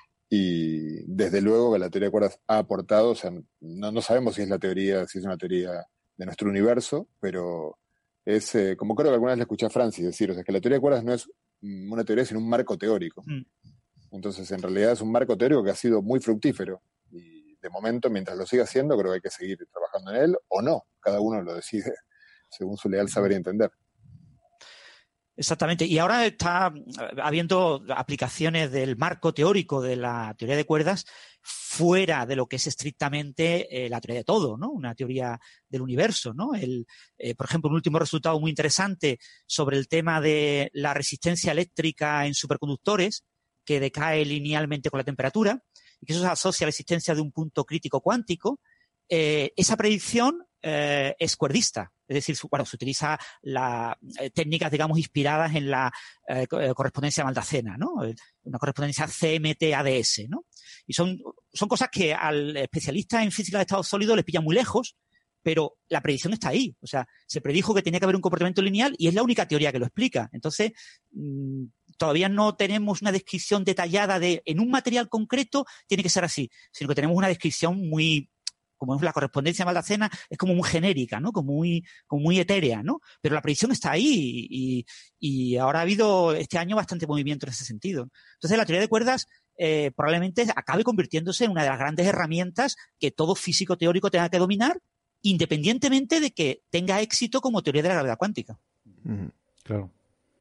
S13: Y desde luego que la teoría de cuerdas ha aportado, o sea, no sabemos si es una teoría de nuestro universo, pero es, como creo que alguna vez le escuché a Francis decir, o sea, que la teoría de cuerdas no es una teoría, sino un marco teórico. Entonces, en realidad es un marco teórico que ha sido muy fructífero. Y de momento, mientras lo siga haciendo, creo que hay que seguir trabajando en él, o no. Cada uno lo decide según su leal saber y entender.
S9: Exactamente. Y ahora está habiendo aplicaciones del marco teórico de la teoría de cuerdas fuera de lo que es estrictamente la teoría de todo, ¿no? Una teoría del universo, ¿no? Por ejemplo, un último resultado muy interesante sobre el tema de la resistencia eléctrica en superconductores, que decae linealmente con la temperatura, y que eso se asocia a la existencia de un punto crítico cuántico. Esa predicción es cuerdista. Es decir, se utiliza técnicas, digamos, inspiradas en la correspondencia maldacena, ¿no? Una correspondencia CMT-ADS, ¿no? Y son cosas que al especialista en física de estado sólido le pillan muy lejos, pero la predicción está ahí. O sea, se predijo que tenía que haber un comportamiento lineal y es la única teoría que lo explica. Entonces, todavía no tenemos una descripción detallada de en un material concreto tiene que ser así, sino que tenemos una descripción muy, como es la correspondencia maldacena, es como muy genérica, ¿no? Como muy etérea, ¿no? Pero la predicción está ahí y ahora ha habido este año bastante movimiento en ese sentido. Entonces, la teoría de cuerdas probablemente acabe convirtiéndose en una de las grandes herramientas que todo físico teórico tenga que dominar, independientemente de que tenga éxito como teoría de la gravedad cuántica.
S2: Claro.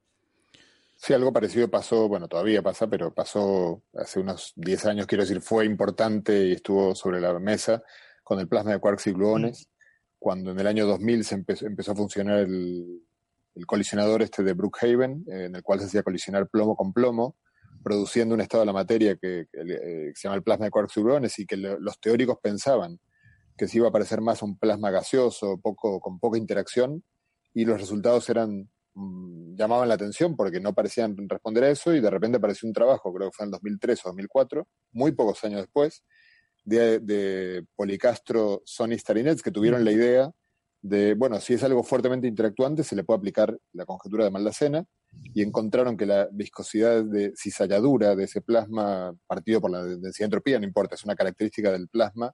S13: Sí, algo parecido pasó, bueno, todavía pasa, pero pasó hace unos 10 años, quiero decir, fue importante y estuvo sobre la mesa con el plasma de quarks y gluones, cuando en el año 2000 se empezó a funcionar el colisionador de Brookhaven, en el cual se hacía colisionar plomo con plomo, produciendo un estado de la materia que se llama el plasma de quarks y gluones, y que los teóricos pensaban que se iba a parecer más a un plasma gaseoso, con poca interacción, y los resultados llamaban la atención porque no parecían responder a eso, y de repente apareció un trabajo, creo que fue en el 2003 o 2004, muy pocos años después, de Policastro, Sony Starinets, que tuvieron la idea de, bueno, si es algo fuertemente interactuante, se le puede aplicar la conjetura de Maldacena, y encontraron que la viscosidad de cizalladura de ese plasma, partido por la densidad de entropía, no importa, es una característica del plasma,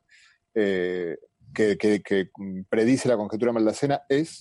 S13: que predice la conjetura de Maldacena,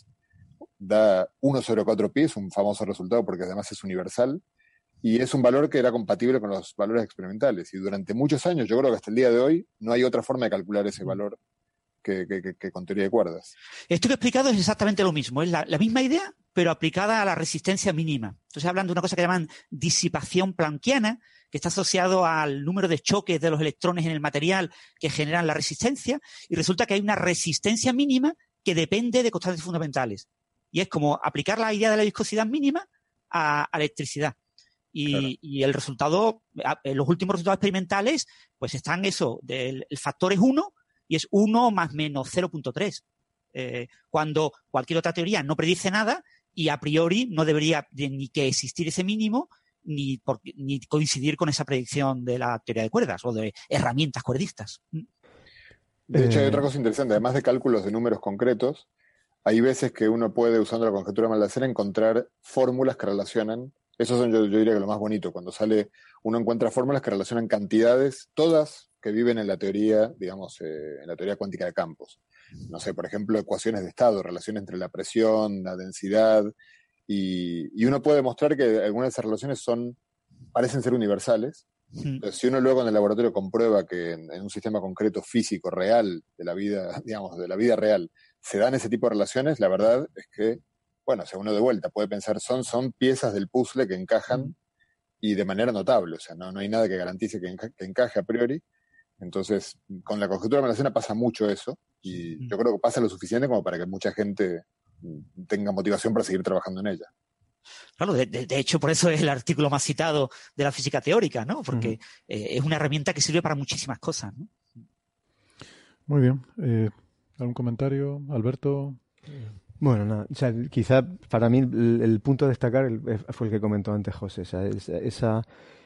S13: da 1 sobre 4 pi, es un famoso resultado porque además es universal, y es un valor que era compatible con los valores experimentales, y durante muchos años, yo creo que hasta el día de hoy, no hay otra forma de calcular ese valor que con teoría de cuerdas.
S9: Esto que he explicado es exactamente lo mismo, es la misma idea, pero aplicada a la resistencia mínima. Entonces hablan de una cosa que llaman disipación planckiana, que está asociado al número de choques de los electrones en el material que generan la resistencia, y resulta que hay una resistencia mínima que depende de constantes fundamentales. Y es como aplicar la idea de la viscosidad mínima a electricidad. Y el resultado, los últimos resultados experimentales, pues están el factor es 1, y es 1 más menos 0.3. Cuando cualquier otra teoría no predice nada, y a priori no debería ni que existir ese mínimo, ni coincidir con esa predicción de la teoría de cuerdas o de herramientas cuerdistas.
S13: De hecho, hay otra cosa interesante. Además de cálculos de números concretos, hay veces que uno puede, usando la conjetura de Maldacena, encontrar fórmulas que relacionan. Eso son, yo diría que lo más bonito. Cuando uno encuentra fórmulas que relacionan cantidades, todas que viven en la teoría, digamos, en la teoría cuántica de campos. No sé, por ejemplo, ecuaciones de estado, relación entre la presión, la densidad, y uno puede demostrar que algunas de esas relaciones parecen ser universales. Entonces, si uno luego en el laboratorio comprueba que en un sistema concreto físico real de la vida, digamos, de la vida real, se dan ese tipo de relaciones, la verdad es que, bueno, o sea, uno de vuelta puede pensar, son piezas del puzzle que encajan y de manera notable, o sea, no hay nada que garantice que encaje a priori. Entonces, con la conjetura de Maldacena pasa mucho eso, y yo creo que pasa lo suficiente como para que mucha gente tenga motivación para seguir trabajando en ella.
S9: Claro, de hecho, por eso es el artículo más citado de la física teórica, ¿no? Porque es una herramienta que sirve para muchísimas cosas, ¿no?
S2: Muy bien. ¿Algún comentario, Alberto?
S7: Bueno, nada, o sea, quizá para mí el punto a destacar fue el que comentó antes José, esa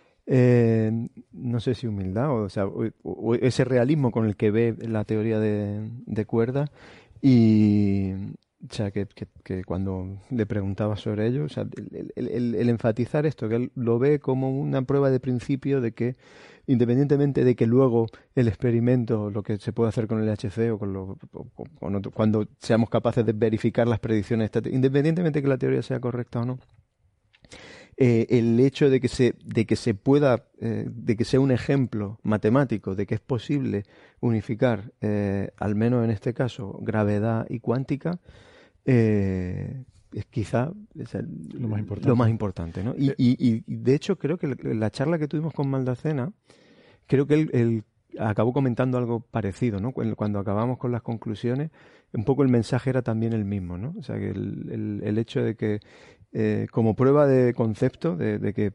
S7: no sé si humildad o ese realismo con el que ve la teoría de cuerda, Y o sea, que cuando le preguntaba sobre ello, o sea, el enfatizar esto, que él lo ve como una prueba de principio de que, independientemente de que luego el experimento, lo que se puede hacer con el LHC o con otro, cuando seamos capaces de verificar las predicciones, independientemente de que la teoría sea correcta o no, el hecho de que se pueda, de que sea un ejemplo matemático de que es posible unificar, al menos en este caso, gravedad y cuántica, es quizá lo más importante, ¿no? Y de hecho creo que la charla que tuvimos con Maldacena, creo que él acabó comentando algo parecido, ¿no? Cuando acabamos con las conclusiones, un poco el mensaje era también el mismo, ¿no? O sea, que el hecho de que como prueba de concepto de que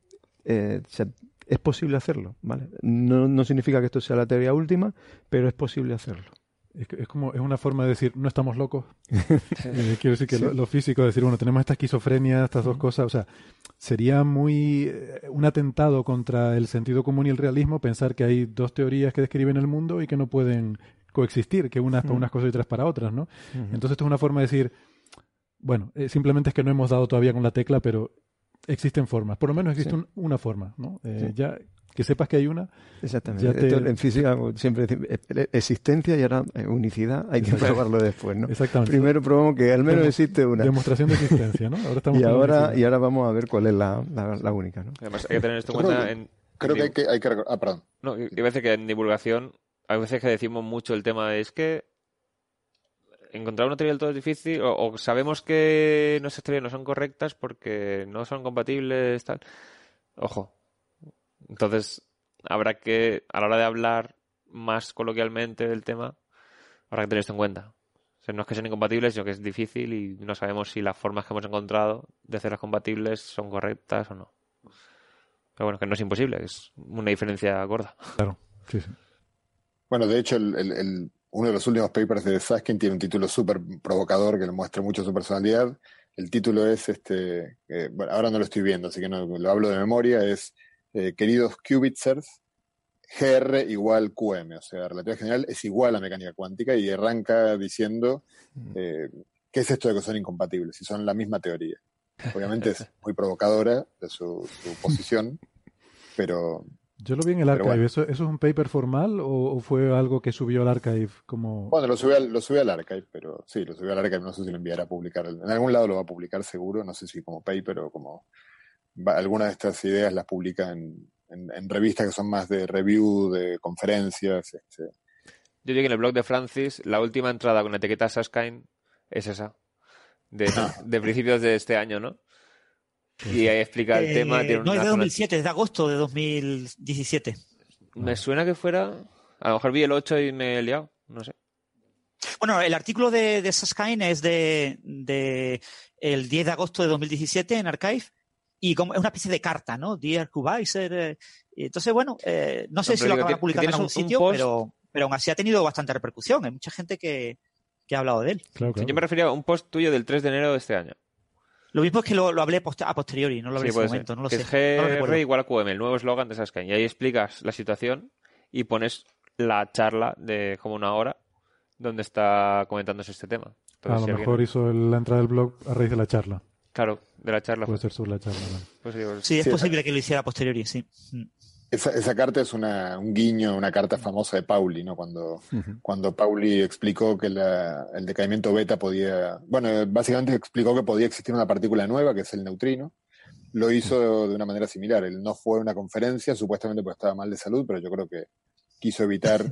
S7: es posible hacerlo, ¿vale? No significa que esto sea la teoría última, pero es posible hacerlo.
S2: Es una forma de decir, no estamos locos. Quiero decir que los físicos, decir, bueno, tenemos esta esquizofrenia, estas dos cosas, o sea, sería muy un atentado contra el sentido común y el realismo pensar que hay dos teorías que describen el mundo y que no pueden coexistir, que unas para unas cosas y otras para otras, ¿no? Entonces esto es una forma de decir, bueno, simplemente es que no hemos dado todavía con la tecla, pero existen formas, por lo menos existe una forma, ¿no? Ya que sepas que hay una.
S7: Exactamente. Esto en física siempre decimos existencia y ahora unicidad, hay que probarlo después, ¿no?
S2: Exactamente.
S7: Primero probamos que al menos existe una.
S2: Demostración de existencia, ¿no? Ahora estamos
S7: y ahora vamos a ver cuál es la única, ¿no?
S8: Además, hay que tener esto en cuenta.
S13: Creo que hay que perdón.
S8: No, hay veces que en divulgación, hay veces que decimos mucho el tema de es que encontrar una teoría del todo es difícil, o sabemos que nuestras teorías no son correctas porque no son compatibles, tal. Ojo. Entonces, habrá que, a la hora de hablar más coloquialmente del tema, habrá que tener esto en cuenta. O sea, no es que sean incompatibles, sino que es difícil y no sabemos si las formas que hemos encontrado de hacerlas compatibles son correctas o no. Pero bueno, que no es imposible, es una diferencia gorda.
S2: Claro, sí.
S13: Bueno, de hecho, uno de los últimos papers de Susskind tiene un título súper provocador que le muestra mucho su personalidad. El título es, bueno, ahora no lo estoy viendo, así que no lo hablo de memoria, es queridos Qubitzers, GR igual QM, o sea, relatividad general es igual a mecánica cuántica, y arranca diciendo ¿qué es esto de que son incompatibles? Si son la misma teoría. Obviamente es muy provocadora de su posición, pero...
S2: Yo lo vi en el Archive. Bueno. ¿Eso es un paper formal o fue algo que subió al Archive como...?
S13: Bueno, lo subió al Archive, pero sí, lo subió al Archive, no sé si lo enviará a publicar. En algún lado lo va a publicar seguro, no sé si como paper o como... Algunas de estas ideas las publica en revistas que son más de review, de conferencias.
S8: Yo diría que en el blog de Francis, la última entrada con la etiqueta Susskind es esa, de principios de este año, ¿no? Y ahí explica el tema.
S9: No, es de 2007, es de agosto de 2017.
S8: Me suena que fuera... A lo mejor vi el 8 y me he liado, no sé.
S9: Bueno, el artículo de Susskind es de el 10 de agosto de 2017 en Archive. Y como es una especie de carta, ¿no? Dear Qubizer. Entonces, bueno, no sé si lo acaban publicando en algún sitio, pero aún así ha tenido bastante repercusión. Hay mucha gente que ha hablado de él.
S2: Claro.
S8: Yo me refería a un post tuyo del 3 de enero de este año.
S9: Lo mismo es que lo hablé a posteriori, no lo hablé en ese momento, no lo sé.
S8: Es GR igual a QM, el nuevo eslogan de Susskind. Y ahí explicas la situación y pones la charla de como una hora donde está comentándose este tema.
S2: Entonces, a lo mejor hizo la entrada del blog a raíz de la charla.
S8: Claro, de la charla.
S2: Puede ser sobre la charla. ¿No?
S8: Pues digo,
S9: sí, es posible que lo hiciera a posteriori, sí.
S13: Esa carta es un guiño, una carta famosa de Pauli, ¿no? Cuando Pauli explicó que el decaimiento beta podía... Bueno, básicamente explicó que podía existir una partícula nueva, que es el neutrino. Lo hizo de una manera similar. Él no fue a una conferencia, supuestamente porque estaba mal de salud, pero yo creo que quiso evitar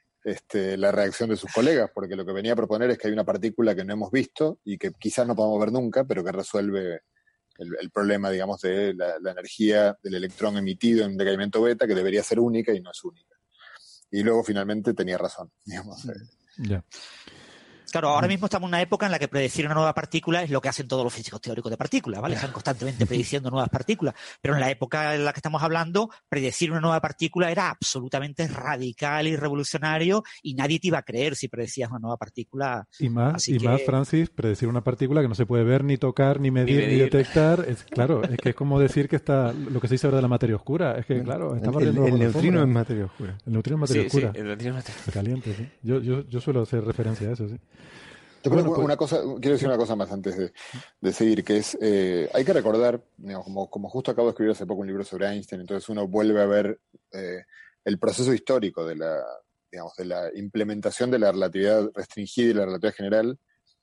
S13: la reacción de sus colegas, porque lo que venía a proponer es que hay una partícula que no hemos visto y que quizás no podamos ver nunca, pero que resuelve el problema, digamos, de la energía del electrón emitido en decaimiento beta, que debería ser única y no es única. Y luego finalmente tenía razón, digamos.
S2: Ya.
S9: Claro, ahora mismo estamos en una época en la que predecir una nueva partícula es lo que hacen todos los físicos teóricos de partículas, ¿vale? Están constantemente prediciendo nuevas partículas. Pero en la época en la que estamos hablando, predecir una nueva partícula era absolutamente radical y revolucionario y nadie te iba a creer si predecías una nueva partícula.
S2: Y más, Francis, predecir una partícula que no se puede ver, ni tocar, ni medir, ni detectar. Claro, es que es como decir que está lo que se dice ahora de la materia oscura. Es que, claro, está barriendo
S7: el neutrino es materia oscura.
S2: El neutrino es materia oscura.
S8: Sí, el neutrino es materia oscura.
S2: Caliente, sí. Yo suelo hacer referencia a eso, sí.
S13: Yo creo que una cosa, quiero decir una cosa más antes de seguir, que es, hay que recordar, digamos, como justo acabo de escribir hace poco un libro sobre Einstein, entonces uno vuelve a ver el proceso histórico de la implementación de la relatividad restringida y la relatividad general,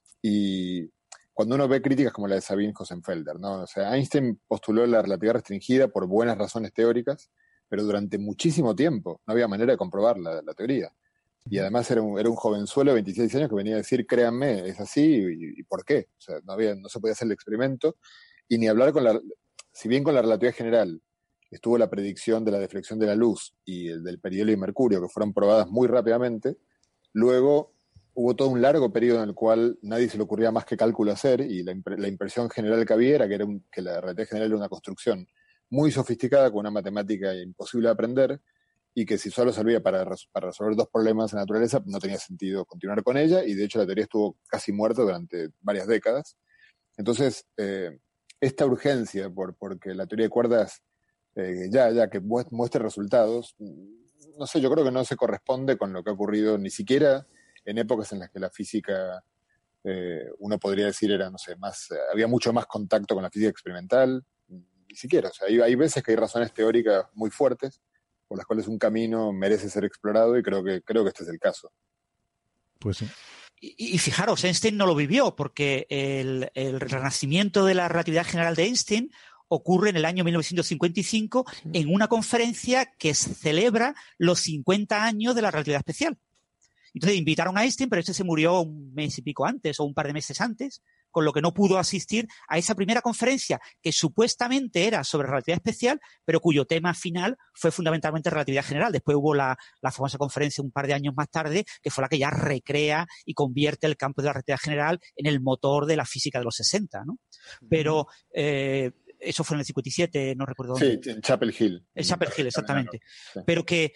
S13: y cuando uno ve críticas como la de Sabine Hossenfelder, ¿no? O sea, Einstein postuló la relatividad restringida por buenas razones teóricas, pero durante muchísimo tiempo no había manera de comprobar la teoría. Y además era un jovenzuelo de 26 años que venía a decir, créanme, es así, y ¿por qué? O sea, no se podía hacer el experimento, y ni hablar si bien con la relatividad general estuvo la predicción de la deflexión de la luz y el del perihelio y mercurio, que fueron probadas muy rápidamente, luego hubo todo un largo periodo en el cual nadie se le ocurría más que cálculo hacer, y la impresión general que había era que la relatividad general era una construcción muy sofisticada, con una matemática imposible de aprender, y que si solo servía para resolver dos problemas en la naturaleza, no tenía sentido continuar con ella, y de hecho la teoría estuvo casi muerta durante varias décadas. Entonces, esta urgencia porque la teoría de cuerdas que muestre resultados, no sé, yo creo que no se corresponde con lo que ha ocurrido ni siquiera en épocas en las que la física, uno podría decir, era, no sé, había mucho más contacto con la física experimental, ni siquiera. O sea, hay veces que hay razones teóricas muy fuertes por las cuales un camino merece ser explorado, y creo que este es el caso.
S2: Pues sí.
S9: Y fijaros, Einstein no lo vivió, porque el renacimiento de la relatividad general de Einstein ocurre en el año 1955 en una conferencia que celebra los 50 años de la relatividad especial. Entonces invitaron a Einstein, pero este se murió un mes y pico antes o un par de meses antes, con lo que no pudo asistir a esa primera conferencia que supuestamente era sobre relatividad especial, pero cuyo tema final fue fundamentalmente relatividad general. Después hubo la famosa conferencia un par de años más tarde, que fue la que ya recrea y convierte el campo de la relatividad general en el motor de la física de los 60, ¿no? Pero eso fue en el 57, no recuerdo dónde.
S13: Sí, en Chapel Hill.
S9: En Chapel Hill, exactamente. Sí. Pero que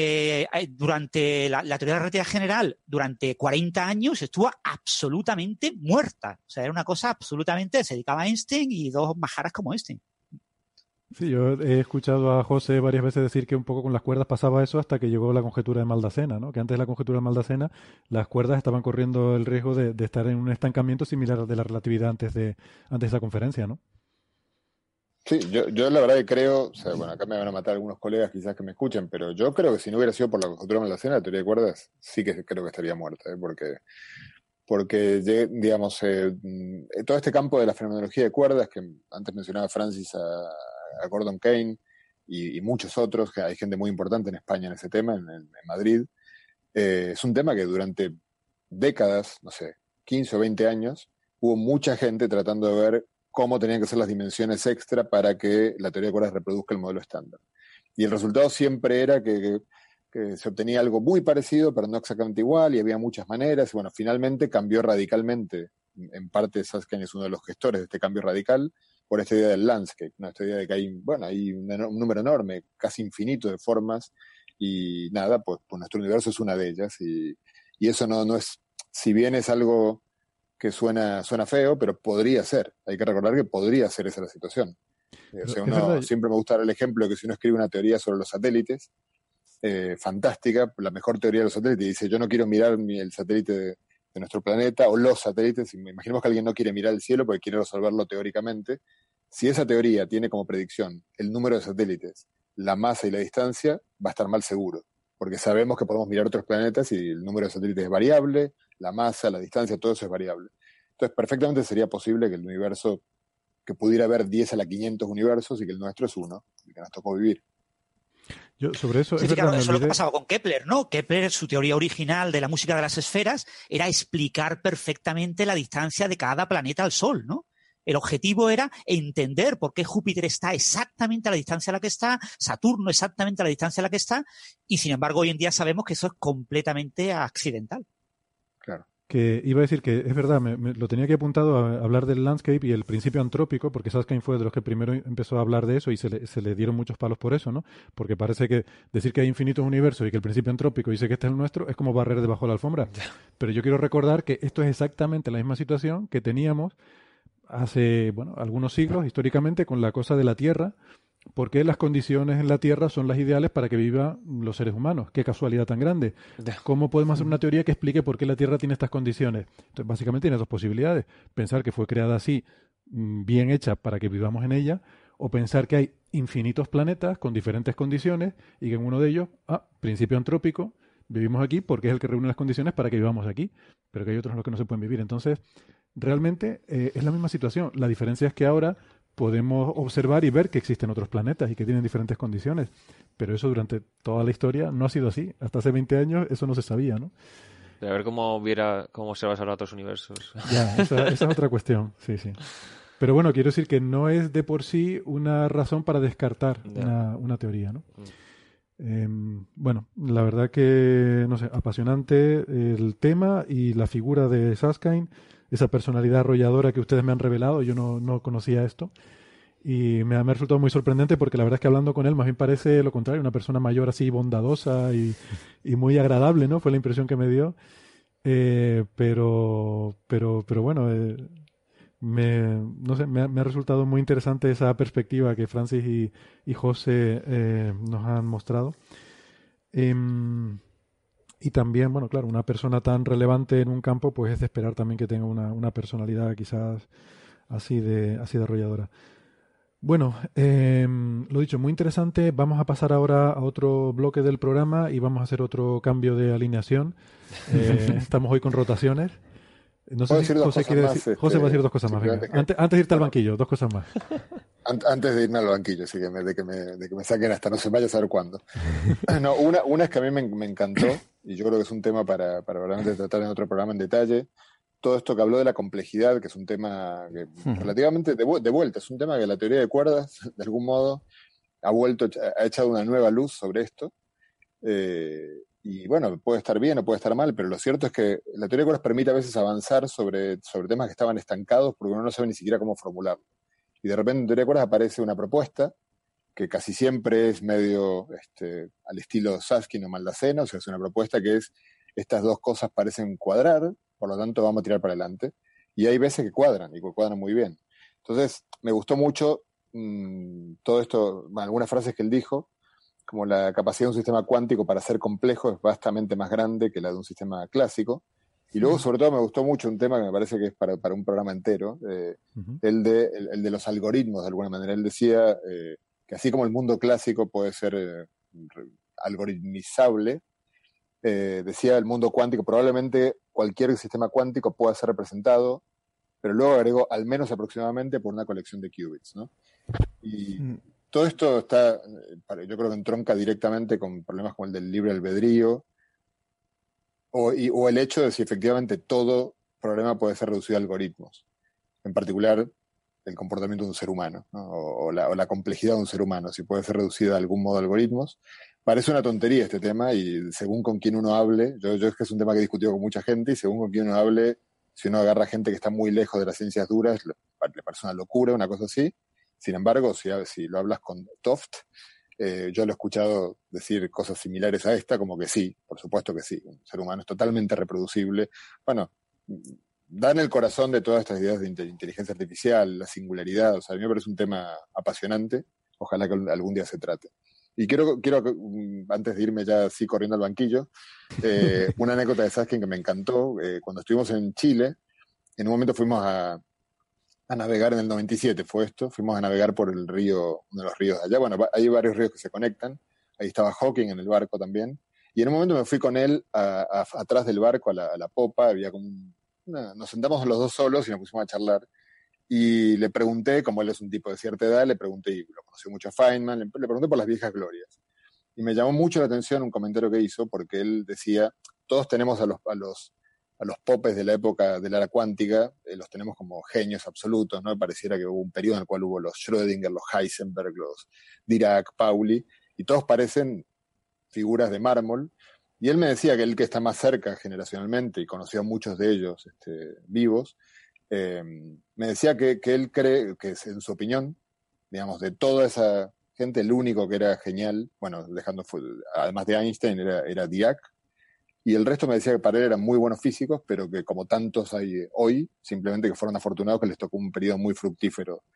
S9: durante la teoría de la relatividad general, durante 40 años, estuvo absolutamente muerta. O sea, era una cosa absolutamente... Se dedicaba a Einstein y dos majaras como Einstein.
S2: Sí, yo he escuchado a José varias veces decir que un poco con las cuerdas pasaba eso hasta que llegó la conjetura de Maldacena, ¿no? Que antes de la conjetura de Maldacena las cuerdas estaban corriendo el riesgo de estar en un estancamiento similar al de la relatividad antes de esa conferencia, ¿no?
S13: Sí, yo la verdad que creo, o sea, bueno, acá me van a matar algunos colegas quizás que me escuchen, pero yo creo que si no hubiera sido por la conjetura de Maldacena, la teoría de cuerdas sí que creo que estaría muerta, porque digamos, todo este campo de la fenomenología de cuerdas, que antes mencionaba Francis a Gordon Kane y muchos otros, que hay gente muy importante en España en ese tema, en Madrid, es un tema que durante décadas, no sé, 15 o 20 años, hubo mucha gente tratando de ver cómo tenían que ser las dimensiones extra para que la teoría de cuerdas reproduzca el modelo estándar. Y el resultado siempre era que se obtenía algo muy parecido, pero no exactamente igual, y había muchas maneras, y bueno, finalmente cambió radicalmente. En parte, Susskind es uno de los gestores de este cambio radical, por esta idea del landscape, ¿no? Esta idea de que hay un número enorme, casi infinito de formas, y nada, pues nuestro universo es una de ellas, y eso no es, si bien es algo que suena feo, pero podría ser. Hay que recordar que podría ser esa la situación. O sea, siempre me gusta dar el ejemplo de que si uno escribe una teoría sobre los satélites, fantástica, la mejor teoría de los satélites, dice, yo no quiero mirar el satélite de nuestro planeta, o los satélites, imaginemos que alguien no quiere mirar el cielo porque quiere resolverlo teóricamente. Si esa teoría tiene como predicción el número de satélites, la masa y la distancia, va a estar mal seguro, porque sabemos que podemos mirar otros planetas y el número de satélites es variable, la masa, la distancia, todo eso es variable. Entonces, perfectamente sería posible que el universo, que pudiera haber 10 a la 500 universos y que el nuestro es uno, el que nos tocó vivir.
S2: Yo sobre eso...
S9: Sí, claro, eso es lo que pasaba con Kepler, ¿no? Kepler, su teoría original de la música de las esferas, era explicar perfectamente la distancia de cada planeta al Sol, ¿no? El objetivo era entender por qué Júpiter está exactamente a la distancia a la que está, Saturno exactamente a la distancia a la que está, y sin embargo hoy en día sabemos que eso es completamente accidental.
S13: Claro.
S2: Que iba a decir que es verdad, me lo tenía aquí apuntado a hablar del landscape y el principio antrópico, porque Susskind fue de los que primero empezó a hablar de eso y se le dieron muchos palos por eso, ¿no? Porque parece que decir que hay infinitos universos y que el principio antrópico dice que este es el nuestro es como barrer debajo de la alfombra. Pero yo quiero recordar que esto es exactamente la misma situación que teníamos hace, algunos siglos históricamente con la cosa de la Tierra, ¿por qué las condiciones en la Tierra son las ideales para que vivan los seres humanos? Qué casualidad tan grande. ¿Cómo podemos hacer una teoría que explique por qué la Tierra tiene estas condiciones? Entonces, básicamente tiene dos posibilidades. Pensar que fue creada así, bien hecha para que vivamos en ella, o pensar que hay infinitos planetas con diferentes condiciones y que en uno de ellos, principio antrópico, vivimos aquí porque es el que reúne las condiciones para que vivamos aquí, pero que hay otros en los que no se pueden vivir. Entonces, realmente es la misma situación. La diferencia es que ahora podemos observar y ver que existen otros planetas y que tienen diferentes condiciones, pero eso durante toda la historia no ha sido así. Hasta hace 20 años eso no se sabía, ¿no?
S8: De ver cómo se va a salvar otros universos.
S2: Ya, esa es otra cuestión, sí. Pero bueno, quiero decir que no es de por sí una razón para descartar una teoría, ¿no? Bueno, la verdad que, no sé, apasionante el tema y la figura de Susskind, esa personalidad arrolladora que ustedes me han revelado. Yo no conocía esto y me ha resultado muy sorprendente porque la verdad es que hablando con él más bien parece lo contrario, una persona mayor así bondadosa y muy agradable, ¿no? Fue la impresión que me dio. Pero bueno, me ha resultado muy interesante esa perspectiva que Francis y José nos han mostrado. Y también, bueno, claro, una persona tan relevante en un campo, pues es de esperar también que tenga una personalidad quizás así de arrolladora. Bueno, lo dicho, muy interesante. Vamos a pasar ahora a otro bloque del programa y vamos a hacer otro cambio de alineación. Estamos hoy con rotaciones. No sé si José quiere decir. José va a decir dos cosas más. Venga. Antes de irte al banquillo, dos cosas más.
S13: Antes de irme al banquillo, así que de que me saquen hasta no se vaya a saber cuándo. No, una es que a mí me encantó, y yo creo que es un tema para realmente tratar en otro programa en detalle. Todo esto que habló de la complejidad, que es un tema que relativamente de vuelta, es un tema que la teoría de cuerdas, de algún modo, ha echado una nueva luz sobre esto. Y bueno, puede estar bien o puede estar mal, pero lo cierto es que la teoría de cuerdas permite a veces avanzar sobre temas que estaban estancados porque uno no sabe ni siquiera cómo formularlo. Y de repente en teoría de cuerdas aparece una propuesta que casi siempre es medio al estilo Susskind o Maldacena, o sea, es una propuesta que es estas dos cosas parecen cuadrar, por lo tanto vamos a tirar para adelante. Y hay veces que cuadran, y que cuadran muy bien. Entonces, me gustó mucho todo esto, algunas frases que él dijo, como la capacidad de un sistema cuántico para ser complejo es vastamente más grande que la de un sistema clásico. Y luego, sobre todo, me gustó mucho un tema que me parece que es para un programa entero, el de los algoritmos, de alguna manera. Él decía que así como el mundo clásico puede ser algoritmizable, decía el mundo cuántico, probablemente cualquier sistema cuántico pueda ser representado, pero luego agregó al menos aproximadamente por una colección de qubits, ¿no? Y todo esto está, yo creo que entronca directamente con problemas como el del libre albedrío, o el hecho de si efectivamente todo problema puede ser reducido a algoritmos, en particular el comportamiento de un ser humano, ¿no? o la complejidad de un ser humano, si puede ser reducido de algún modo a algoritmos. Parece una tontería este tema y según con quién uno hable, yo es que es un tema que he discutido con mucha gente y según con quién uno hable, si uno agarra gente que está muy lejos de las ciencias duras, le parece una locura, una cosa así. Sin embargo, si lo hablas con Toft, yo lo he escuchado decir cosas similares a esta, como que sí, por supuesto que sí, un ser humano es totalmente reproducible. Bueno, dan el corazón de todas estas ideas de inteligencia artificial, la singularidad, o sea, a mí me parece un tema apasionante, ojalá que algún día se trate. Y quiero antes de irme ya así corriendo al banquillo, una anécdota de Susskind que me encantó. Cuando estuvimos en Chile, en un momento fuimos a navegar en el 97, fue esto, fuimos a navegar por el río, uno de los ríos de allá. Bueno, hay varios ríos que se conectan, ahí estaba Hawking en el barco también, y en un momento me fui con él atrás del barco, a la popa, había como nos sentamos los dos solos y nos pusimos a charlar, y le pregunté, como él es un tipo de cierta edad, le pregunté, y lo conoció mucho a Feynman, le pregunté por las viejas glorias. Y me llamó mucho la atención un comentario que hizo, porque él decía, todos tenemos a los popes de la época de la era cuántica, los tenemos como genios absolutos, ¿no? Pareciera que hubo un periodo en el cual hubo los Schrödinger, los Heisenberg, los Dirac, Pauli, y todos parecen figuras de mármol. Y él me decía que él, que está más cerca generacionalmente y conoció a muchos de ellos vivos, me decía que él cree que, en su opinión, digamos, de toda esa gente, el único que era genial, bueno, además de Einstein, era Dirac, y el resto me decía que para él eran muy buenos físicos, pero que como tantos hay hoy, simplemente que fueron afortunados que les tocó un periodo muy fructífero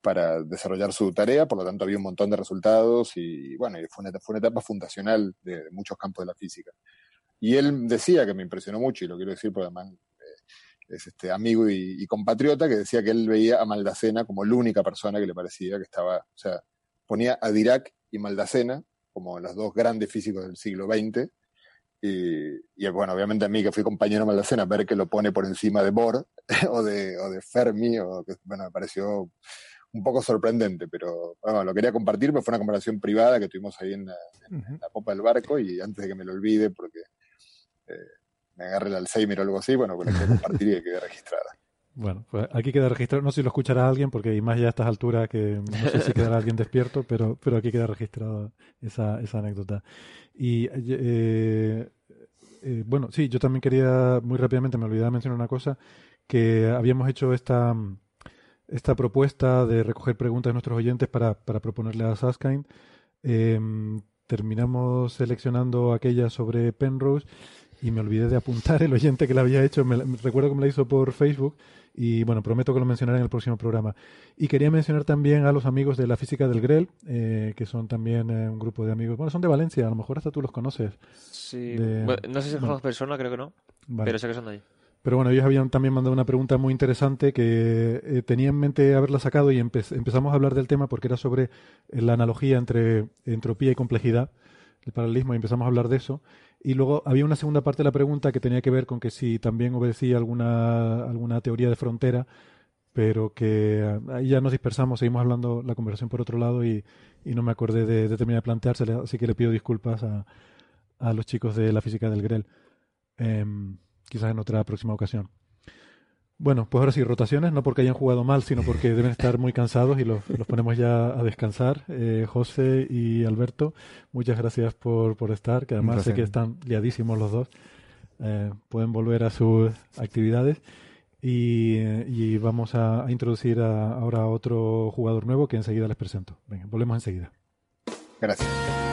S13: para desarrollar su tarea, por lo tanto había un montón de resultados y bueno, fue una etapa fundacional de muchos campos de la física. Y él decía, que me impresionó mucho, y lo quiero decir porque además es amigo y compatriota, que decía que él veía a Maldacena como la única persona que le parecía que estaba, o sea, ponía a Dirac y Maldacena como los dos grandes físicos del siglo XX, y bueno, obviamente a mí que fui compañero de Maldacena, ver que lo pone por encima de Bohr o de Fermi, bueno, me pareció un poco sorprendente, pero bueno, lo quería compartir, porque fue una conversación privada que tuvimos ahí en la popa del barco, y antes de que me lo olvide, porque me agarre el Alzheimer o algo así, bueno, pues la quería compartir y que quede registrada.
S2: Bueno, pues aquí queda registrado, no sé si lo escuchará alguien, porque hay más ya a estas alturas que no sé si quedará alguien despierto, pero aquí queda registrada esa anécdota. Y bueno, sí, yo también quería, muy rápidamente, me olvidaba mencionar una cosa, que habíamos hecho esta propuesta de recoger preguntas de nuestros oyentes para proponerle a Susskind. Terminamos seleccionando aquella sobre Penrose y me olvidé de apuntar el oyente que la había hecho. Recuerdo que me la hizo por Facebook y bueno, prometo que lo mencionaré en el próximo programa. Y quería mencionar también a los amigos de la física del Grel, que son también un grupo de amigos. Bueno, son de Valencia, a lo mejor hasta tú los conoces.
S8: Sí, bueno, no sé si son personas, creo que no, vale. Pero sé que son de allí.
S2: Pero bueno, ellos habían también mandado una pregunta muy interesante que tenía en mente haberla sacado y empezamos a hablar del tema porque era sobre la analogía entre entropía y complejidad, el paralelismo, y empezamos a hablar de eso. Y luego había una segunda parte de la pregunta que tenía que ver con que si también obedecía alguna teoría de frontera, pero que ahí ya nos dispersamos, seguimos hablando la conversación por otro lado y no me acordé de terminar de planteársela, así que le pido disculpas a los chicos de la física del Grel. Quizás en otra próxima ocasión. Bueno, pues ahora sí, rotaciones, no porque hayan jugado mal, sino porque deben estar muy cansados y los ponemos ya a descansar. José y Alberto, muchas gracias por estar, que además sé que están liadísimos los dos. Pueden volver a sus actividades y vamos a introducir ahora a otro jugador nuevo que enseguida les presento. Venga, volvemos enseguida.
S13: Gracias.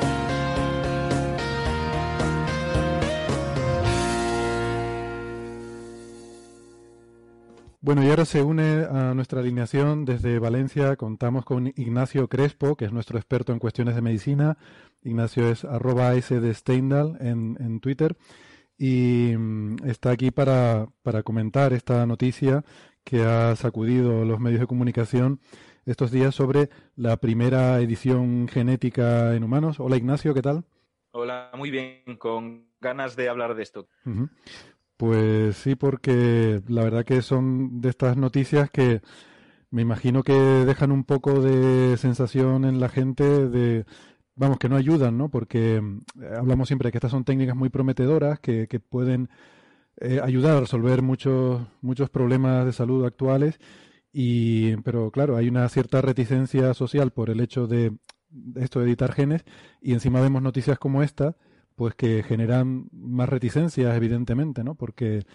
S2: Bueno, y ahora se une a nuestra alineación desde Valencia. Contamos con Ignacio Crespo, que es nuestro experto en cuestiones de medicina. Ignacio es @S de Steindal en Twitter. Y está aquí para comentar esta noticia que ha sacudido los medios de comunicación estos días sobre la primera edición genética en humanos. Hola Ignacio, ¿qué tal?
S14: Hola, muy bien, con ganas de hablar de esto.
S2: Uh-huh. Pues sí, porque la verdad que son de estas noticias que me imagino que dejan un poco de sensación en la gente vamos, que no ayudan, ¿no? Porque hablamos siempre de que estas son técnicas muy prometedoras que pueden ayudar a resolver muchos problemas de salud actuales, pero claro, hay una cierta reticencia social por el hecho de esto de editar genes, y encima vemos noticias como esta, pues que generan más reticencias, evidentemente, ¿no? Porque,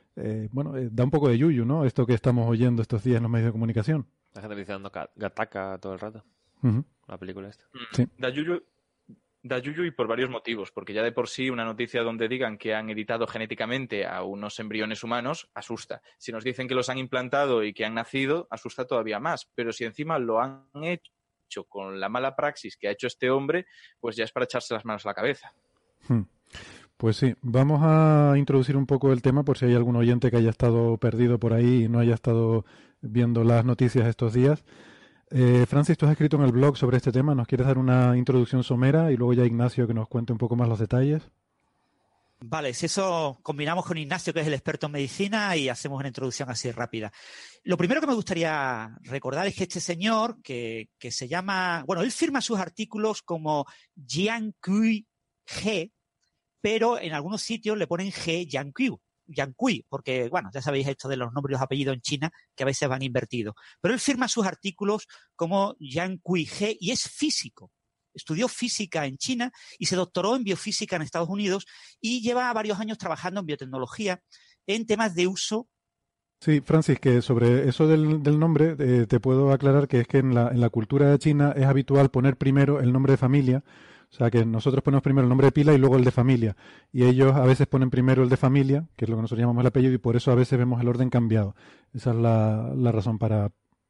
S2: da un poco de yuyu, ¿no? Esto que estamos oyendo estos días en los medios de comunicación.
S8: La gente diciendo Gattaca todo el rato.
S2: Uh-huh.
S8: La película esta.
S2: Sí.
S14: Da yuyu y por varios motivos, porque ya de por sí una noticia donde digan que han editado genéticamente a unos embriones humanos asusta. Si nos dicen que los han implantado y que han nacido, asusta todavía más. Pero si encima lo han hecho con la mala praxis que ha hecho este hombre, pues ya es para echarse las manos a la cabeza.
S2: Pues sí, vamos a introducir un poco el tema por si hay algún oyente que haya estado perdido por ahí y no haya estado viendo las noticias estos días. Francis, tú has escrito en el blog sobre este tema, ¿nos quieres dar una introducción somera y luego ya Ignacio que nos cuente un poco más los detalles?
S9: Vale, si eso combinamos con Ignacio, que es el experto en medicina, y hacemos una introducción así rápida. Lo primero que me gustaría recordar es que este señor, que se llama... Bueno, él firma sus artículos como Jiankui G, pero en algunos sitios le ponen G Jiankui, porque, bueno, ya sabéis esto de los nombres y los apellidos en China, que a veces van invertidos. Pero él firma sus artículos como Jiankui G y es físico. Estudió física en China y se doctoró en biofísica en Estados Unidos y lleva varios años trabajando en biotecnología en temas de uso.
S2: Sí, Francis, que sobre eso del nombre te puedo aclarar que es que en la cultura china es habitual poner primero el nombre de familia. O sea, que nosotros ponemos primero el nombre de pila y luego el de familia. Y ellos a veces ponen primero el de familia, que es lo que nosotros llamamos el apellido, y por eso a veces vemos el orden cambiado. Esa es la razón para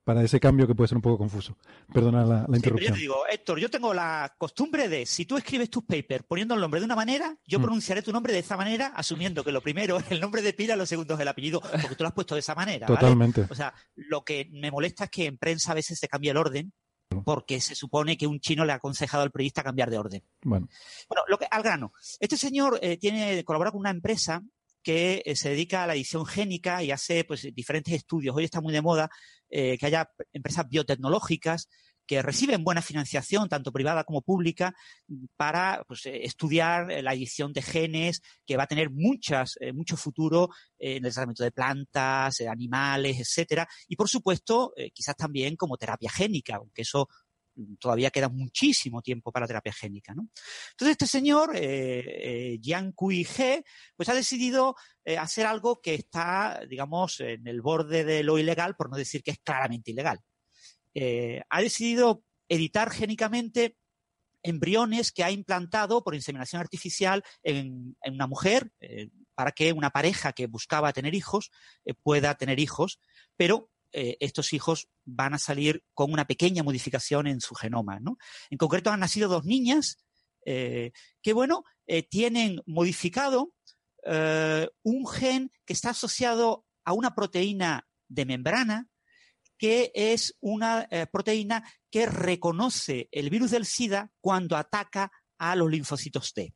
S2: para ese cambio que puede ser un poco confuso. Perdona la interrupción.
S9: Yo te digo, Héctor, yo tengo la costumbre de, si tú escribes tus papers poniendo el nombre de una manera, yo pronunciaré tu nombre de esa manera, asumiendo que lo primero es el nombre de pila, lo segundo es el apellido, porque tú lo has puesto de esa manera.
S2: Totalmente.
S9: ¿vale? O sea, lo que me molesta es que en prensa a veces se cambia el orden, porque se supone que un chino le ha aconsejado al periodista cambiar de orden.
S2: Bueno,
S9: al grano. Este señor colabora con una empresa que se dedica a la edición génica y hace pues diferentes estudios. Hoy está muy de moda que haya empresas biotecnológicas que reciben buena financiación, tanto privada como pública, para pues, estudiar la edición de genes, que va a tener mucho futuro en el tratamiento de plantas, animales, etcétera. Y, por supuesto, quizás también como terapia génica, aunque eso todavía queda muchísimo tiempo para la terapia génica, ¿no? Entonces, este señor, Jian Kui He, pues ha decidido hacer algo que está, digamos, en el borde de lo ilegal, por no decir que es claramente ilegal. Ha decidido editar génicamente embriones que ha implantado por inseminación artificial en una mujer para que una pareja que buscaba tener hijos pueda tener hijos, pero estos hijos van a salir con una pequeña modificación en su genoma, ¿no? En concreto han nacido 2 niñas que, tienen modificado un gen que está asociado a una proteína de membrana, que es una proteína que reconoce el virus del SIDA cuando ataca a los linfocitos T.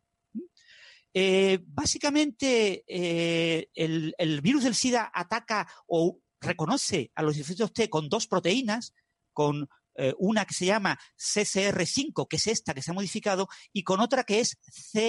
S9: Básicamente, el virus del SIDA ataca o reconoce a los linfocitos T con 2 proteínas, con una que se llama CCR5, que es esta que se ha modificado, y con otra que es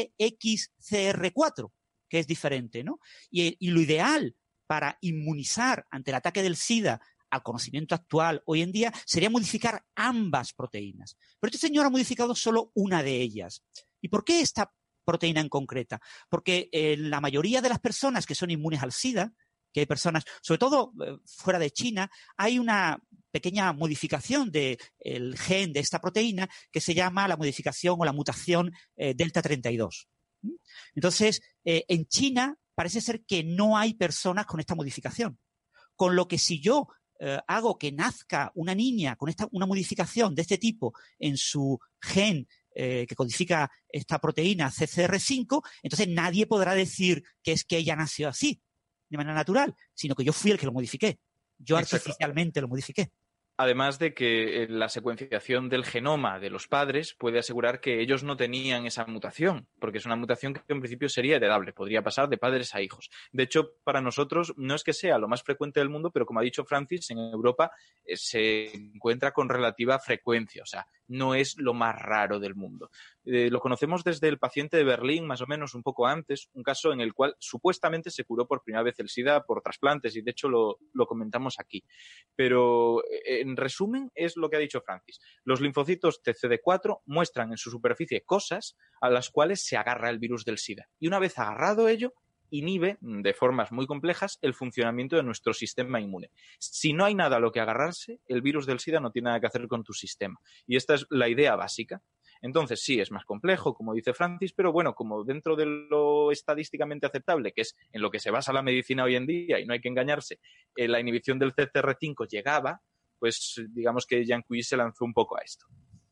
S9: CXCR4, que es diferente, ¿no? Y lo ideal para inmunizar ante el ataque del SIDA al conocimiento actual hoy en día sería modificar ambas proteínas. Pero este señor ha modificado solo una de ellas. ¿Y por qué esta proteína en concreta? Porque la mayoría de las personas que son inmunes al SIDA, que hay personas, sobre todo fuera de China, hay una pequeña modificación del gen de esta proteína que se llama la modificación o la mutación delta 32. Entonces, en China parece ser que no hay personas con esta modificación. Con lo que si yo hago que nazca una niña con una modificación de este tipo en su gen que codifica esta proteína CCR5, entonces nadie podrá decir que es que ella nació así, de manera natural, sino que yo fui el que lo modifiqué. Yo artificialmente lo modifiqué.
S14: Además de que la secuenciación del genoma de los padres puede asegurar que ellos no tenían esa mutación, porque es una mutación que en principio sería heredable, podría pasar de padres a hijos. De hecho, para nosotros no es que sea lo más frecuente del mundo, pero como ha dicho Francis, en Europa se encuentra con relativa frecuencia, o sea, no es lo más raro del mundo. Lo conocemos desde el paciente de Berlín, más o menos un poco antes, un caso en el cual supuestamente se curó por primera vez el SIDA por trasplantes, y de hecho lo comentamos aquí. Pero en resumen, es lo que ha dicho Francis. Los linfocitos TCD4 muestran en su superficie cosas a las cuales se agarra el virus del SIDA. Y una vez agarrado ello, inhibe de formas muy complejas el funcionamiento de nuestro sistema inmune. Si no hay nada a lo que agarrarse, el virus del SIDA no tiene nada que hacer con tu sistema. Y esta es la idea básica. Entonces, sí, es más complejo, como dice Francis, pero bueno, como dentro de lo estadísticamente aceptable, que es en lo que se basa la medicina hoy en día, y no hay que engañarse, la inhibición del CCR5 llegaba, pues digamos que Jian Kui se lanzó un poco a esto.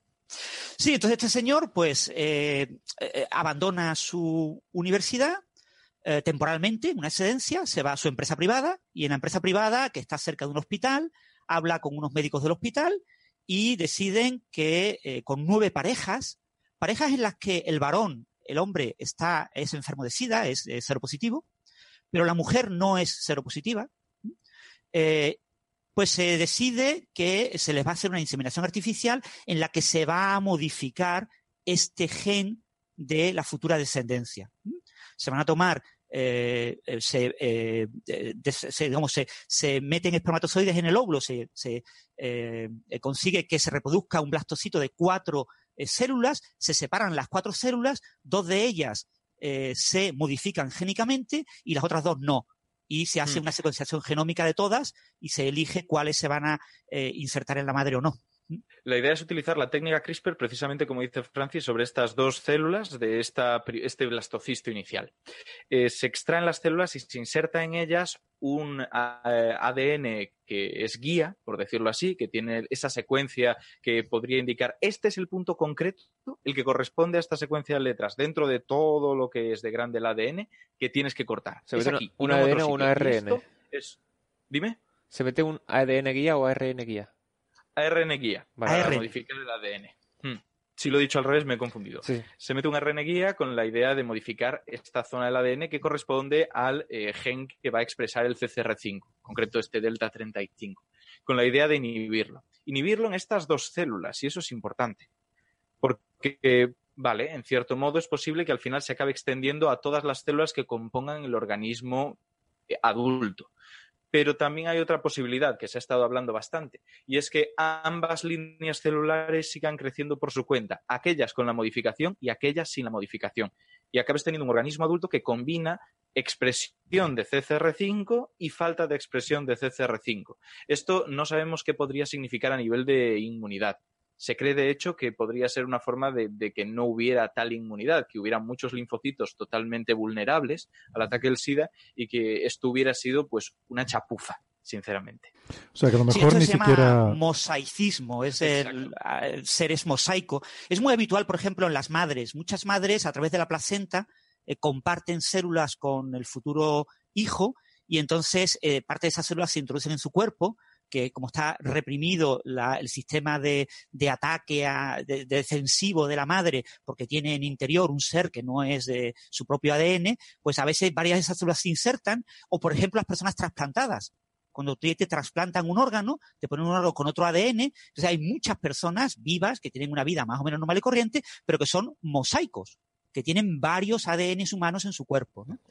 S9: Sí, entonces este señor pues abandona su universidad temporalmente, una excedencia, se va a su empresa privada, y en la empresa privada, que está cerca de un hospital, habla con unos médicos del hospital y deciden que con 9 parejas en las que el varón, el hombre, es enfermo de SIDA, es seropositivo, pero la mujer no es seropositiva, pues se decide que se les va a hacer una inseminación artificial en la que se va a modificar este gen de la futura descendencia. Se van a tomar, se meten espermatozoides en el óvulo, se consigue que se reproduzca un blastocito de 4 células, se separan las 4 células, 2 de ellas se modifican génicamente y las otras 2 no. Y se hace una secuenciación genómica de todas y se elige cuáles se van a insertar en la madre o no.
S14: La idea es utilizar la técnica CRISPR precisamente, como dice Francis, sobre estas dos células de este blastocisto inicial. Se extraen las células y se inserta en ellas un ADN que es guía, por decirlo así, que tiene esa secuencia que podría indicar este es el punto concreto, el que corresponde a esta secuencia de letras dentro de todo lo que es de grande el ADN que tienes que cortar.
S8: ¿Se mete aquí, un ADN o un ARN?
S14: Dime.
S8: ¿Se mete un ADN guía o ARN guía?
S14: ARN guía, para modificar el ADN. Si lo he dicho al revés, me he confundido.
S8: Sí.
S14: Se mete un ARN guía con la idea de modificar esta zona del ADN que corresponde al gen que va a expresar el CCR5, en concreto este delta 35, con la idea de inhibirlo. Inhibirlo en estas dos células, y eso es importante, porque, vale, en cierto modo es posible que al final se acabe extendiendo a todas las células que compongan el organismo adulto. Pero también hay otra posibilidad que se ha estado hablando bastante, y es que ambas líneas celulares sigan creciendo por su cuenta, aquellas con la modificación y aquellas sin la modificación. Y acabes teniendo un organismo adulto que combina expresión de CCR5 y falta de expresión de CCR5. Esto no sabemos qué podría significar a nivel de inmunidad. Se cree, de hecho, que podría ser una forma de que no hubiera tal inmunidad, que hubiera muchos linfocitos totalmente vulnerables al ataque del SIDA y que esto hubiera sido, pues, una chapuza, sinceramente.
S2: O sea, que a lo mejor ni siquiera...
S9: se llama mosaicismo, es el ser es mosaico. Es muy habitual, por ejemplo, en las madres. Muchas madres, a través de la placenta, comparten células con el futuro hijo y entonces parte de esas células se introducen en su cuerpo, que como está reprimido el sistema de ataque defensivo de la madre porque tiene en interior un ser que no es de su propio ADN, pues a veces varias de esas células se insertan, o por ejemplo las personas trasplantadas. Cuando te trasplantan un órgano, te ponen un órgano con otro ADN, entonces hay muchas personas vivas que tienen una vida más o menos normal y corriente, pero que son mosaicos, que tienen varios ADNs humanos en su cuerpo, ¿no?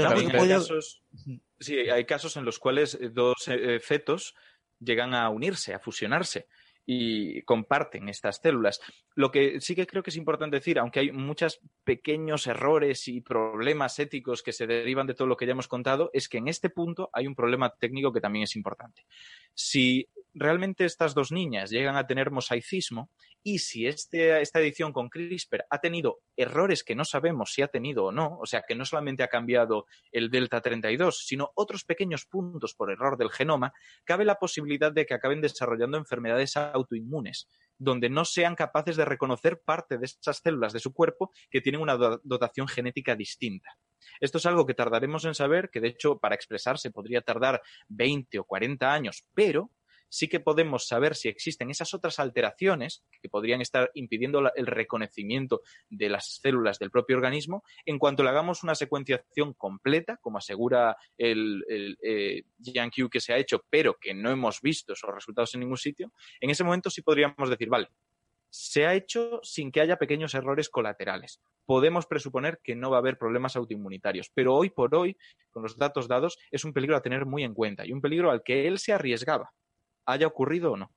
S14: Hay casos en los cuales dos fetos llegan a unirse, a fusionarse y comparten estas células. Lo que sí que creo que es importante decir, aunque hay muchos pequeños errores y problemas éticos que se derivan de todo lo que ya hemos contado, es que en este punto hay un problema técnico que también es importante. Si realmente estas dos niñas llegan a tener mosaicismo y si esta edición con CRISPR ha tenido errores que no sabemos si ha tenido o no, o sea, que no solamente ha cambiado el delta 32, sino otros pequeños puntos por error del genoma, cabe la posibilidad de que acaben desarrollando enfermedades autoinmunes, donde no sean capaces de reconocer parte de esas células de su cuerpo que tienen una dotación genética distinta. Esto es algo que tardaremos en saber, que de hecho para expresarse podría tardar 20 o 40 años, pero sí que podemos saber si existen esas otras alteraciones que podrían estar impidiendo el reconocimiento de las células del propio organismo en cuanto le hagamos una secuenciación completa, como asegura el Jiankyu que se ha hecho, pero que no hemos visto esos resultados en ningún sitio. En ese momento sí podríamos decir, vale, se ha hecho sin que haya pequeños errores colaterales. Podemos presuponer que no va a haber problemas autoinmunitarios, pero hoy por hoy, con los datos dados, es un peligro a tener muy en cuenta y un peligro al que él se arriesgaba, haya ocurrido o no.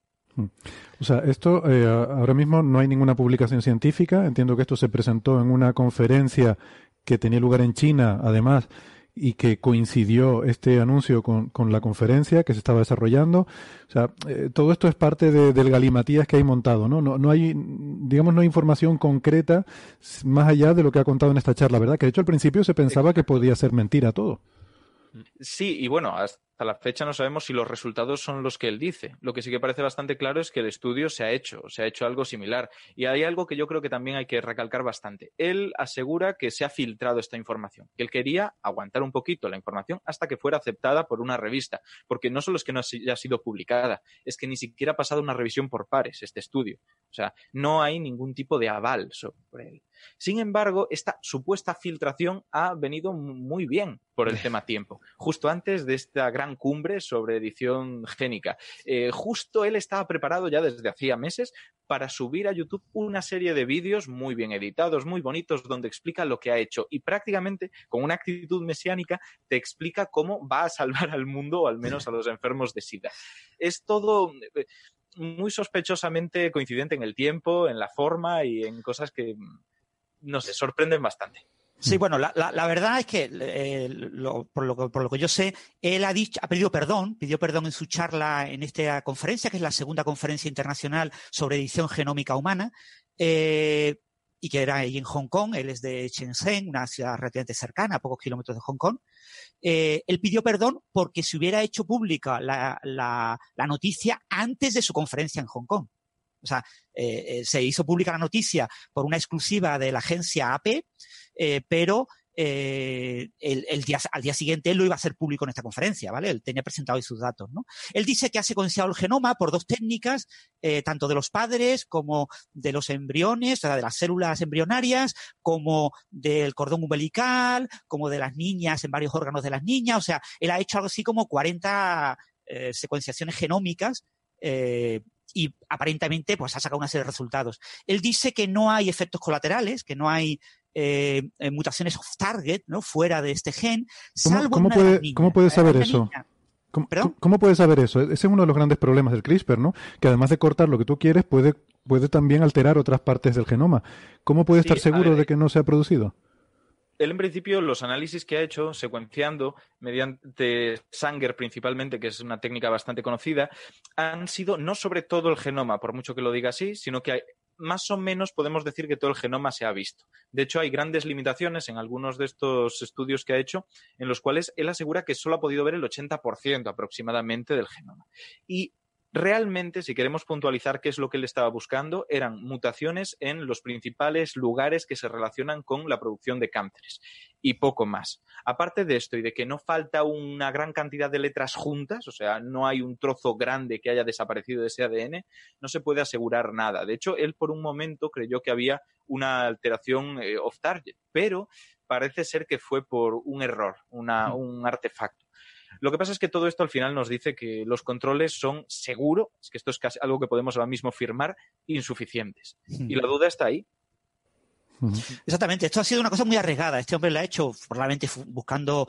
S2: O sea, esto ahora mismo no hay ninguna publicación científica. Entiendo que esto se presentó en una conferencia que tenía lugar en China, además, y que coincidió este anuncio con la conferencia que se estaba desarrollando. O sea, todo esto es parte del galimatías que hay montado, ¿no? No hay, digamos, no hay información concreta más allá de lo que ha contado en esta charla, ¿verdad? Que de hecho al principio se pensaba que podía ser mentira todo.
S14: Sí, y bueno, hasta la fecha no sabemos si los resultados son los que él dice. Lo que sí que parece bastante claro es que el estudio se ha hecho algo similar. Y hay algo que yo creo que también hay que recalcar bastante. Él asegura que se ha filtrado esta información, que él quería aguantar un poquito la información hasta que fuera aceptada por una revista, porque no solo es que no haya sido publicada, es que ni siquiera ha pasado una revisión por pares este estudio. O sea, no hay ningún tipo de aval sobre él. Sin embargo, esta supuesta filtración ha venido muy bien por el tema tiempo. Justo antes de esta gran cumbre sobre edición génica. Justo él estaba preparado ya desde hacía meses para subir a YouTube una serie de vídeos muy bien editados, muy bonitos, donde explica lo que ha hecho y prácticamente con una actitud mesiánica te explica cómo va a salvar al mundo o al menos a los enfermos de SIDA. Es todo muy sospechosamente coincidente en el tiempo, en la forma y en cosas que, no sé, sorprenden bastante.
S9: Sí, bueno, la verdad es que, por lo que yo sé, él pidió perdón en su charla en esta conferencia, que es la segunda conferencia internacional sobre edición genómica humana, y que era ahí en Hong Kong. Él es de Shenzhen, una ciudad relativamente cercana, a pocos kilómetros de Hong Kong. Él pidió perdón porque se hubiera hecho pública la noticia antes de su conferencia en Hong Kong. O sea, se hizo pública la noticia por una exclusiva de la agencia AP, pero al día siguiente él lo iba a hacer público en esta conferencia, ¿vale? Él tenía presentado ahí sus datos, ¿no? Él dice que ha secuenciado el genoma por 2 técnicas, tanto de los padres como de los embriones, o sea, de las células embrionarias, como del cordón umbilical, como de las niñas, en varios órganos de las niñas. O sea, él ha hecho algo así como 40 secuenciaciones genómicas, y aparentemente pues ha sacado una serie de resultados. Él dice que no hay efectos colaterales, que no hay mutaciones off-target, ¿no?, fuera de este gen, salvo
S2: ¿Cómo puede saber eso? ¿Cómo puede saber eso? Ese es uno de los grandes problemas del CRISPR, ¿no? Que además de cortar lo que tú quieres, puede también alterar otras partes del genoma. ¿Cómo puede estar seguro de que no se ha producido?
S14: Él, en principio, los análisis que ha hecho, secuenciando mediante Sanger principalmente, que es una técnica bastante conocida, han sido no sobre todo el genoma, por mucho que lo diga así, sino que más o menos podemos decir que todo el genoma se ha visto. De hecho, hay grandes limitaciones en algunos de estos estudios que ha hecho, en los cuales él asegura que solo ha podido ver el 80% aproximadamente del genoma. Y realmente, si queremos puntualizar qué es lo que él estaba buscando, eran mutaciones en los principales lugares que se relacionan con la producción de cánceres y poco más. Aparte de esto y de que no falta una gran cantidad de letras juntas, o sea, no hay un trozo grande que haya desaparecido de ese ADN, no se puede asegurar nada. De hecho, él por un momento creyó que había una alteración off-target, pero parece ser que fue por un error, un artefacto. Lo que pasa es que todo esto al final nos dice que los controles son seguro, es que esto es casi algo que podemos ahora mismo firmar, insuficientes. Y la duda está ahí.
S9: Exactamente, esto ha sido una cosa muy arriesgada. Este hombre lo ha hecho probablemente buscando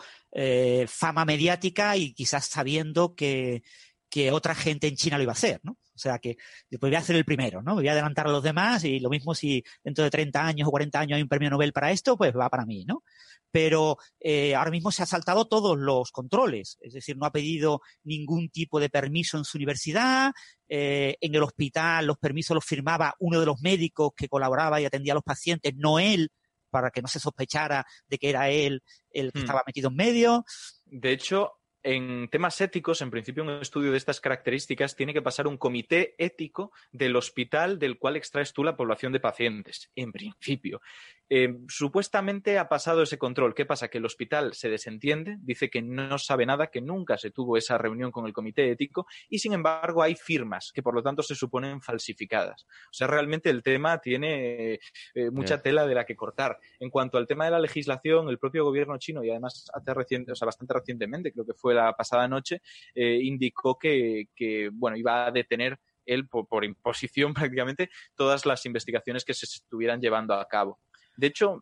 S9: fama mediática y quizás sabiendo que otra gente en China lo iba a hacer, ¿no? O sea, que después voy a hacer el primero, ¿no? Me voy a adelantar a los demás y lo mismo si dentro de 30 años o 40 años hay un premio Nobel para esto, pues va para mí, ¿no? Pero ahora mismo se ha saltado todos los controles, es decir, no ha pedido ningún tipo de permiso en su universidad, en el hospital los permisos los firmaba uno de los médicos que colaboraba y atendía a los pacientes, no él, para que no se sospechara de que era él el que estaba metido en medio.
S14: De hecho, en temas éticos, en principio, un estudio de estas características tiene que pasar un comité ético del hospital del cual extraes tú la población de pacientes, en principio. Supuestamente ha pasado ese control. ¿Qué pasa? Que el hospital se desentiende, dice que no sabe nada, que nunca se tuvo esa reunión con el comité ético y, sin embargo, hay firmas que, por lo tanto, se suponen falsificadas. O sea, realmente el tema tiene mucha tela de la que cortar. En cuanto al tema de la legislación, el propio gobierno chino, y además bastante recientemente, creo que fue la pasada noche, indicó que iba a detener él por imposición prácticamente todas las investigaciones que se estuvieran llevando a cabo. De hecho,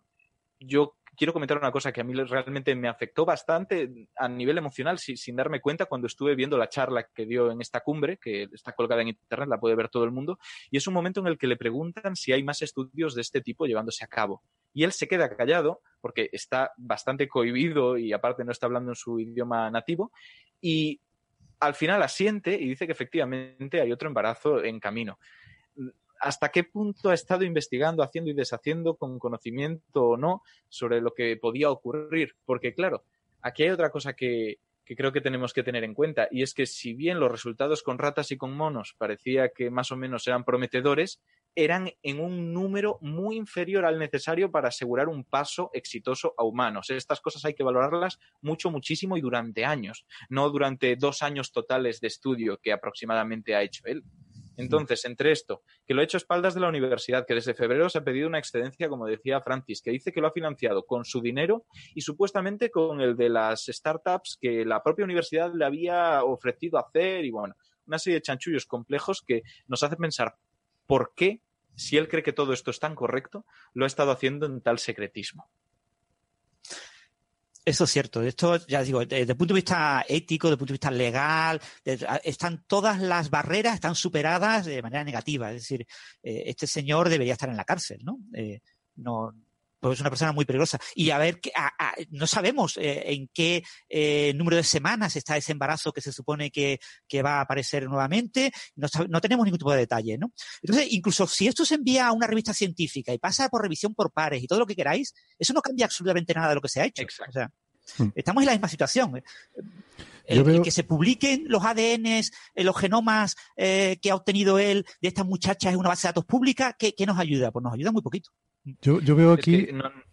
S14: yo quiero comentar una cosa que a mí realmente me afectó bastante a nivel emocional, sin darme cuenta, cuando estuve viendo la charla que dio en esta cumbre, que está colgada en internet, la puede ver todo el mundo, y es un momento en el que le preguntan si hay más estudios de este tipo llevándose a cabo. Y él se queda callado, porque está bastante cohibido y aparte no está hablando en su idioma nativo, y al final asiente y dice que efectivamente hay otro embarazo en camino. ¿Hasta qué punto ha estado investigando, haciendo y deshaciendo con conocimiento o no sobre lo que podía ocurrir? Porque, claro, aquí hay otra cosa que creo que tenemos que tener en cuenta, y es que si bien los resultados con ratas y con monos parecía que más o menos eran prometedores, eran en un número muy inferior al necesario para asegurar un paso exitoso a humanos. Estas cosas hay que valorarlas muchísimo y durante años, no durante 2 años totales de estudio que aproximadamente ha hecho él. Entonces, entre esto, que lo ha hecho a espaldas de la universidad, que desde febrero se ha pedido una excedencia, como decía Francis, que dice que lo ha financiado con su dinero y supuestamente con el de las startups que la propia universidad le había ofrecido hacer, y bueno, una serie de chanchullos complejos que nos hace pensar por qué, si él cree que todo esto es tan correcto, lo ha estado haciendo en tal secretismo.
S9: Eso es cierto. Esto, ya digo, desde el punto de vista ético, desde el punto de vista legal, están todas las barreras, están superadas de manera negativa. Es decir, este señor debería estar en la cárcel, ¿no? pues es una persona muy peligrosa. Y a ver, no sabemos en qué número de semanas está ese embarazo que se supone que va a aparecer nuevamente. No tenemos ningún tipo de detalle, ¿no? Entonces, incluso si esto se envía a una revista científica y pasa por revisión por pares y todo lo que queráis, eso no cambia absolutamente nada de lo que se ha hecho. Exacto. O sea, estamos en la misma situación. El que se publiquen los ADNs, los genomas que ha obtenido él de estas muchachas en una base de datos pública, ¿qué nos ayuda? Pues nos ayuda muy poquito.
S2: Yo veo aquí...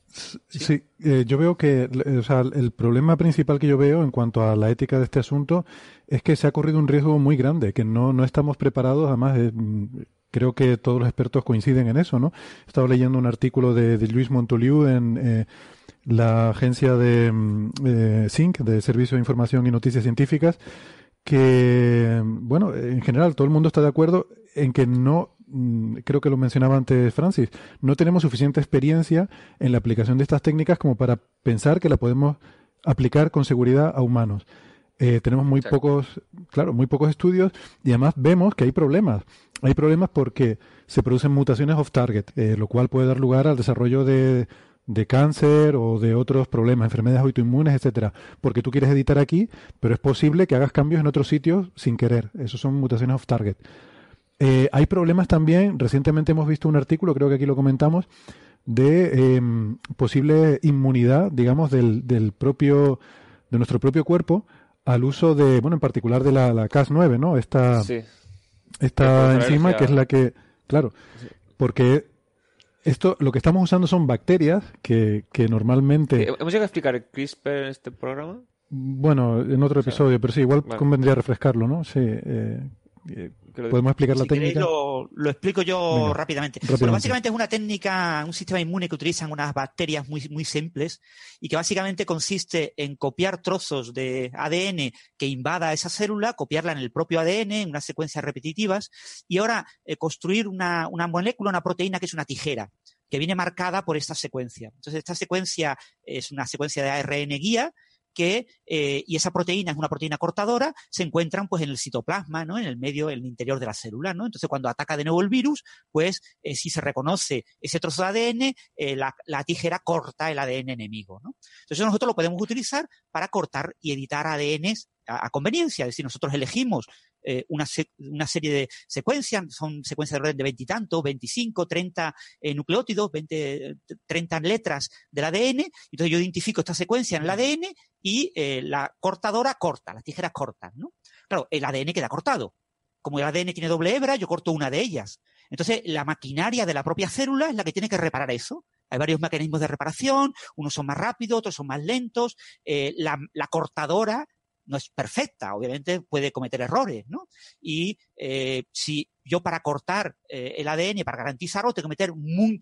S2: yo veo que el problema principal que yo veo en cuanto a la ética de este asunto es que se ha corrido un riesgo muy grande, que no estamos preparados, además creo que todos los expertos coinciden en eso, ¿no? He estado leyendo un artículo de Luis Montoliu en la agencia de SINC, de Servicio de Información y Noticias Científicas, que, bueno, en general todo el mundo está de acuerdo en que no, creo que lo mencionaba antes Francis, no tenemos suficiente experiencia en la aplicación de estas técnicas como para pensar que la podemos aplicar con seguridad a humanos. Tenemos muy pocos estudios y además vemos que hay problemas. Hay problemas porque se producen mutaciones off-target, lo cual puede dar lugar al desarrollo de cáncer o de otros problemas, enfermedades autoinmunes, etcétera, porque tú quieres editar aquí, pero es posible que hagas cambios en otros sitios sin querer. Esos son mutaciones off-target. Hay problemas también, recientemente hemos visto un artículo, creo que aquí lo comentamos, de posible inmunidad, digamos, de nuestro propio cuerpo al uso de, bueno, en particular de la Cas9, ¿no? Esta enzima que es la que, claro, porque esto, lo que estamos usando son bacterias que normalmente...
S8: ¿Hemos llegado a explicar CRISPR en este programa?
S2: Bueno, en otro episodio, pero sí, igual convendría refrescarlo, ¿no? Sí, ¿podemos explicar la técnica?
S9: Lo explico yo rápidamente. Bueno, básicamente es una técnica, un sistema inmune que utilizan unas bacterias muy, muy simples y que básicamente consiste en copiar trozos de ADN que invada esa célula, copiarla en el propio ADN, en unas secuencias repetitivas, y ahora construir una molécula, una proteína que es una tijera, que viene marcada por esta secuencia. Entonces, esta secuencia es una secuencia de ARN guía, y esa proteína es una proteína cortadora, se encuentran pues en el citoplasma, ¿no? En el medio, en el interior de la célula, ¿no? Entonces, cuando ataca de nuevo el virus, pues si se reconoce ese trozo de ADN, la tijera corta el ADN enemigo, ¿no? Entonces, nosotros lo podemos utilizar para cortar y editar ADNs a conveniencia. Es decir, nosotros elegimos una serie de secuencias, son secuencias de orden de 20 y tanto, 25, 30 nucleótidos, 30 letras del ADN. Entonces yo identifico esta secuencia en el ADN y la cortadora corta, las tijeras cortan, ¿no? Claro, el ADN queda cortado. Como el ADN tiene doble hebra, yo corto una de ellas. Entonces la maquinaria de la propia célula es la que tiene que reparar eso. Hay varios mecanismos de reparación, unos son más rápidos, otros son más lentos. La cortadora no es perfecta, obviamente puede cometer errores, ¿no? Y si yo para cortar el ADN, para garantizarlo, tengo que meter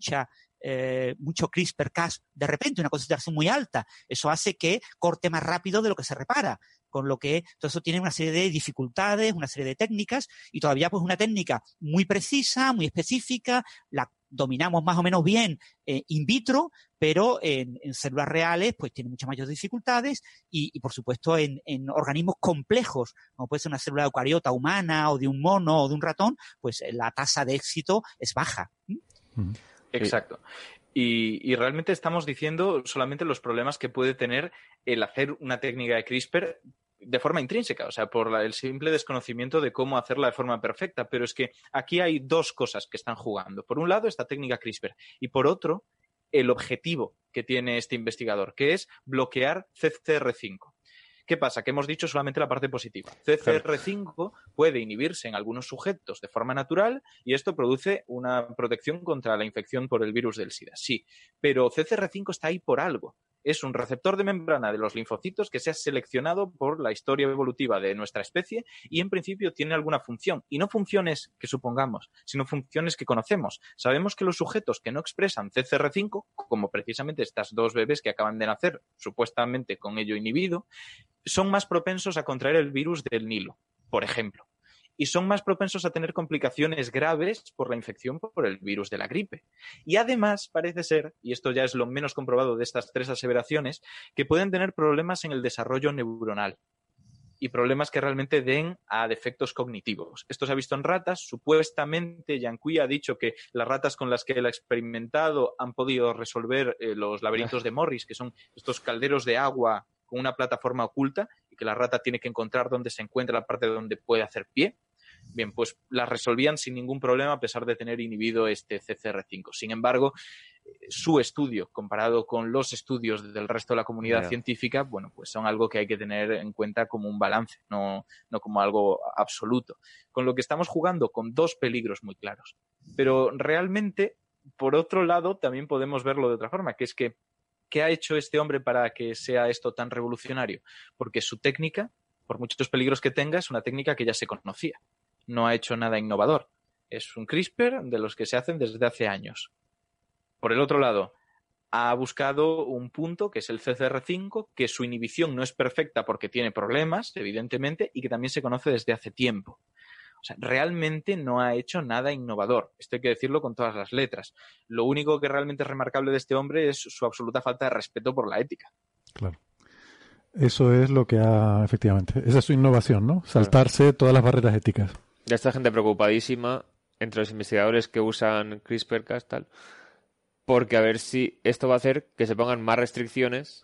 S9: mucho CRISPR-Cas de repente, una concentración muy alta. Eso hace que corte más rápido de lo que se repara. Con lo que todo eso tiene una serie de dificultades, una serie de técnicas, y todavía pues una técnica muy precisa, muy específica, la dominamos más o menos bien in vitro, pero en células reales pues tiene muchas mayores dificultades y por supuesto en organismos complejos, como puede ser una célula eucariota humana o de un mono o de un ratón, pues la tasa de éxito es baja.
S14: Exacto. Y realmente estamos diciendo solamente los problemas que puede tener el hacer una técnica de CRISPR de forma intrínseca, o sea, por el simple desconocimiento de cómo hacerla de forma perfecta. Pero es que aquí hay dos cosas que están jugando. Por un lado, esta técnica CRISPR y por otro, el objetivo que tiene este investigador, que es bloquear CCR5. ¿Qué pasa? Que hemos dicho solamente la parte positiva. CCR5 puede inhibirse en algunos sujetos de forma natural y esto produce una protección contra la infección por el virus del SIDA. Sí, pero CCR5 está ahí por algo. Es un receptor de membrana de los linfocitos que se ha seleccionado por la historia evolutiva de nuestra especie y en principio tiene alguna función. Y no funciones que supongamos, sino funciones que conocemos. Sabemos que los sujetos que no expresan CCR5, como precisamente estas dos bebés que acaban de nacer, supuestamente con ello inhibido, son más propensos a contraer el virus del Nilo, por ejemplo. Y son más propensos a tener complicaciones graves por la infección por el virus de la gripe. Y además parece ser, y esto ya es lo menos comprobado de estas tres aseveraciones, que pueden tener problemas en el desarrollo neuronal. y problemas que realmente den a defectos cognitivos. Esto se ha visto en ratas. Supuestamente, Yanqui ha dicho que las ratas con las que él ha experimentado han podido resolver los laberintos de Morris, que son estos calderos de agua con una plataforma oculta y que la rata tiene que encontrar dónde se encuentra la parte donde puede hacer pie. Bien, pues las resolvían sin ningún problema a pesar de tener inhibido este CCR5. Sin embargo, su estudio, comparado con los estudios del resto de la comunidad científica, bueno, pues son algo que hay que tener en cuenta como un balance, no como algo absoluto. Con lo que estamos jugando con dos peligros muy claros. Pero realmente, por otro lado, también podemos verlo de otra forma, que es que ¿qué ha hecho este hombre para que sea esto tan revolucionario? Porque su técnica, por muchos peligros que tenga, es una técnica que ya se conocía. No ha hecho nada innovador. Es un CRISPR de los que se hacen desde hace años. Por el otro lado, ha buscado un punto, que es el CCR5, que su inhibición no es perfecta porque tiene problemas, evidentemente, y que también se conoce desde hace tiempo. O sea, realmente no ha hecho nada innovador. Esto hay que decirlo con todas las letras. Lo único que realmente es remarcable de este hombre es su absoluta falta de respeto por la ética.
S2: Claro. Eso es lo que ha, efectivamente, esa es su innovación, ¿no? Saltarse todas las barreras éticas.
S8: Ya está gente preocupadísima entre los investigadores que usan CRISPR-Cas tal, porque a ver si esto va a hacer que se pongan más restricciones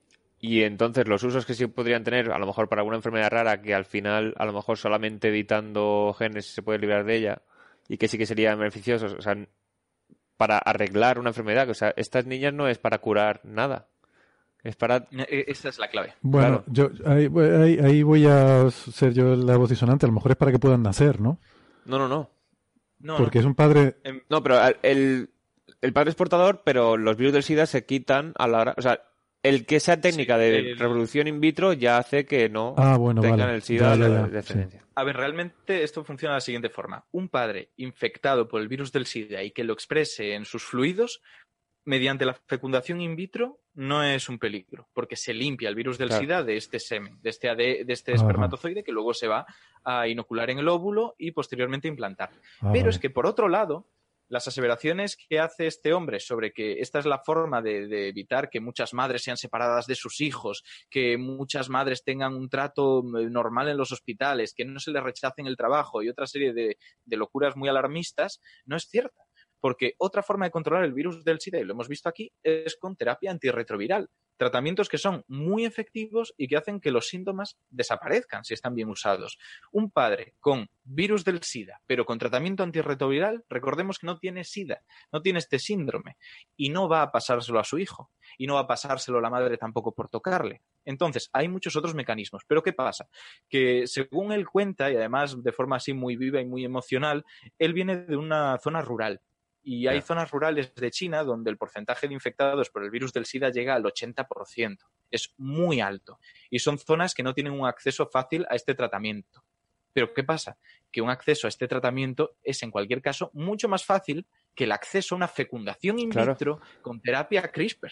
S8: y entonces los usos que sí podrían tener, a lo mejor para alguna enfermedad rara que al final, a lo mejor solamente editando genes se puede librar de ella y que sí que serían beneficiosos, o sea, para arreglar una enfermedad, o sea, estas niñas no es para curar nada. Es para...
S14: Esa es la clave.
S2: Bueno,
S8: claro.
S2: Ahí voy a ser yo la voz disonante. A lo mejor es para que puedan nacer, ¿no?
S8: No.
S2: Porque es un padre...
S8: No, pero el padre es portador, pero los virus del SIDA se quitan a la hora... O sea, el que esa técnica de reproducción in vitro ya hace que no tengan el SIDA de descendencia.
S14: Sí. A ver, realmente esto funciona de la siguiente forma. Un padre infectado por el virus del SIDA y que lo exprese en sus fluidos, mediante la fecundación in vitro, no es un peligro, porque se limpia el virus del SIDA de este semen, de este espermatozoide que luego se va a inocular en el óvulo y posteriormente implantar. Pero es que, por otro lado, las aseveraciones que hace este hombre sobre que esta es la forma de evitar que muchas madres sean separadas de sus hijos, que muchas madres tengan un trato normal en los hospitales, que no se les rechacen el trabajo y otra serie de locuras muy alarmistas, no es cierta. Porque otra forma de controlar el virus del SIDA, y lo hemos visto aquí, es con terapia antirretroviral. Tratamientos que son muy efectivos y que hacen que los síntomas desaparezcan si están bien usados. Un padre con virus del SIDA, pero con tratamiento antirretroviral, recordemos que no tiene SIDA, no tiene este síndrome y no va a pasárselo a su hijo y no va a pasárselo a la madre tampoco por tocarle. Entonces, hay muchos otros mecanismos. Pero ¿qué pasa? Que según él cuenta, y además de forma así muy viva y muy emocional, él viene de una zona rural. Y hay zonas rurales de China donde el porcentaje de infectados por el virus del SIDA llega al 80%. Es muy alto. Y son zonas que no tienen un acceso fácil a este tratamiento. Pero ¿qué pasa? Que un acceso a este tratamiento es, en cualquier caso, mucho más fácil que el acceso a una fecundación in vitro con terapia CRISPR.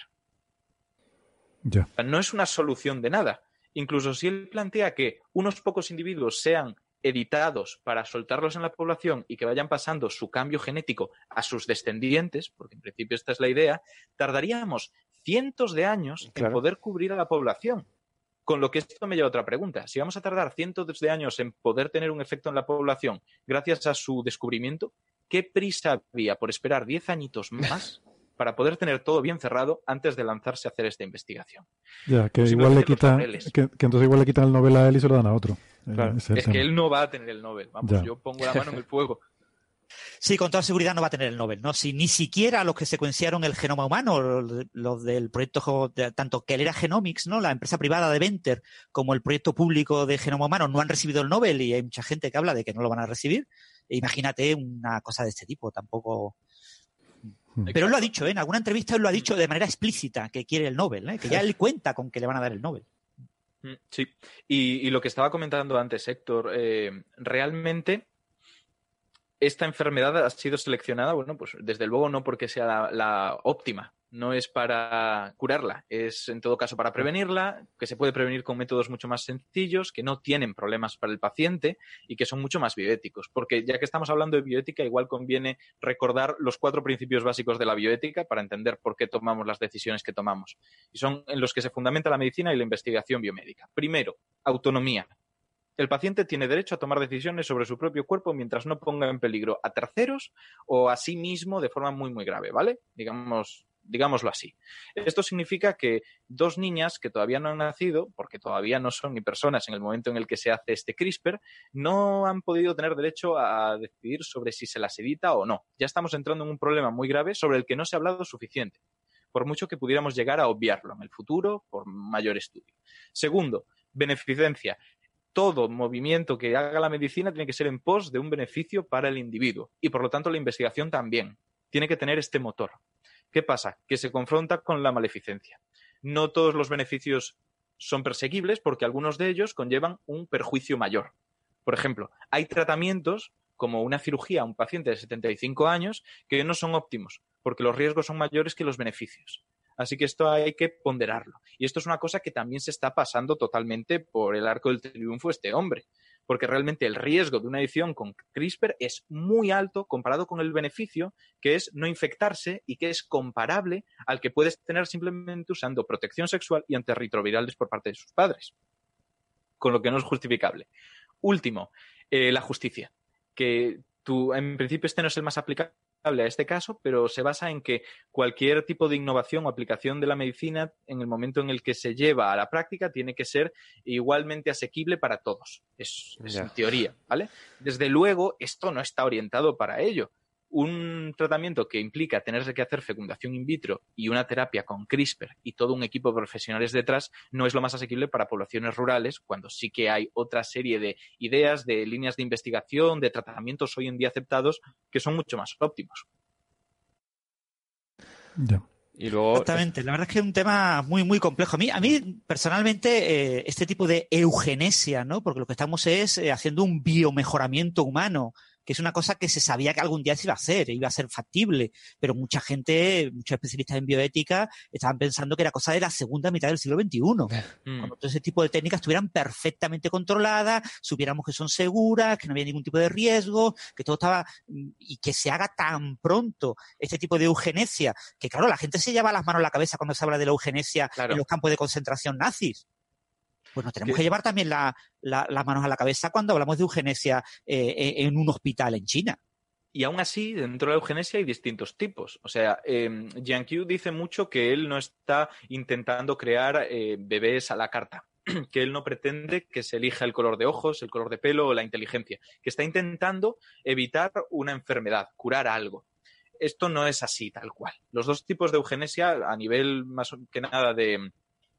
S2: Ya.
S14: O sea, no es una solución de nada. Incluso si él plantea que unos pocos individuos sean editados para soltarlos en la población y que vayan pasando su cambio genético a sus descendientes, porque en principio esta es la idea, tardaríamos cientos de años en poder cubrir a la población. Con lo que esto me lleva a otra pregunta. Si vamos a tardar cientos de años en poder tener un efecto en la población gracias a su descubrimiento, ¿qué prisa había por esperar 10 añitos más para poder tener todo bien cerrado antes de lanzarse a hacer esta investigación?
S2: Ya, que igual le quitan, que entonces igual le quitan el Nobel a él y se lo dan a otro.
S14: Claro. Es que él no va a tener el Nobel. Vamos, yo pongo la mano en el fuego.
S9: Sí, con toda seguridad no va a tener el Nobel, ¿no? Si ni siquiera los que secuenciaron el genoma humano, los del proyecto, tanto Kelera Genomics, ¿no? La empresa privada de Venter, como el proyecto público de genoma humano, no han recibido el Nobel y hay mucha gente que habla de que no lo van a recibir. Imagínate una cosa de este tipo, tampoco... Pero él lo ha dicho, en alguna entrevista él lo ha dicho de manera explícita, que quiere el Nobel, que ya él cuenta con que le van a dar el Nobel.
S14: Sí, y lo que estaba comentando antes, Héctor, realmente esta enfermedad ha sido seleccionada, bueno, pues desde luego no porque sea la óptima, no es para curarla, es en todo caso para prevenirla, que se puede prevenir con métodos mucho más sencillos, que no tienen problemas para el paciente y que son mucho más bioéticos. Porque ya que estamos hablando de bioética, igual conviene recordar los 4 principios básicos de la bioética para entender por qué tomamos las decisiones que tomamos. Y son en los que se fundamenta la medicina y la investigación biomédica. Primero, autonomía. El paciente tiene derecho a tomar decisiones sobre su propio cuerpo mientras no ponga en peligro a terceros o a sí mismo de forma muy, muy grave, ¿vale? Digámoslo así. Esto significa que 2 niñas que todavía no han nacido, porque todavía no son ni personas en el momento en el que se hace este CRISPR, no han podido tener derecho a decidir sobre si se las edita o no. Ya estamos entrando en un problema muy grave sobre el que no se ha hablado suficiente, por mucho que pudiéramos llegar a obviarlo en el futuro por mayor estudio. Segundo, beneficencia. Todo movimiento que haga la medicina tiene que ser en pos de un beneficio para el individuo y, por lo tanto, la investigación también. Tiene que tener este motor. ¿Qué pasa? Que se confronta con la maleficencia. No todos los beneficios son perseguibles porque algunos de ellos conllevan un perjuicio mayor. Por ejemplo, hay tratamientos como una cirugía a un paciente de 75 años que no son óptimos porque los riesgos son mayores que los beneficios. Así que esto hay que ponderarlo. Y esto es una cosa que también se está pasando totalmente por el arco del triunfo este hombre. Porque realmente el riesgo de una edición con CRISPR es muy alto comparado con el beneficio, que es no infectarse y que es comparable al que puedes tener simplemente usando protección sexual y antirretrovirales por parte de sus padres. Con lo que no es justificable. Último, la justicia. Que en principio este no es el más aplicable a este caso, pero se basa en que cualquier tipo de innovación o aplicación de la medicina en el momento en el que se lleva a la práctica tiene que ser igualmente asequible para todos. Es en teoría, ¿vale? Desde luego, esto no está orientado para ello. Un tratamiento que implica tener que hacer fecundación in vitro y una terapia con CRISPR y todo un equipo de profesionales detrás no es lo más asequible para poblaciones rurales, cuando sí que hay otra serie de ideas, de líneas de investigación, de tratamientos hoy en día aceptados que son mucho más óptimos.
S2: Ya.
S9: Y luego... Exactamente, la verdad es que es un tema muy, muy complejo. A mí personalmente, este tipo de eugenesia, ¿no? Porque lo que estamos es haciendo un biomejoramiento humano, que es una cosa que se sabía que algún día se iba a ser factible, pero mucha gente, muchos especialistas en bioética estaban pensando que era cosa de la segunda mitad del siglo XXI. Cuando todo ese tipo de técnicas estuvieran perfectamente controladas, supiéramos que son seguras, que no había ningún tipo de riesgo, que todo estaba... y que se haga tan pronto este tipo de eugenesia, que claro, la gente se lleva las manos a la cabeza cuando se habla de la eugenesia en los campos de concentración nazis. Pues nos tenemos que llevar también las manos a la cabeza cuando hablamos de eugenesia en un hospital en China.
S14: Y aún así, dentro de la eugenesia hay distintos tipos. O sea, Jian Qiu dice mucho que él no está intentando crear bebés a la carta, que él no pretende que se elija el color de ojos, el color de pelo o la inteligencia, que está intentando evitar una enfermedad, curar algo. Esto no es así, tal cual. Los dos tipos de eugenesia, a nivel más que nada de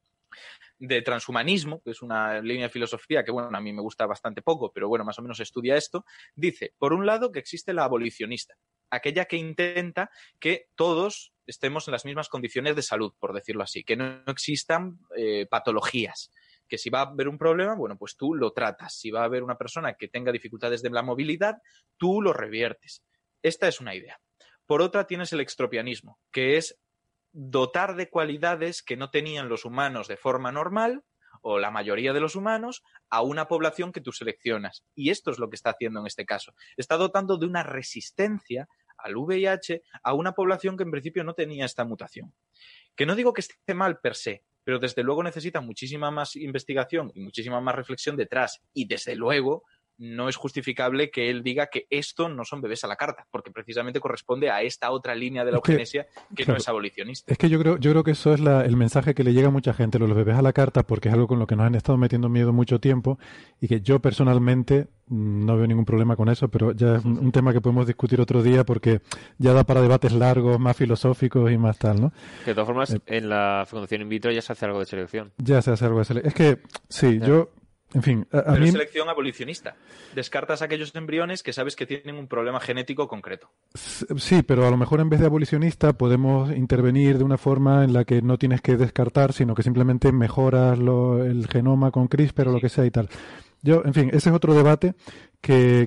S14: transhumanismo, que es una línea de filosofía que, bueno, a mí me gusta bastante poco, pero bueno, más o menos estudia esto, dice, por un lado, que existe la abolicionista, aquella que intenta que todos estemos en las mismas condiciones de salud, por decirlo así, que no existan patologías, que si va a haber un problema, bueno, pues tú lo tratas, si va a haber una persona que tenga dificultades de la movilidad, tú lo reviertes. Esta es una idea. Por otra tienes el extropianismo, que es dotar de cualidades que no tenían los humanos de forma normal, o la mayoría de los humanos, a una población que tú seleccionas. Y esto es lo que está haciendo en este caso. Está dotando de una resistencia al VIH a una población que en principio no tenía esta mutación. Que no digo que esté mal per se, pero desde luego necesita muchísima más investigación y muchísima más reflexión detrás. Y desde luego no es justificable que él diga que esto no son bebés a la carta, porque precisamente corresponde a esta otra línea de la eugenesia que no es abolicionista.
S2: Es que yo creo que eso es el mensaje que le llega a mucha gente, los bebés a la carta, porque es algo con lo que nos han estado metiendo miedo mucho tiempo y que yo personalmente no veo ningún problema con eso, pero ya es un tema que podemos discutir otro día porque ya da para debates largos, más filosóficos y más tal, ¿no?
S8: Que de todas formas, en la fecundación in vitro ya se hace algo de selección.
S2: Ya se hace algo de selección. Es que, sí, yo... En fin,
S14: pero es selección abolicionista. Descartas aquellos embriones que sabes que tienen un problema genético concreto.
S2: Sí, pero a lo mejor en vez de abolicionista podemos intervenir de una forma en la que no tienes que descartar, sino que simplemente mejoras el genoma con CRISPR o lo que sea y tal. En fin, ese es otro debate que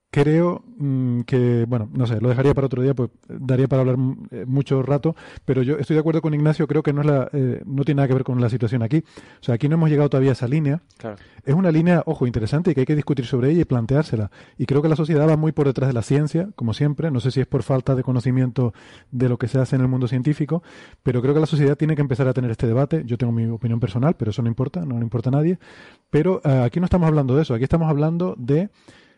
S2: creo que, bueno, no sé, lo dejaría para otro día, pues daría para hablar mucho rato, pero yo estoy de acuerdo con Ignacio, creo que no tiene nada que ver con la situación aquí. O sea, aquí no hemos llegado todavía a esa línea.
S8: Claro.
S2: Es una línea, ojo, interesante y que hay que discutir sobre ella y planteársela. Y creo que la sociedad va muy por detrás de la ciencia, como siempre. No sé si es por falta de conocimiento de lo que se hace en el mundo científico, pero creo que la sociedad tiene que empezar a tener este debate. Yo tengo mi opinión personal, pero eso no importa, no le importa a nadie. Pero aquí no estamos hablando de eso, aquí estamos hablando de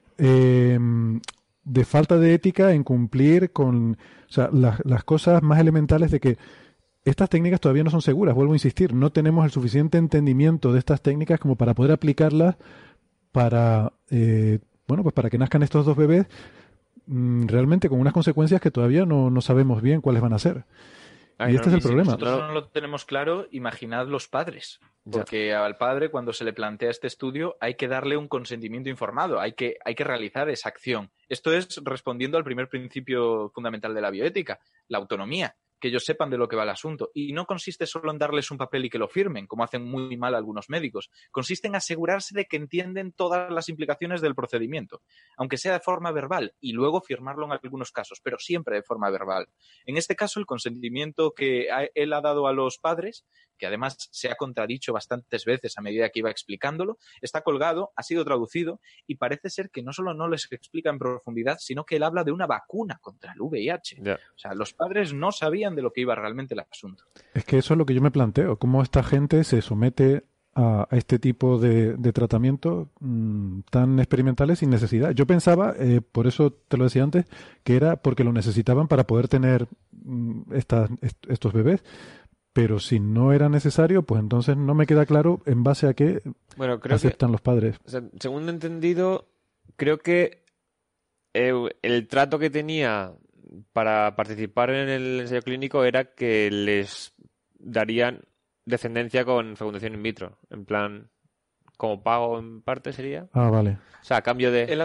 S2: falta de ética en cumplir con, o sea, las cosas más elementales de que estas técnicas todavía no son seguras. Vuelvo a insistir, no tenemos el suficiente entendimiento de estas técnicas como para poder aplicarlas para, pues para que nazcan estos 2 bebés realmente con unas consecuencias que todavía no sabemos bien cuáles van a ser. Y este es el problema.
S14: Si nosotros no lo tenemos claro, imaginad los padres. Porque al padre, cuando se le plantea este estudio, hay que darle un consentimiento informado, hay que realizar esa acción. Esto es respondiendo al primer principio fundamental de la bioética, la autonomía, que ellos sepan de lo que va el asunto. Y no consiste solo en darles un papel y que lo firmen, como hacen muy mal algunos médicos. Consiste en asegurarse de que entienden todas las implicaciones del procedimiento, aunque sea de forma verbal, y luego firmarlo en algunos casos, pero siempre de forma verbal. En este caso, el consentimiento que él ha dado a los padres, que además se ha contradicho bastantes veces a medida que iba explicándolo, está colgado, ha sido traducido, y parece ser que no solo no les explica en profundidad, sino que él habla de una vacuna contra el VIH.
S8: Yeah.
S14: O sea, los padres no sabían de lo que iba realmente el asunto.
S2: Es que eso es lo que yo me planteo, cómo esta gente se somete a este tipo de tratamientos tan experimentales sin necesidad. Yo pensaba, por eso te lo decía antes, que era porque lo necesitaban para poder tener estos bebés, pero si no era necesario, pues entonces no me queda claro en base a qué aceptan los padres.
S8: O sea, según he entendido, creo que el trato que tenía para participar en el ensayo clínico era que les darían descendencia con fecundación in vitro, en plan, como pago en parte sería.
S2: Ah, vale.
S8: O sea, a cambio de...
S14: Él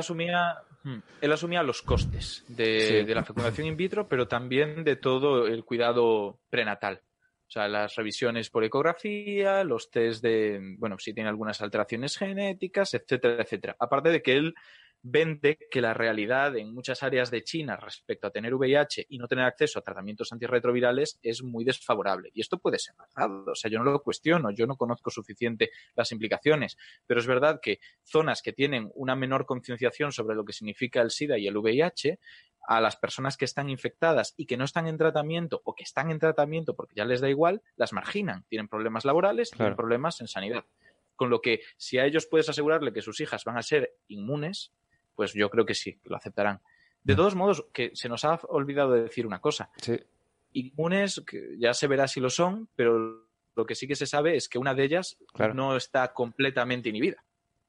S14: asumía los costes de la fecundación in vitro, pero también de todo el cuidado prenatal. O sea, las revisiones por ecografía, los test de, bueno, si tiene algunas alteraciones genéticas, etcétera, etcétera. Aparte de que él vende que la realidad en muchas áreas de China respecto a tener VIH y no tener acceso a tratamientos antirretrovirales es muy desfavorable. Y esto puede ser verdad. O sea, yo no lo cuestiono, yo no conozco suficiente las implicaciones, pero es verdad que zonas que tienen una menor concienciación sobre lo que significa el SIDA y el VIH, a las personas que están infectadas y que no están en tratamiento o que están en tratamiento porque ya les da igual, las marginan. Tienen problemas laborales, tienen problemas en sanidad. Con lo que si a ellos puedes asegurarle que sus hijas van a ser inmunes, pues yo creo que sí, que lo aceptarán. De todos modos, que se nos ha olvidado de decir una cosa.
S8: Sí.
S14: Inmunes, que ya se verá si lo son, pero lo que sí que se sabe es que una de ellas no está completamente inhibida.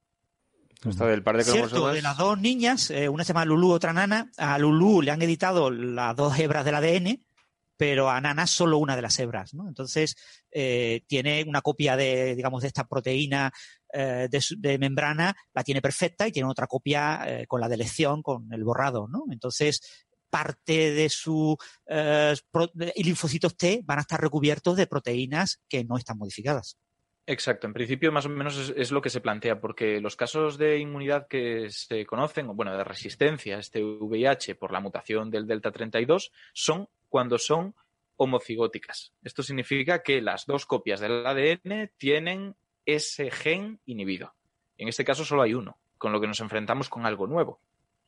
S8: Está del par de cromosomas.
S9: Cierto, de las 2 niñas, una se llama Lulú, otra Nana. A Lulú le han editado las 2 hebras del ADN, pero a Nana solo una de las hebras, ¿no? Entonces, tiene una copia de esta proteína de membrana, la tiene perfecta y tiene otra copia con la delección, con el borrado, ¿no? Entonces, parte de sus linfocitos T van a estar recubiertos de proteínas que no están modificadas.
S14: Exacto, en principio más o menos es lo que se plantea, porque los casos de inmunidad que se conocen, bueno, de resistencia a este VIH por la mutación del delta 32, son cuando son homocigóticas. Esto significa que las 2 copias del ADN tienen ese gen inhibido. En este caso solo hay uno, con lo que nos enfrentamos con algo nuevo.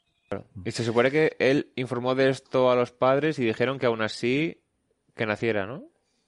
S8: Y se supone que él informó de esto a los padres y dijeron que aún así que naciera, ¿no?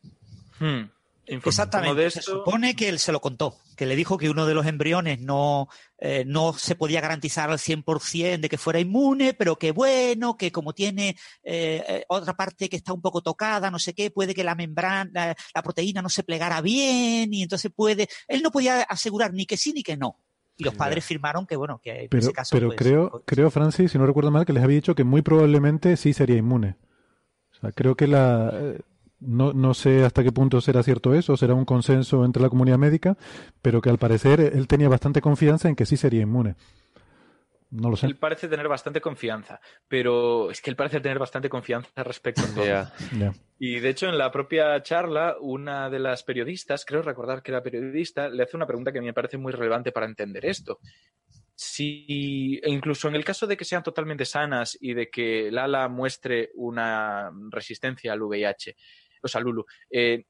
S9: Exactamente, se supone que él se lo contó, que le dijo que uno de los embriones no se podía garantizar al 100% de que fuera inmune, pero que bueno, que como tiene otra parte que está un poco tocada, no sé qué, puede que la membrana, la proteína no se plegara bien y entonces él no podía asegurar ni que sí ni que no. Y los padres firmaron que bueno, que en ese caso...
S2: Pero creo, Francis, si no recuerdo mal, que les había dicho que muy probablemente sí sería inmune. O sea, creo que no sé hasta qué punto será cierto eso, será un consenso entre la comunidad médica, pero que al parecer él tenía bastante confianza en que sí sería inmune. No lo sé.
S14: Él parece tener bastante confianza, pero es que él parece tener bastante confianza respecto a todo.
S2: Yeah.
S14: Y de hecho, en la propia charla, una de las periodistas, creo recordar que era periodista, le hace una pregunta que a mí me parece muy relevante para entender esto. incluso en el caso de que sean totalmente sanas y de que Lala muestre una resistencia al VIH, o sea, Lulu, el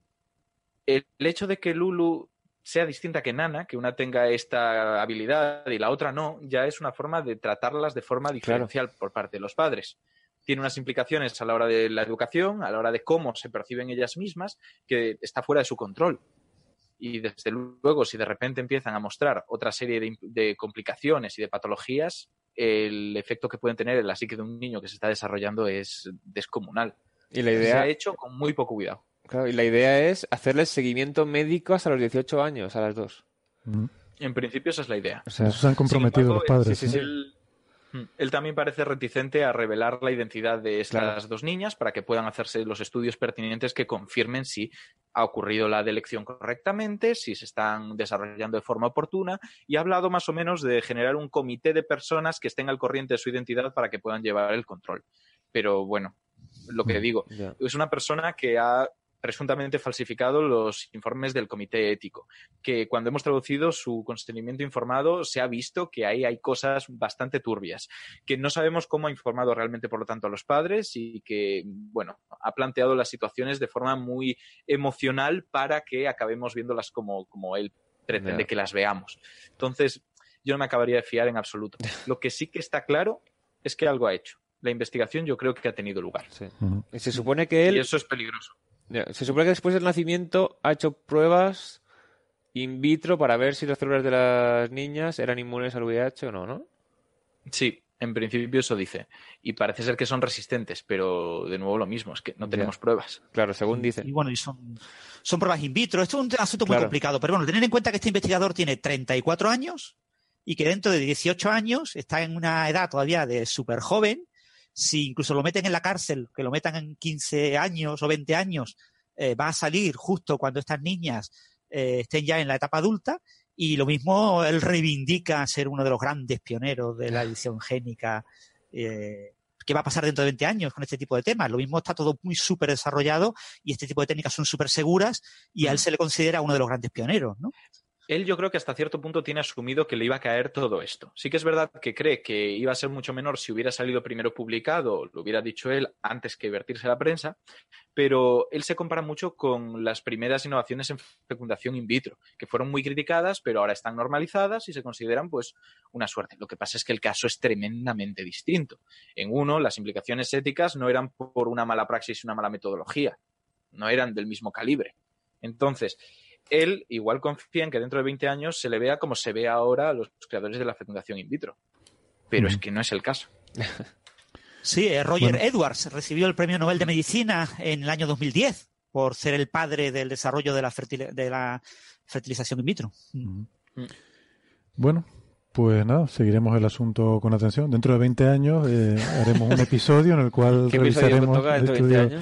S14: hecho de que Lulu sea distinta que Nana, que una tenga esta habilidad y la otra no, ya es una forma de tratarlas de forma diferencial por parte de los padres. Tiene unas implicaciones a la hora de la educación, a la hora de cómo se perciben ellas mismas, que está fuera de su control. Y desde luego, si de repente empiezan a mostrar otra serie de complicaciones y de patologías, el efecto que pueden tener en la psique de un niño que se está desarrollando es descomunal.
S8: Y la idea...
S14: Se ha hecho con muy poco cuidado.
S8: Claro, y la idea es hacerles seguimiento médico hasta los 18 años, a las dos.
S14: En principio esa es la idea.
S2: O sea, eso se han comprometido los padres.
S14: Sí. Él también parece reticente a revelar la identidad de estas dos niñas para que puedan hacerse los estudios pertinentes que confirmen si ha ocurrido la delección correctamente, si se están desarrollando de forma oportuna, y ha hablado más o menos de generar un comité de personas que estén al corriente de su identidad para que puedan llevar el control. Pero bueno, lo que digo, es una persona que ha presuntamente falsificado los informes del comité ético, que cuando hemos traducido su consentimiento informado se ha visto que ahí hay cosas bastante turbias, que no sabemos cómo ha informado realmente, por lo tanto, a los padres y que, bueno, ha planteado las situaciones de forma muy emocional para que acabemos viéndolas como él pretende que las veamos. Entonces, yo no me acabaría de fiar en absoluto. Lo que sí que está claro es que algo ha hecho. La investigación yo creo que ha tenido lugar.
S8: Sí. Y se supone que él...
S14: Y eso es peligroso.
S8: Se supone que después del nacimiento ha hecho pruebas in vitro para ver si las células de las niñas eran inmunes al VIH o no, ¿no?
S14: Sí, en principio eso dice. Y parece ser que son resistentes, pero de nuevo lo mismo, es que no tenemos pruebas.
S8: Claro, según dicen.
S9: Y bueno, son pruebas in vitro. Esto es un asunto muy complicado, pero bueno, tener en cuenta que este investigador tiene 34 años y que dentro de 18 años está en una edad todavía de súper joven. Si incluso lo meten en la cárcel, que lo metan en 15 años o 20 años, va a salir justo cuando estas niñas estén ya en la etapa adulta, y lo mismo él reivindica ser uno de los grandes pioneros de la edición génica. ¿Qué va a pasar dentro de 20 años con este tipo de temas? Lo mismo está todo muy súper desarrollado y este tipo de técnicas son súper seguras y a él se le considera uno de los grandes pioneros, ¿no?
S14: Él yo creo que hasta cierto punto tiene asumido que le iba a caer todo esto. Sí que es verdad que cree que iba a ser mucho menor si hubiera salido primero publicado, lo hubiera dicho él antes que vertirse a la prensa, pero él se compara mucho con las primeras innovaciones en fecundación in vitro, que fueron muy criticadas, pero ahora están normalizadas y se consideran pues una suerte. Lo que pasa es que el caso es tremendamente distinto. En uno, las implicaciones éticas no eran por una mala praxis y una mala metodología, no eran del mismo calibre. Entonces, él igual confía en que dentro de 20 años se le vea como se ve ahora a los creadores de la fecundación in vitro. Pero es que no es el caso.
S9: Sí, Roger Edwards recibió el Premio Nobel de Medicina en el año 2010 por ser el padre del desarrollo de la fertilización in vitro.
S2: Bueno, pues nada, seguiremos el asunto con atención. Dentro de 20 años haremos un episodio en el cual revisaremos el estudio.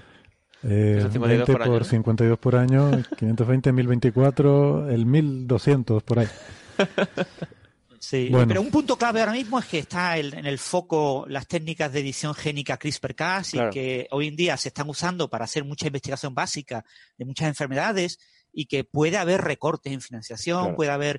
S2: 20 por 52 por año, 520, 1024, el 1200 por ahí.
S9: Sí, bueno. Pero un punto clave ahora mismo es que está en el foco las técnicas de edición génica CRISPR-Cas y que hoy en día se están usando para hacer mucha investigación básica de muchas enfermedades y que puede haber recortes en financiación, puede haber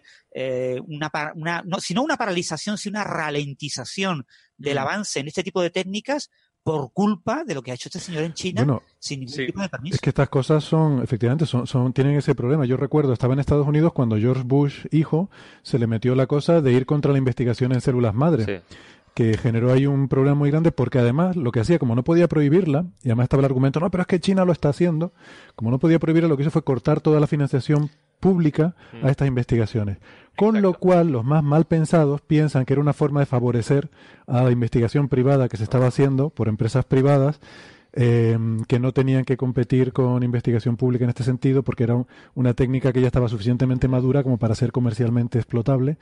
S9: si no una paralización, sino una ralentización del avance en este tipo de técnicas por culpa de lo que ha hecho este señor en China sin ningún tipo de permiso.
S2: Es que estas cosas efectivamente tienen ese problema. Yo recuerdo, estaba en Estados Unidos cuando George Bush, hijo, se le metió la cosa de ir contra la investigación en células madre, que generó ahí un problema muy grande porque además lo que hacía, como no podía prohibirla, y además estaba el argumento, no, pero es que China lo está haciendo, como no podía prohibirla, lo que hizo fue cortar toda la financiación pública a estas investigaciones. Con lo cual, los más mal pensados piensan que era una forma de favorecer a la investigación privada que se estaba haciendo por empresas privadas que no tenían que competir con investigación pública en este sentido porque era una técnica que ya estaba suficientemente madura como para ser comercialmente explotable.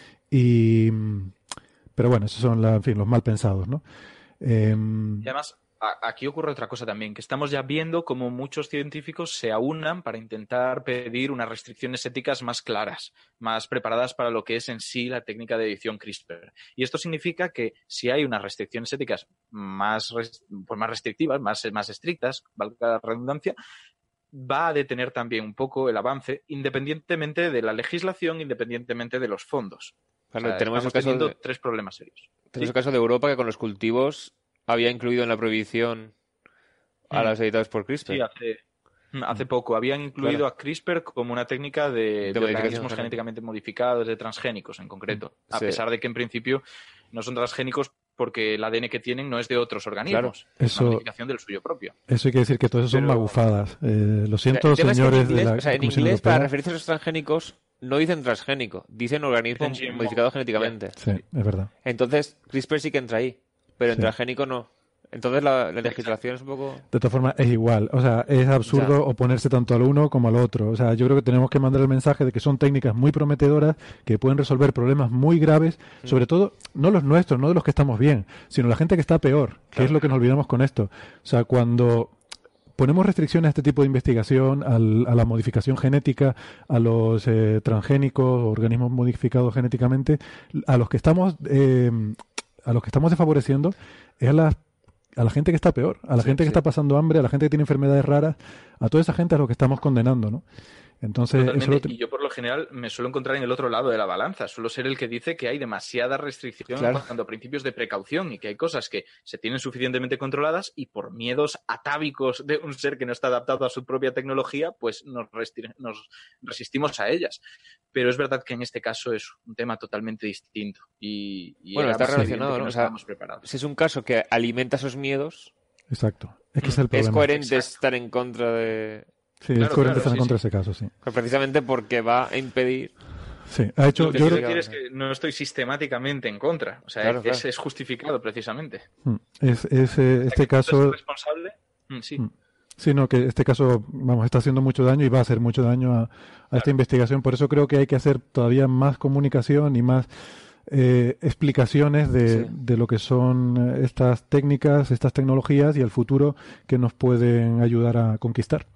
S2: Pero bueno, esos son los mal pensados, ¿no?
S14: Y además, aquí ocurre otra cosa también, que estamos ya viendo cómo muchos científicos se aunan para intentar pedir unas restricciones éticas más claras, más preparadas para lo que es en sí la técnica de edición CRISPR. Y esto significa que si hay unas restricciones éticas más restrictivas, más estrictas, valga la redundancia, va a detener también un poco el avance, independientemente de la legislación, independientemente de los fondos.
S8: Claro, tenemos
S14: teniendo 3 problemas serios.
S8: Tenemos el caso de Europa, que con los cultivos había incluido en la prohibición a los editados por CRISPR.
S14: Sí, hace poco. Habían incluido a CRISPR como una técnica de organismos genéticamente modificados, de transgénicos en concreto. A pesar de que en principio no son transgénicos porque el ADN que tienen no es de otros organismos. Es una modificación del suyo propio.
S2: Eso hay que decir que todo eso son magufadas. Lo siento, señores de la
S8: en inglés, para referirse a los transgénicos, no dicen transgénico, dicen organismo modificado genéticamente.
S2: Sí, es verdad.
S8: Entonces, CRISPR sí que entra ahí, pero en transgénico no. Entonces la legislación es un poco...
S2: De todas formas, es igual. O sea, es absurdo oponerse tanto al uno como al otro. O sea, yo creo que tenemos que mandar el mensaje de que son técnicas muy prometedoras, que pueden resolver problemas muy graves, sobre todo, no los nuestros, no de los que estamos bien, sino la gente que está peor, que es lo que nos olvidamos con esto. O sea, cuando ponemos restricciones a este tipo de investigación, a la modificación genética, a los transgénicos, organismos modificados genéticamente, a los que estamos desfavoreciendo es a la gente que está peor, a la gente que está pasando hambre, a la gente que tiene enfermedades raras, a toda esa gente a lo que estamos condenando, ¿no? Entonces,
S14: y yo por lo general me suelo encontrar en el otro lado de la balanza. Suelo ser el que dice que hay demasiada restricción cuando a principios de precaución y que hay cosas que se tienen suficientemente controladas y por miedos atávicos de un ser que no está adaptado a su propia tecnología, pues nos resistimos a ellas. Pero es verdad que en este caso es un tema totalmente distinto. Y
S8: bueno, está relacionado, ¿no?
S14: No estábamos preparados.
S8: Si es un caso que alimenta esos miedos...
S2: Exacto. Es que es el problema.
S8: Es coherente estar en contra de...
S2: Sí, es coherente estar en contra de ese caso, sí.
S8: Pero precisamente porque va a impedir...
S2: Sí, ha hecho...
S14: Lo que quiero decir es que no estoy sistemáticamente en contra. O sea, es justificado precisamente.
S2: Este caso...
S14: ¿Es responsable? Sí.
S2: Sí, no, que este caso, vamos, está haciendo mucho daño y va a hacer mucho daño a esta investigación. Por eso creo que hay que hacer todavía más comunicación y más explicaciones de lo que son estas técnicas, estas tecnologías y el futuro que nos pueden ayudar a conquistar.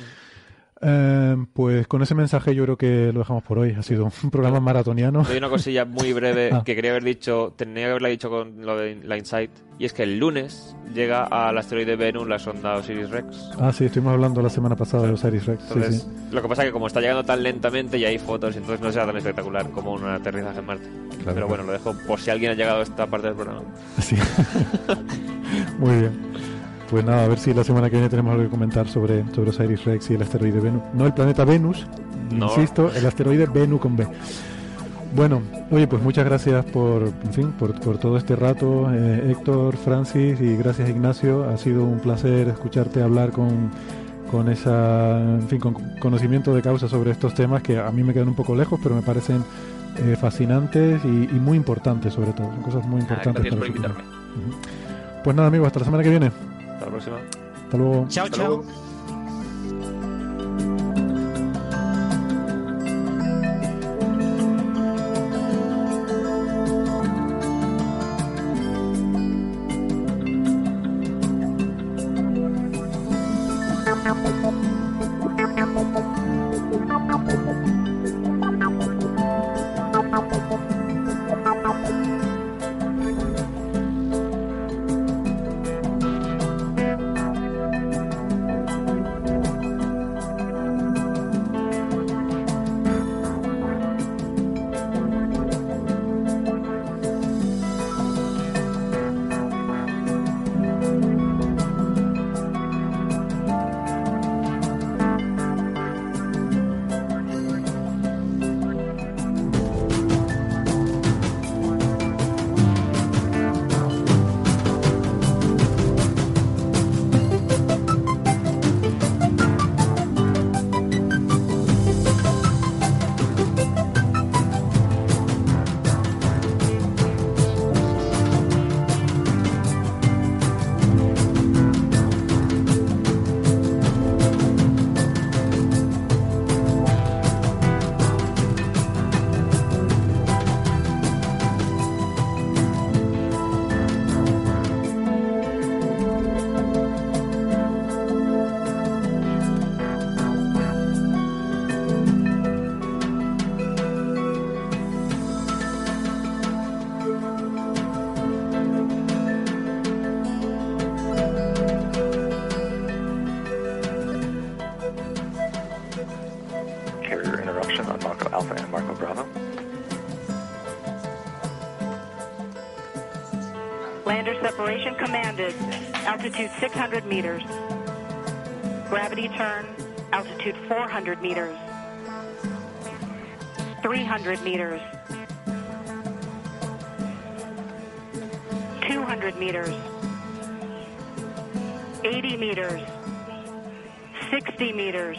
S2: Pues con ese mensaje yo creo que lo dejamos por hoy. Ha sido un programa maratoniano.
S8: Hay una cosilla muy breve que quería haber dicho, tenía que haberla dicho con lo de la Insight, y es que el lunes llega al asteroide Bennu la sonda Osiris-Rex.
S2: Ah, sí, estuvimos hablando la semana pasada de Osiris-Rex.
S8: Entonces,
S2: sí.
S8: Lo que pasa es que como está llegando tan lentamente y hay fotos, entonces no será tan espectacular como un aterrizaje en Marte. Claro, pero bueno, lo dejo por si alguien ha llegado a esta parte del programa.
S2: Sí. Muy bien. Pues nada, a ver si la semana que viene tenemos algo que comentar sobre Osiris-Rex y el asteroide Bennu. No el planeta Venus, insisto, el asteroide Bennu con B. Bueno, oye, pues muchas gracias por todo este rato, Héctor, Francis, y gracias, Ignacio. Ha sido un placer escucharte hablar con con conocimiento de causa sobre estos temas que a mí me quedan un poco lejos, pero me parecen fascinantes y muy importantes, sobre todo. Son cosas muy importantes.
S14: Gracias por invitarme.
S2: Pues nada, amigos, hasta la semana que viene.
S8: Hasta la próxima.
S2: Hasta luego.
S9: Chao,
S8: Hasta
S9: chao.
S8: luego.
S11: Lander separation commanded. Altitude 600 meters. Gravity turn. Altitude 400 meters. 300 meters. 200 meters. 80 meters. 60 meters.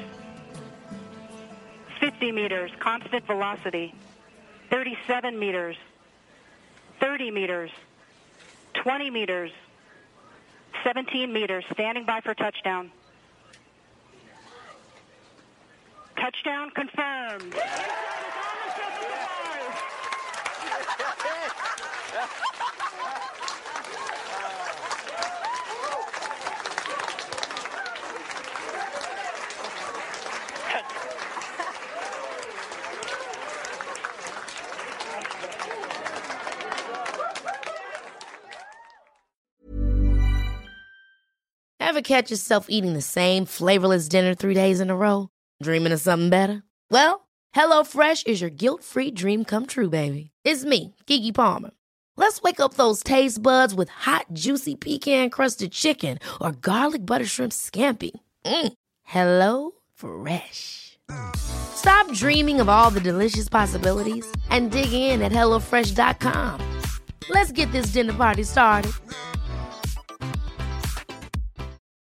S11: 50 meters. Constant velocity. 37 meters. 30 meters. 20 meters. 17 meters. Standing by for touchdown. Touchdown confirmed.
S1: Ever catch yourself eating the same flavorless dinner 3 days in a row? Dreaming of something better? Well, HelloFresh is your guilt-free dream come true, baby. It's me, Keke Palmer. Let's wake up those taste buds with hot, juicy pecan-crusted chicken or garlic butter shrimp scampi. Hello Fresh. Stop dreaming of all the delicious possibilities and dig in at HelloFresh.com. Let's get this dinner party started.